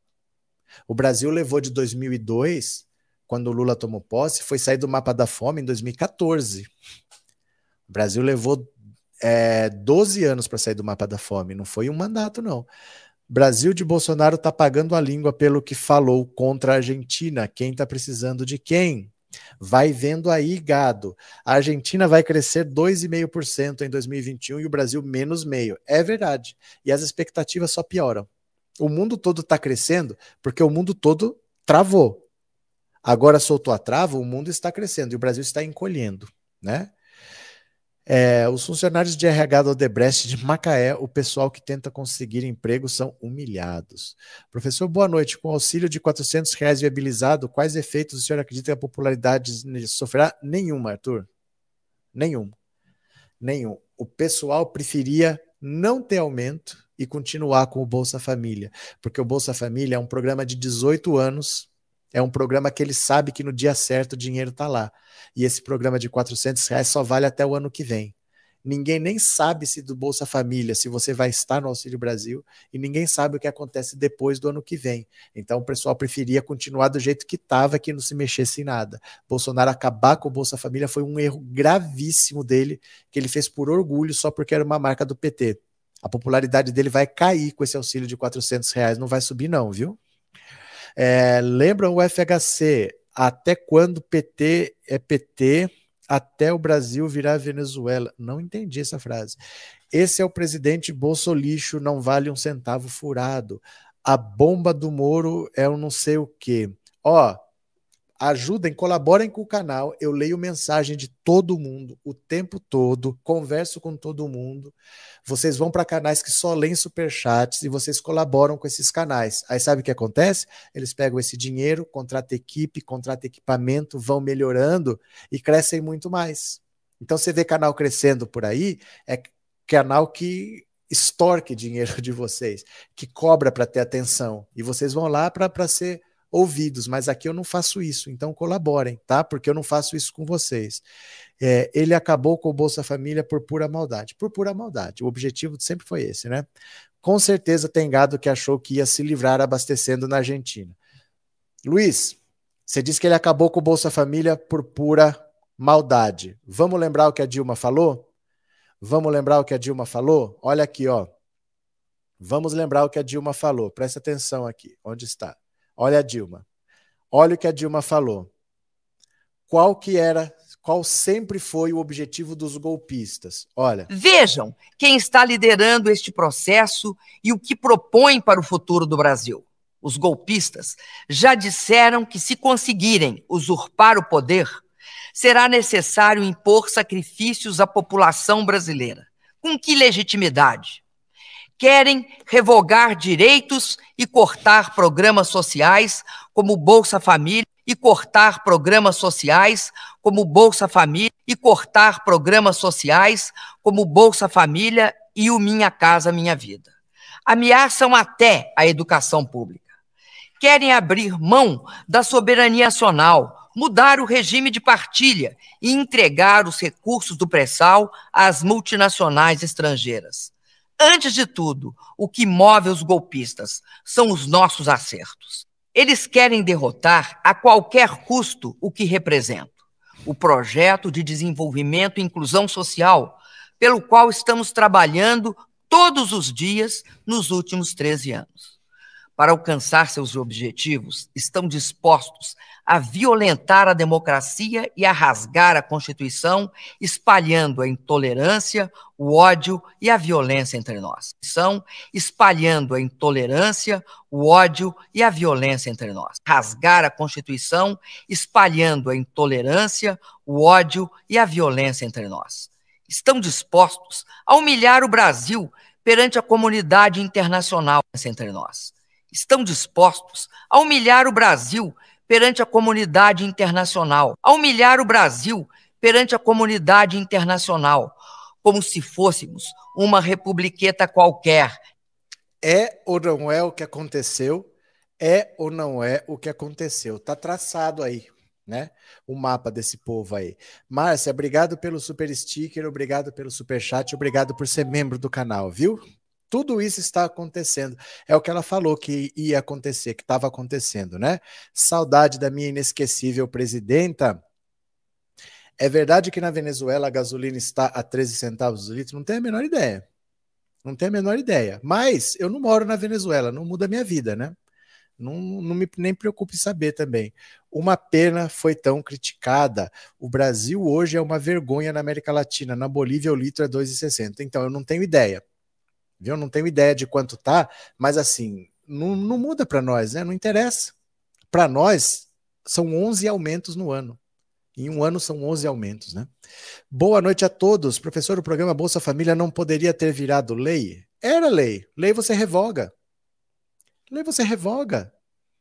O Brasil levou de 2002, quando o Lula tomou posse, foi sair do mapa da fome em 2014. O Brasil levou 12 anos para sair do mapa da fome, não foi um mandato, não. Brasil de Bolsonaro está pagando a língua pelo que falou contra a Argentina. Quem está precisando de quem? Vai vendo aí, gado. A Argentina vai crescer 2,5% em 2021 e o Brasil menos meio. É verdade. E as expectativas só pioram. O mundo todo está crescendo porque o mundo todo travou. Agora soltou a trava, o mundo está crescendo e o Brasil está encolhendo, né? Os funcionários de RH da Odebrecht de Macaé, o pessoal que tenta conseguir emprego são humilhados. Professor, boa noite. Com o auxílio de R$ 400 viabilizado, quais efeitos o senhor acredita que a popularidade sofrerá? Nenhum, Arthur. Nenhum. O pessoal preferia não ter aumento e continuar com o Bolsa Família, porque o Bolsa Família é um programa de 18 anos, é um programa que ele sabe que no dia certo o dinheiro está lá. E esse programa de R$ 400 só vale até o ano que vem. Ninguém nem sabe se do Bolsa Família, se você vai estar no Auxílio Brasil, e ninguém sabe o que acontece depois do ano que vem. Então o pessoal preferia continuar do jeito que estava, que não se mexesse em nada. Bolsonaro acabar com o Bolsa Família foi um erro gravíssimo dele, que ele fez por orgulho, só porque era uma marca do PT. A popularidade dele vai cair com esse auxílio de R$ 400, não vai subir não, viu? Lembram o FHC, até quando PT é PT, até o Brasil virar Venezuela? Não entendi essa frase. Esse é o presidente Bolsolixo, não vale um centavo furado. A bomba do Moro é um não sei o quê. Ajudem, colaborem com o canal, eu leio mensagem de todo mundo, o tempo todo, converso com todo mundo, vocês vão para canais que só leem superchats e vocês colaboram com esses canais. Aí sabe o que acontece? Eles pegam esse dinheiro, contratam equipe, contratam equipamento, vão melhorando e crescem muito mais. Então você vê canal crescendo por aí, é canal que extorque dinheiro de vocês, que cobra para ter atenção, e vocês vão lá para ser ouvidos, mas aqui eu não faço isso, então colaborem, tá? Porque eu não faço isso com vocês. Ele acabou com o Bolsa Família por pura maldade. Por pura maldade. O objetivo sempre foi esse, né? Com certeza tem gado que achou que ia se livrar abastecendo na Argentina. Luiz, você disse que ele acabou com o Bolsa Família por pura maldade. Vamos lembrar o que a Dilma falou? Olha aqui, ó. Vamos lembrar o que a Dilma falou. Presta atenção aqui. Onde está? Olha a Dilma. Olha o que a Dilma falou. Qual sempre foi o objetivo dos golpistas? Olha. Vejam quem está liderando este processo e o que propõe para o futuro do Brasil. Os golpistas já disseram que, se conseguirem usurpar o poder, será necessário impor sacrifícios à população brasileira. Com que legitimidade? Querem revogar direitos e cortar programas sociais como Bolsa Família e cortar programas sociais como Bolsa Família e o Minha Casa Minha Vida. Ameaçam até a educação pública. Querem abrir mão da soberania nacional, mudar o regime de partilha e entregar os recursos do pré-sal às multinacionais estrangeiras. Antes de tudo, o que move os golpistas são os nossos acertos. Eles querem derrotar a qualquer custo o que represento: o projeto de desenvolvimento e inclusão social, pelo qual estamos trabalhando todos os dias nos últimos 13 anos. Para alcançar seus objetivos, estão dispostos a violentar a democracia e a rasgar a Constituição, espalhando a intolerância, o ódio e a violência entre nós. Rasgar a Constituição, espalhando a intolerância, o ódio e a violência entre nós. Estão dispostos a humilhar o Brasil perante a comunidade internacional entre nós. Estão dispostos a humilhar o Brasil perante a comunidade internacional, como se fôssemos uma republiqueta qualquer. É ou não é o que aconteceu? Tá traçado aí, né? O mapa desse povo aí. Márcia, obrigado pelo super sticker, obrigado pelo super chat, obrigado por ser membro do canal, viu? Tudo isso está acontecendo. É o que ela falou que ia acontecer, que estava acontecendo, né? Saudade da minha inesquecível presidenta. É verdade que na Venezuela a gasolina está a 13 centavos o litro? Não tenho a menor ideia. Mas eu não moro na Venezuela, não muda a minha vida, né? Nem preocupe em saber também. Uma pena foi tão criticada. O Brasil hoje é uma vergonha na América Latina. Na Bolívia o litro é 2,60. Então eu não tenho ideia. Eu não tenho ideia de quanto tá, mas assim, não muda para nós, né? Não interessa. Para nós, são 11 aumentos no ano. Em um ano são 11 aumentos, né? Boa noite a todos. Professor, o programa Bolsa Família não poderia ter virado lei? Era lei. Lei você revoga. Lei você revoga.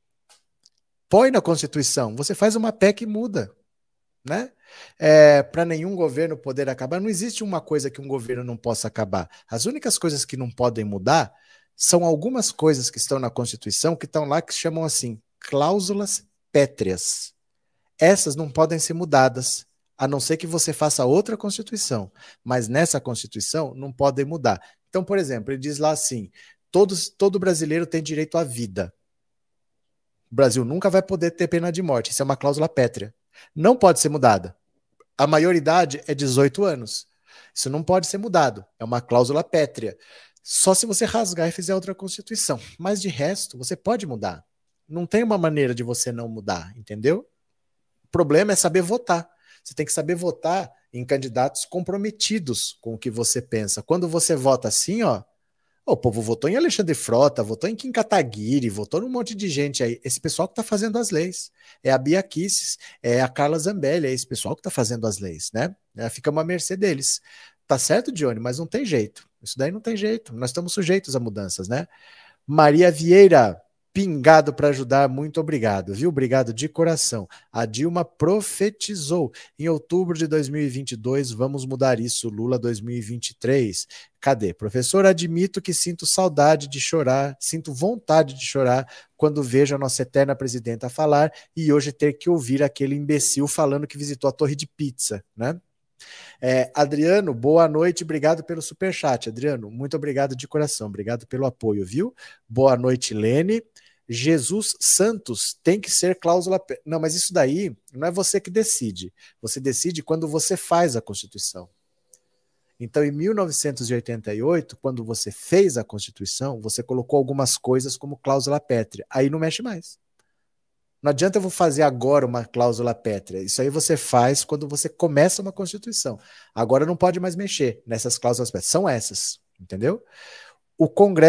Põe na Constituição. Você faz uma PEC e muda, né? Para nenhum governo poder acabar. Não existe uma coisa que um governo não possa acabar. As únicas coisas que não podem mudar são algumas coisas que estão na Constituição, que estão lá, que chamam assim, cláusulas pétreas. Essas não podem ser mudadas, a não ser que você faça outra Constituição. Mas nessa Constituição não podem mudar. Então, por exemplo, ele diz lá assim, todo brasileiro tem direito à vida. O Brasil nunca vai poder ter pena de morte. Isso é uma cláusula pétrea. Não pode ser mudada. A maioridade é 18 anos. Isso não pode ser mudado. É uma cláusula pétrea. Só se você rasgar e fizer outra Constituição. Mas de resto, você pode mudar. Não tem uma maneira de você não mudar, entendeu? O problema é saber votar. Você tem que saber votar em candidatos comprometidos com o que você pensa. Quando você vota assim, ó, o povo votou em Alexandre Frota, votou em Kim Kataguiri, votou num monte de gente aí. Esse pessoal que está fazendo as leis. É a Bia Kicis, é a Carla Zambelli, é esse pessoal que está fazendo as leis, né? Fica uma mercê deles. Tá certo, Dione, mas não tem jeito. Isso daí não tem jeito. Nós estamos sujeitos a mudanças, né? Maria Vieira, pingado para ajudar, muito obrigado, viu? Obrigado de coração. A Dilma profetizou. Em outubro de 2022, vamos mudar isso. Lula 2023. Cadê? Professor, admito que sinto saudade de chorar, sinto vontade de chorar quando vejo a nossa eterna presidenta falar e hoje ter que ouvir aquele imbecil falando que visitou a Torre de Pizza, né? Adriano, boa noite, obrigado pelo superchat, Adriano, muito obrigado de coração, obrigado pelo apoio, viu? Boa noite, Lene. Jesus Santos tem que ser cláusula... Não, mas isso daí não é você que decide, você decide quando você faz a Constituição. Então, em 1988, quando você fez a Constituição, você colocou algumas coisas como cláusula pétrea, aí não mexe mais. Não adianta eu vou fazer agora uma cláusula pétrea. Isso aí você faz quando você começa uma Constituição. Agora não pode mais mexer nessas cláusulas pétreas. São essas, entendeu? O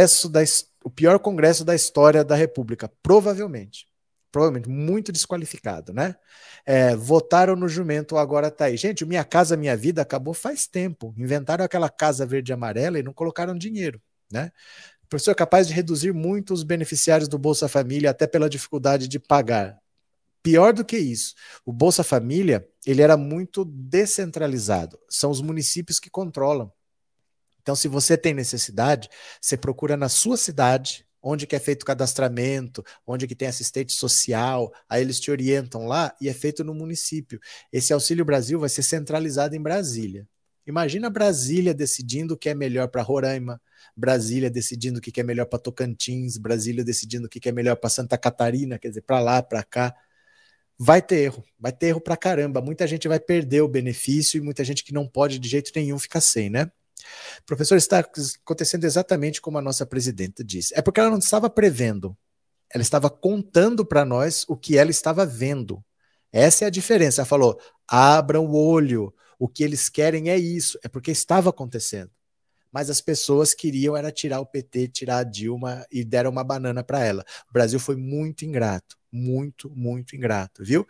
pior congresso da história da República, provavelmente muito desqualificado, né? Votaram no jumento, agora tá aí. Gente, o Minha Casa Minha Vida acabou faz tempo. Inventaram aquela casa verde e amarela e não colocaram dinheiro, né? O professor é capaz de reduzir muito os beneficiários do Bolsa Família até pela dificuldade de pagar. Pior do que isso, o Bolsa Família, ele era muito descentralizado. São os municípios que controlam. Então, se você tem necessidade, você procura na sua cidade, onde que é feito o cadastramento, onde que tem assistente social, aí eles te orientam lá e é feito no município. Esse Auxílio Brasil vai ser centralizado em Brasília. Imagina Brasília decidindo o que é melhor para Roraima, Brasília decidindo o que é melhor para Tocantins, Brasília decidindo o que é melhor para Santa Catarina, quer dizer, para lá, para cá. Vai ter erro pra caramba. Muita gente vai perder o benefício e muita gente que não pode de jeito nenhum ficar sem, né? Professor, está acontecendo exatamente como a nossa presidenta disse. É porque ela não estava prevendo, ela estava contando para nós o que ela estava vendo. Essa é a diferença. Ela falou, abram o olho, o que eles querem é isso, é porque estava acontecendo. Mas as pessoas queriam era tirar o PT, tirar a Dilma e deram uma banana para ela. O Brasil foi muito ingrato, muito ingrato, viu?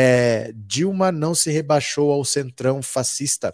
Dilma não se rebaixou ao centrão fascista.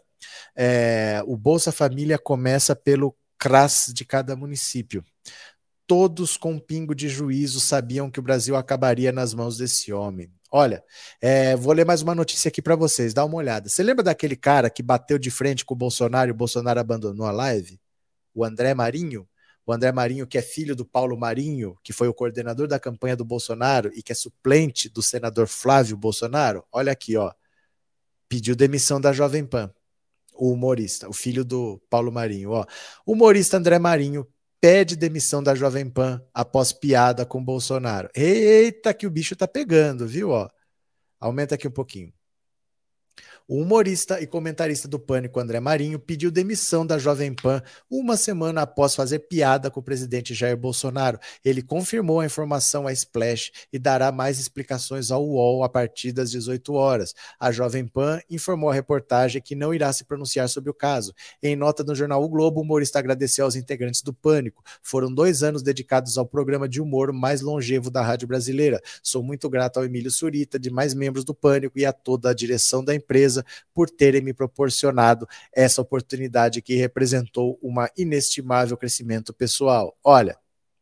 O Bolsa Família começa pelo CRAS de cada município. Todos com um pingo de juízo sabiam que o Brasil acabaria nas mãos desse homem. Olha, vou ler mais uma notícia aqui para vocês, dá uma olhada. Você lembra daquele cara que bateu de frente com o Bolsonaro e o Bolsonaro abandonou a live? O André Marinho? O André Marinho, que é filho do Paulo Marinho, que foi o coordenador da campanha do Bolsonaro e que é suplente do senador Flávio Bolsonaro. Olha aqui, ó. Pediu demissão da Jovem Pan. O humorista, o filho do Paulo Marinho, ó. O humorista André Marinho pede demissão da Jovem Pan após piada com Bolsonaro. Eita, que o bicho tá pegando, viu? Ó, aumenta aqui um pouquinho. O humorista e comentarista do Pânico, André Marinho, pediu demissão da Jovem Pan uma semana após fazer piada com o presidente Jair Bolsonaro. Ele confirmou a informação à Splash e dará mais explicações ao UOL a partir das 18 horas. A Jovem Pan informou à reportagem que não irá se pronunciar sobre o caso. Em nota no jornal O Globo, o humorista agradeceu aos integrantes do Pânico. Foram 2 anos dedicados ao programa de humor mais longevo da rádio brasileira. Sou muito grato ao Emílio Surita, demais membros do Pânico e a toda a direção da empresa por terem me proporcionado essa oportunidade que representou um inestimável crescimento pessoal. Olha,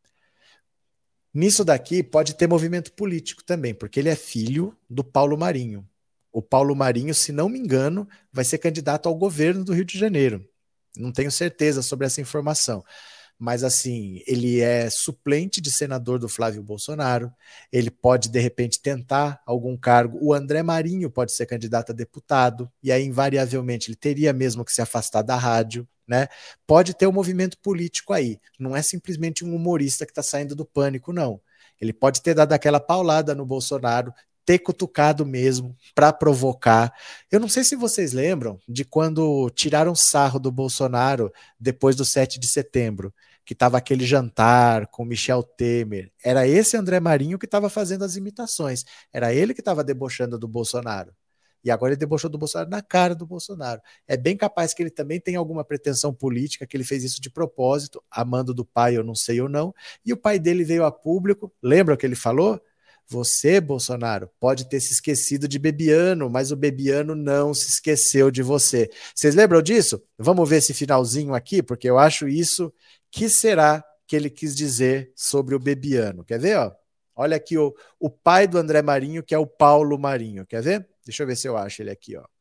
nisso daqui pode ter movimento político também, porque ele é filho do Paulo Marinho. O Paulo Marinho, se não me engano, vai ser candidato ao governo do Rio de Janeiro. Não tenho certeza sobre essa informação. Mas, assim, ele é suplente de senador do Flávio Bolsonaro, ele pode, de repente, tentar algum cargo. O André Marinho pode ser candidato a deputado, e aí, invariavelmente, ele teria mesmo que se afastar da rádio, né? Pode ter um movimento político aí. Não é simplesmente um humorista que está saindo do Pânico, não. Ele pode ter dado aquela paulada no Bolsonaro, ter cutucado mesmo para provocar. Eu não sei se vocês lembram de quando tiraram sarro do Bolsonaro depois do 7 de setembro, que estava aquele jantar com Michel Temer. Era esse André Marinho que estava fazendo as imitações. Era ele que estava debochando do Bolsonaro. E agora ele debochou do Bolsonaro na cara do Bolsonaro. É bem capaz que ele também tenha alguma pretensão política, que ele fez isso de propósito, amando do pai, eu não sei ou não. E o pai dele veio a público. Lembra o que ele falou? Você, Bolsonaro, pode ter se esquecido de Bebiano, mas o Bebiano não se esqueceu de você. Vocês lembram disso? Vamos ver esse finalzinho aqui, porque eu acho isso. Que será que ele quis dizer sobre o Bebiano? Quer ver? Ó? Olha aqui o pai do André Marinho, que é o Paulo Marinho. Quer ver? Deixa eu ver se eu acho ele aqui. Ó.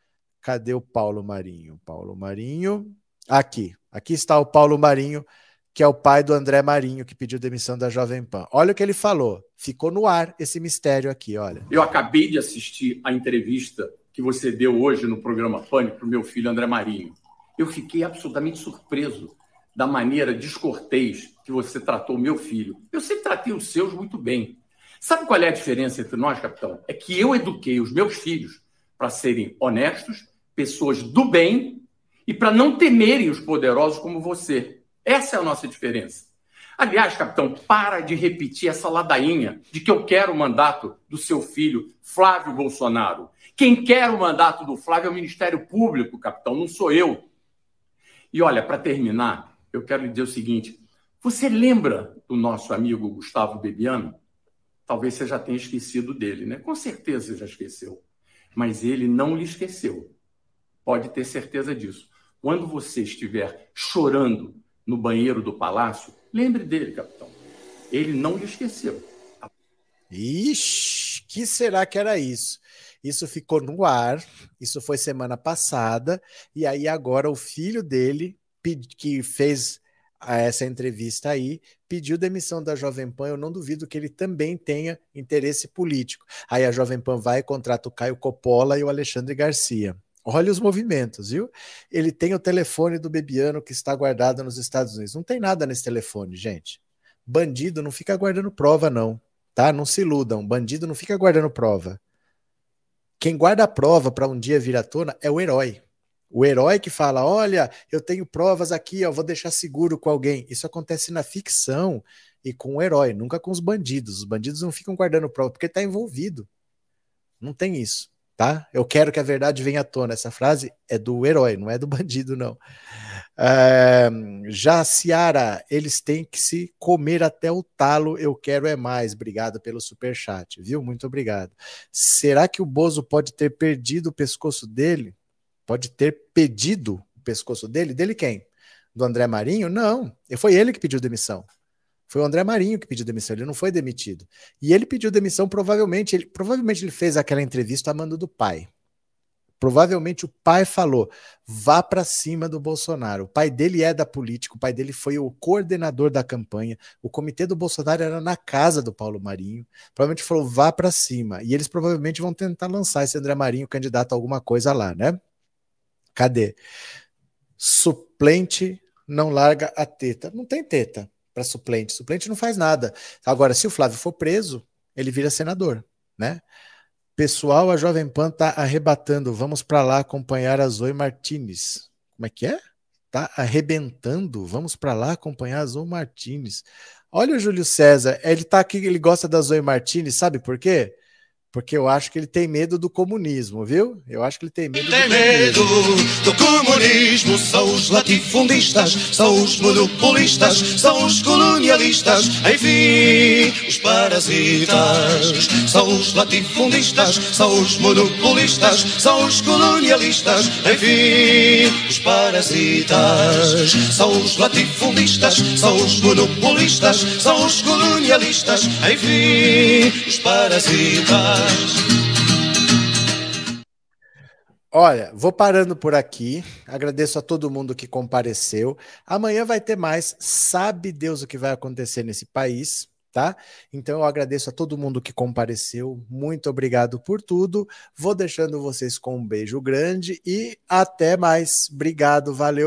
Cadê o Paulo Marinho? Paulo Marinho. Aqui. Aqui está o Paulo Marinho, que é o pai do André Marinho, que pediu demissão da Jovem Pan. Olha o que ele falou. Ficou no ar esse mistério aqui, olha. Eu acabei de assistir a entrevista que você deu hoje no programa Pânico para o meu filho André Marinho. Eu fiquei absolutamente surpreso da maneira descortês que você tratou o meu filho. Eu sempre tratei os seus muito bem. Sabe qual é a diferença entre nós, capitão? É que eu eduquei os meus filhos para serem honestos, pessoas do bem e para não temerem os poderosos como você. Essa é a nossa diferença. Aliás, capitão, para de repetir essa ladainha de que eu quero o mandato do seu filho, Flávio Bolsonaro. Quem quer o mandato do Flávio é o Ministério Público, capitão, não sou eu. E olha, para terminar, eu quero lhe dizer o seguinte. Você lembra do nosso amigo Gustavo Bebiano? Talvez você já tenha esquecido dele, né? Com certeza você já esqueceu. Mas ele não lhe esqueceu. Pode ter certeza disso. Quando você estiver chorando no banheiro do palácio, lembre dele, capitão. Ele não lhe esqueceu. Ixi, que será que era isso? Isso ficou no ar, isso foi semana passada, e aí agora o filho dele, que fez essa entrevista aí, pediu demissão da Jovem Pan. Eu não duvido que ele também tenha interesse político. Aí a Jovem Pan vai e contrata o Caio Coppola e o Alexandre Garcia. Olha os movimentos, viu? Ele tem o telefone do Bebiano que está guardado nos Estados Unidos. Não tem nada nesse telefone, gente. Bandido não fica guardando prova, não. Tá? Não se iludam. Bandido não fica guardando prova. Quem guarda a prova para um dia vir à tona é o herói. O herói que fala, olha, eu tenho provas aqui, ó, vou deixar seguro com alguém. Isso acontece na ficção e com o herói, nunca com os bandidos. Os bandidos não ficam guardando prova porque está envolvido. Não tem isso, tá? Eu quero que a verdade venha à tona. Essa frase é do herói, não é do bandido, não. Já Ciara, eles têm que se comer até o talo, eu quero é mais. Obrigado pelo superchat, viu? Muito obrigado. Será que o Bozo pode ter perdido o pescoço dele? Pode ter pedido o pescoço dele? Dele quem? Do André Marinho? Não, foi ele que pediu demissão. Foi o André Marinho que pediu demissão, ele não foi demitido. E ele pediu demissão, provavelmente ele fez aquela entrevista a mando do pai. Provavelmente o pai falou, vá para cima do Bolsonaro. O pai dele é da política, o pai dele foi o coordenador da campanha, o comitê do Bolsonaro era na casa do Paulo Marinho, provavelmente falou, vá para cima. E eles provavelmente vão tentar lançar esse André Marinho candidato a alguma coisa lá, né? Cadê? Suplente não larga a teta. Não tem teta para suplente. Suplente não faz nada. Agora, se o Flávio for preso, ele vira senador, né? Pessoal, a Jovem Pan tá arrebatando. Vamos para lá acompanhar a Zoe Martins. Como é que é? Tá arrebentando. Vamos para lá acompanhar a Zoe Martins. Olha o Júlio César. Ele tá aqui, ele gosta da Zoe Martins, sabe por quê? Porque eu acho que ele tem medo do comunismo, viu? Eu acho que ele tem medo do comunismo. Medo do comunismo, são os latifundistas, são os monopolistas, são os colonialistas, enfim, os parasitas. São os latifundistas, são os monopolistas, são os colonialistas, enfim, os parasitas. São os latifundistas, são os monopolistas, são os colonialistas, enfim, os parasitas. Olha, vou parando por aqui. Agradeço a todo mundo que compareceu. Amanhã vai ter mais. Sabe Deus o que vai acontecer nesse país, tá? Então eu agradeço a todo mundo que compareceu. Muito obrigado por tudo. Vou deixando vocês com um beijo grande e até mais. Obrigado, valeu.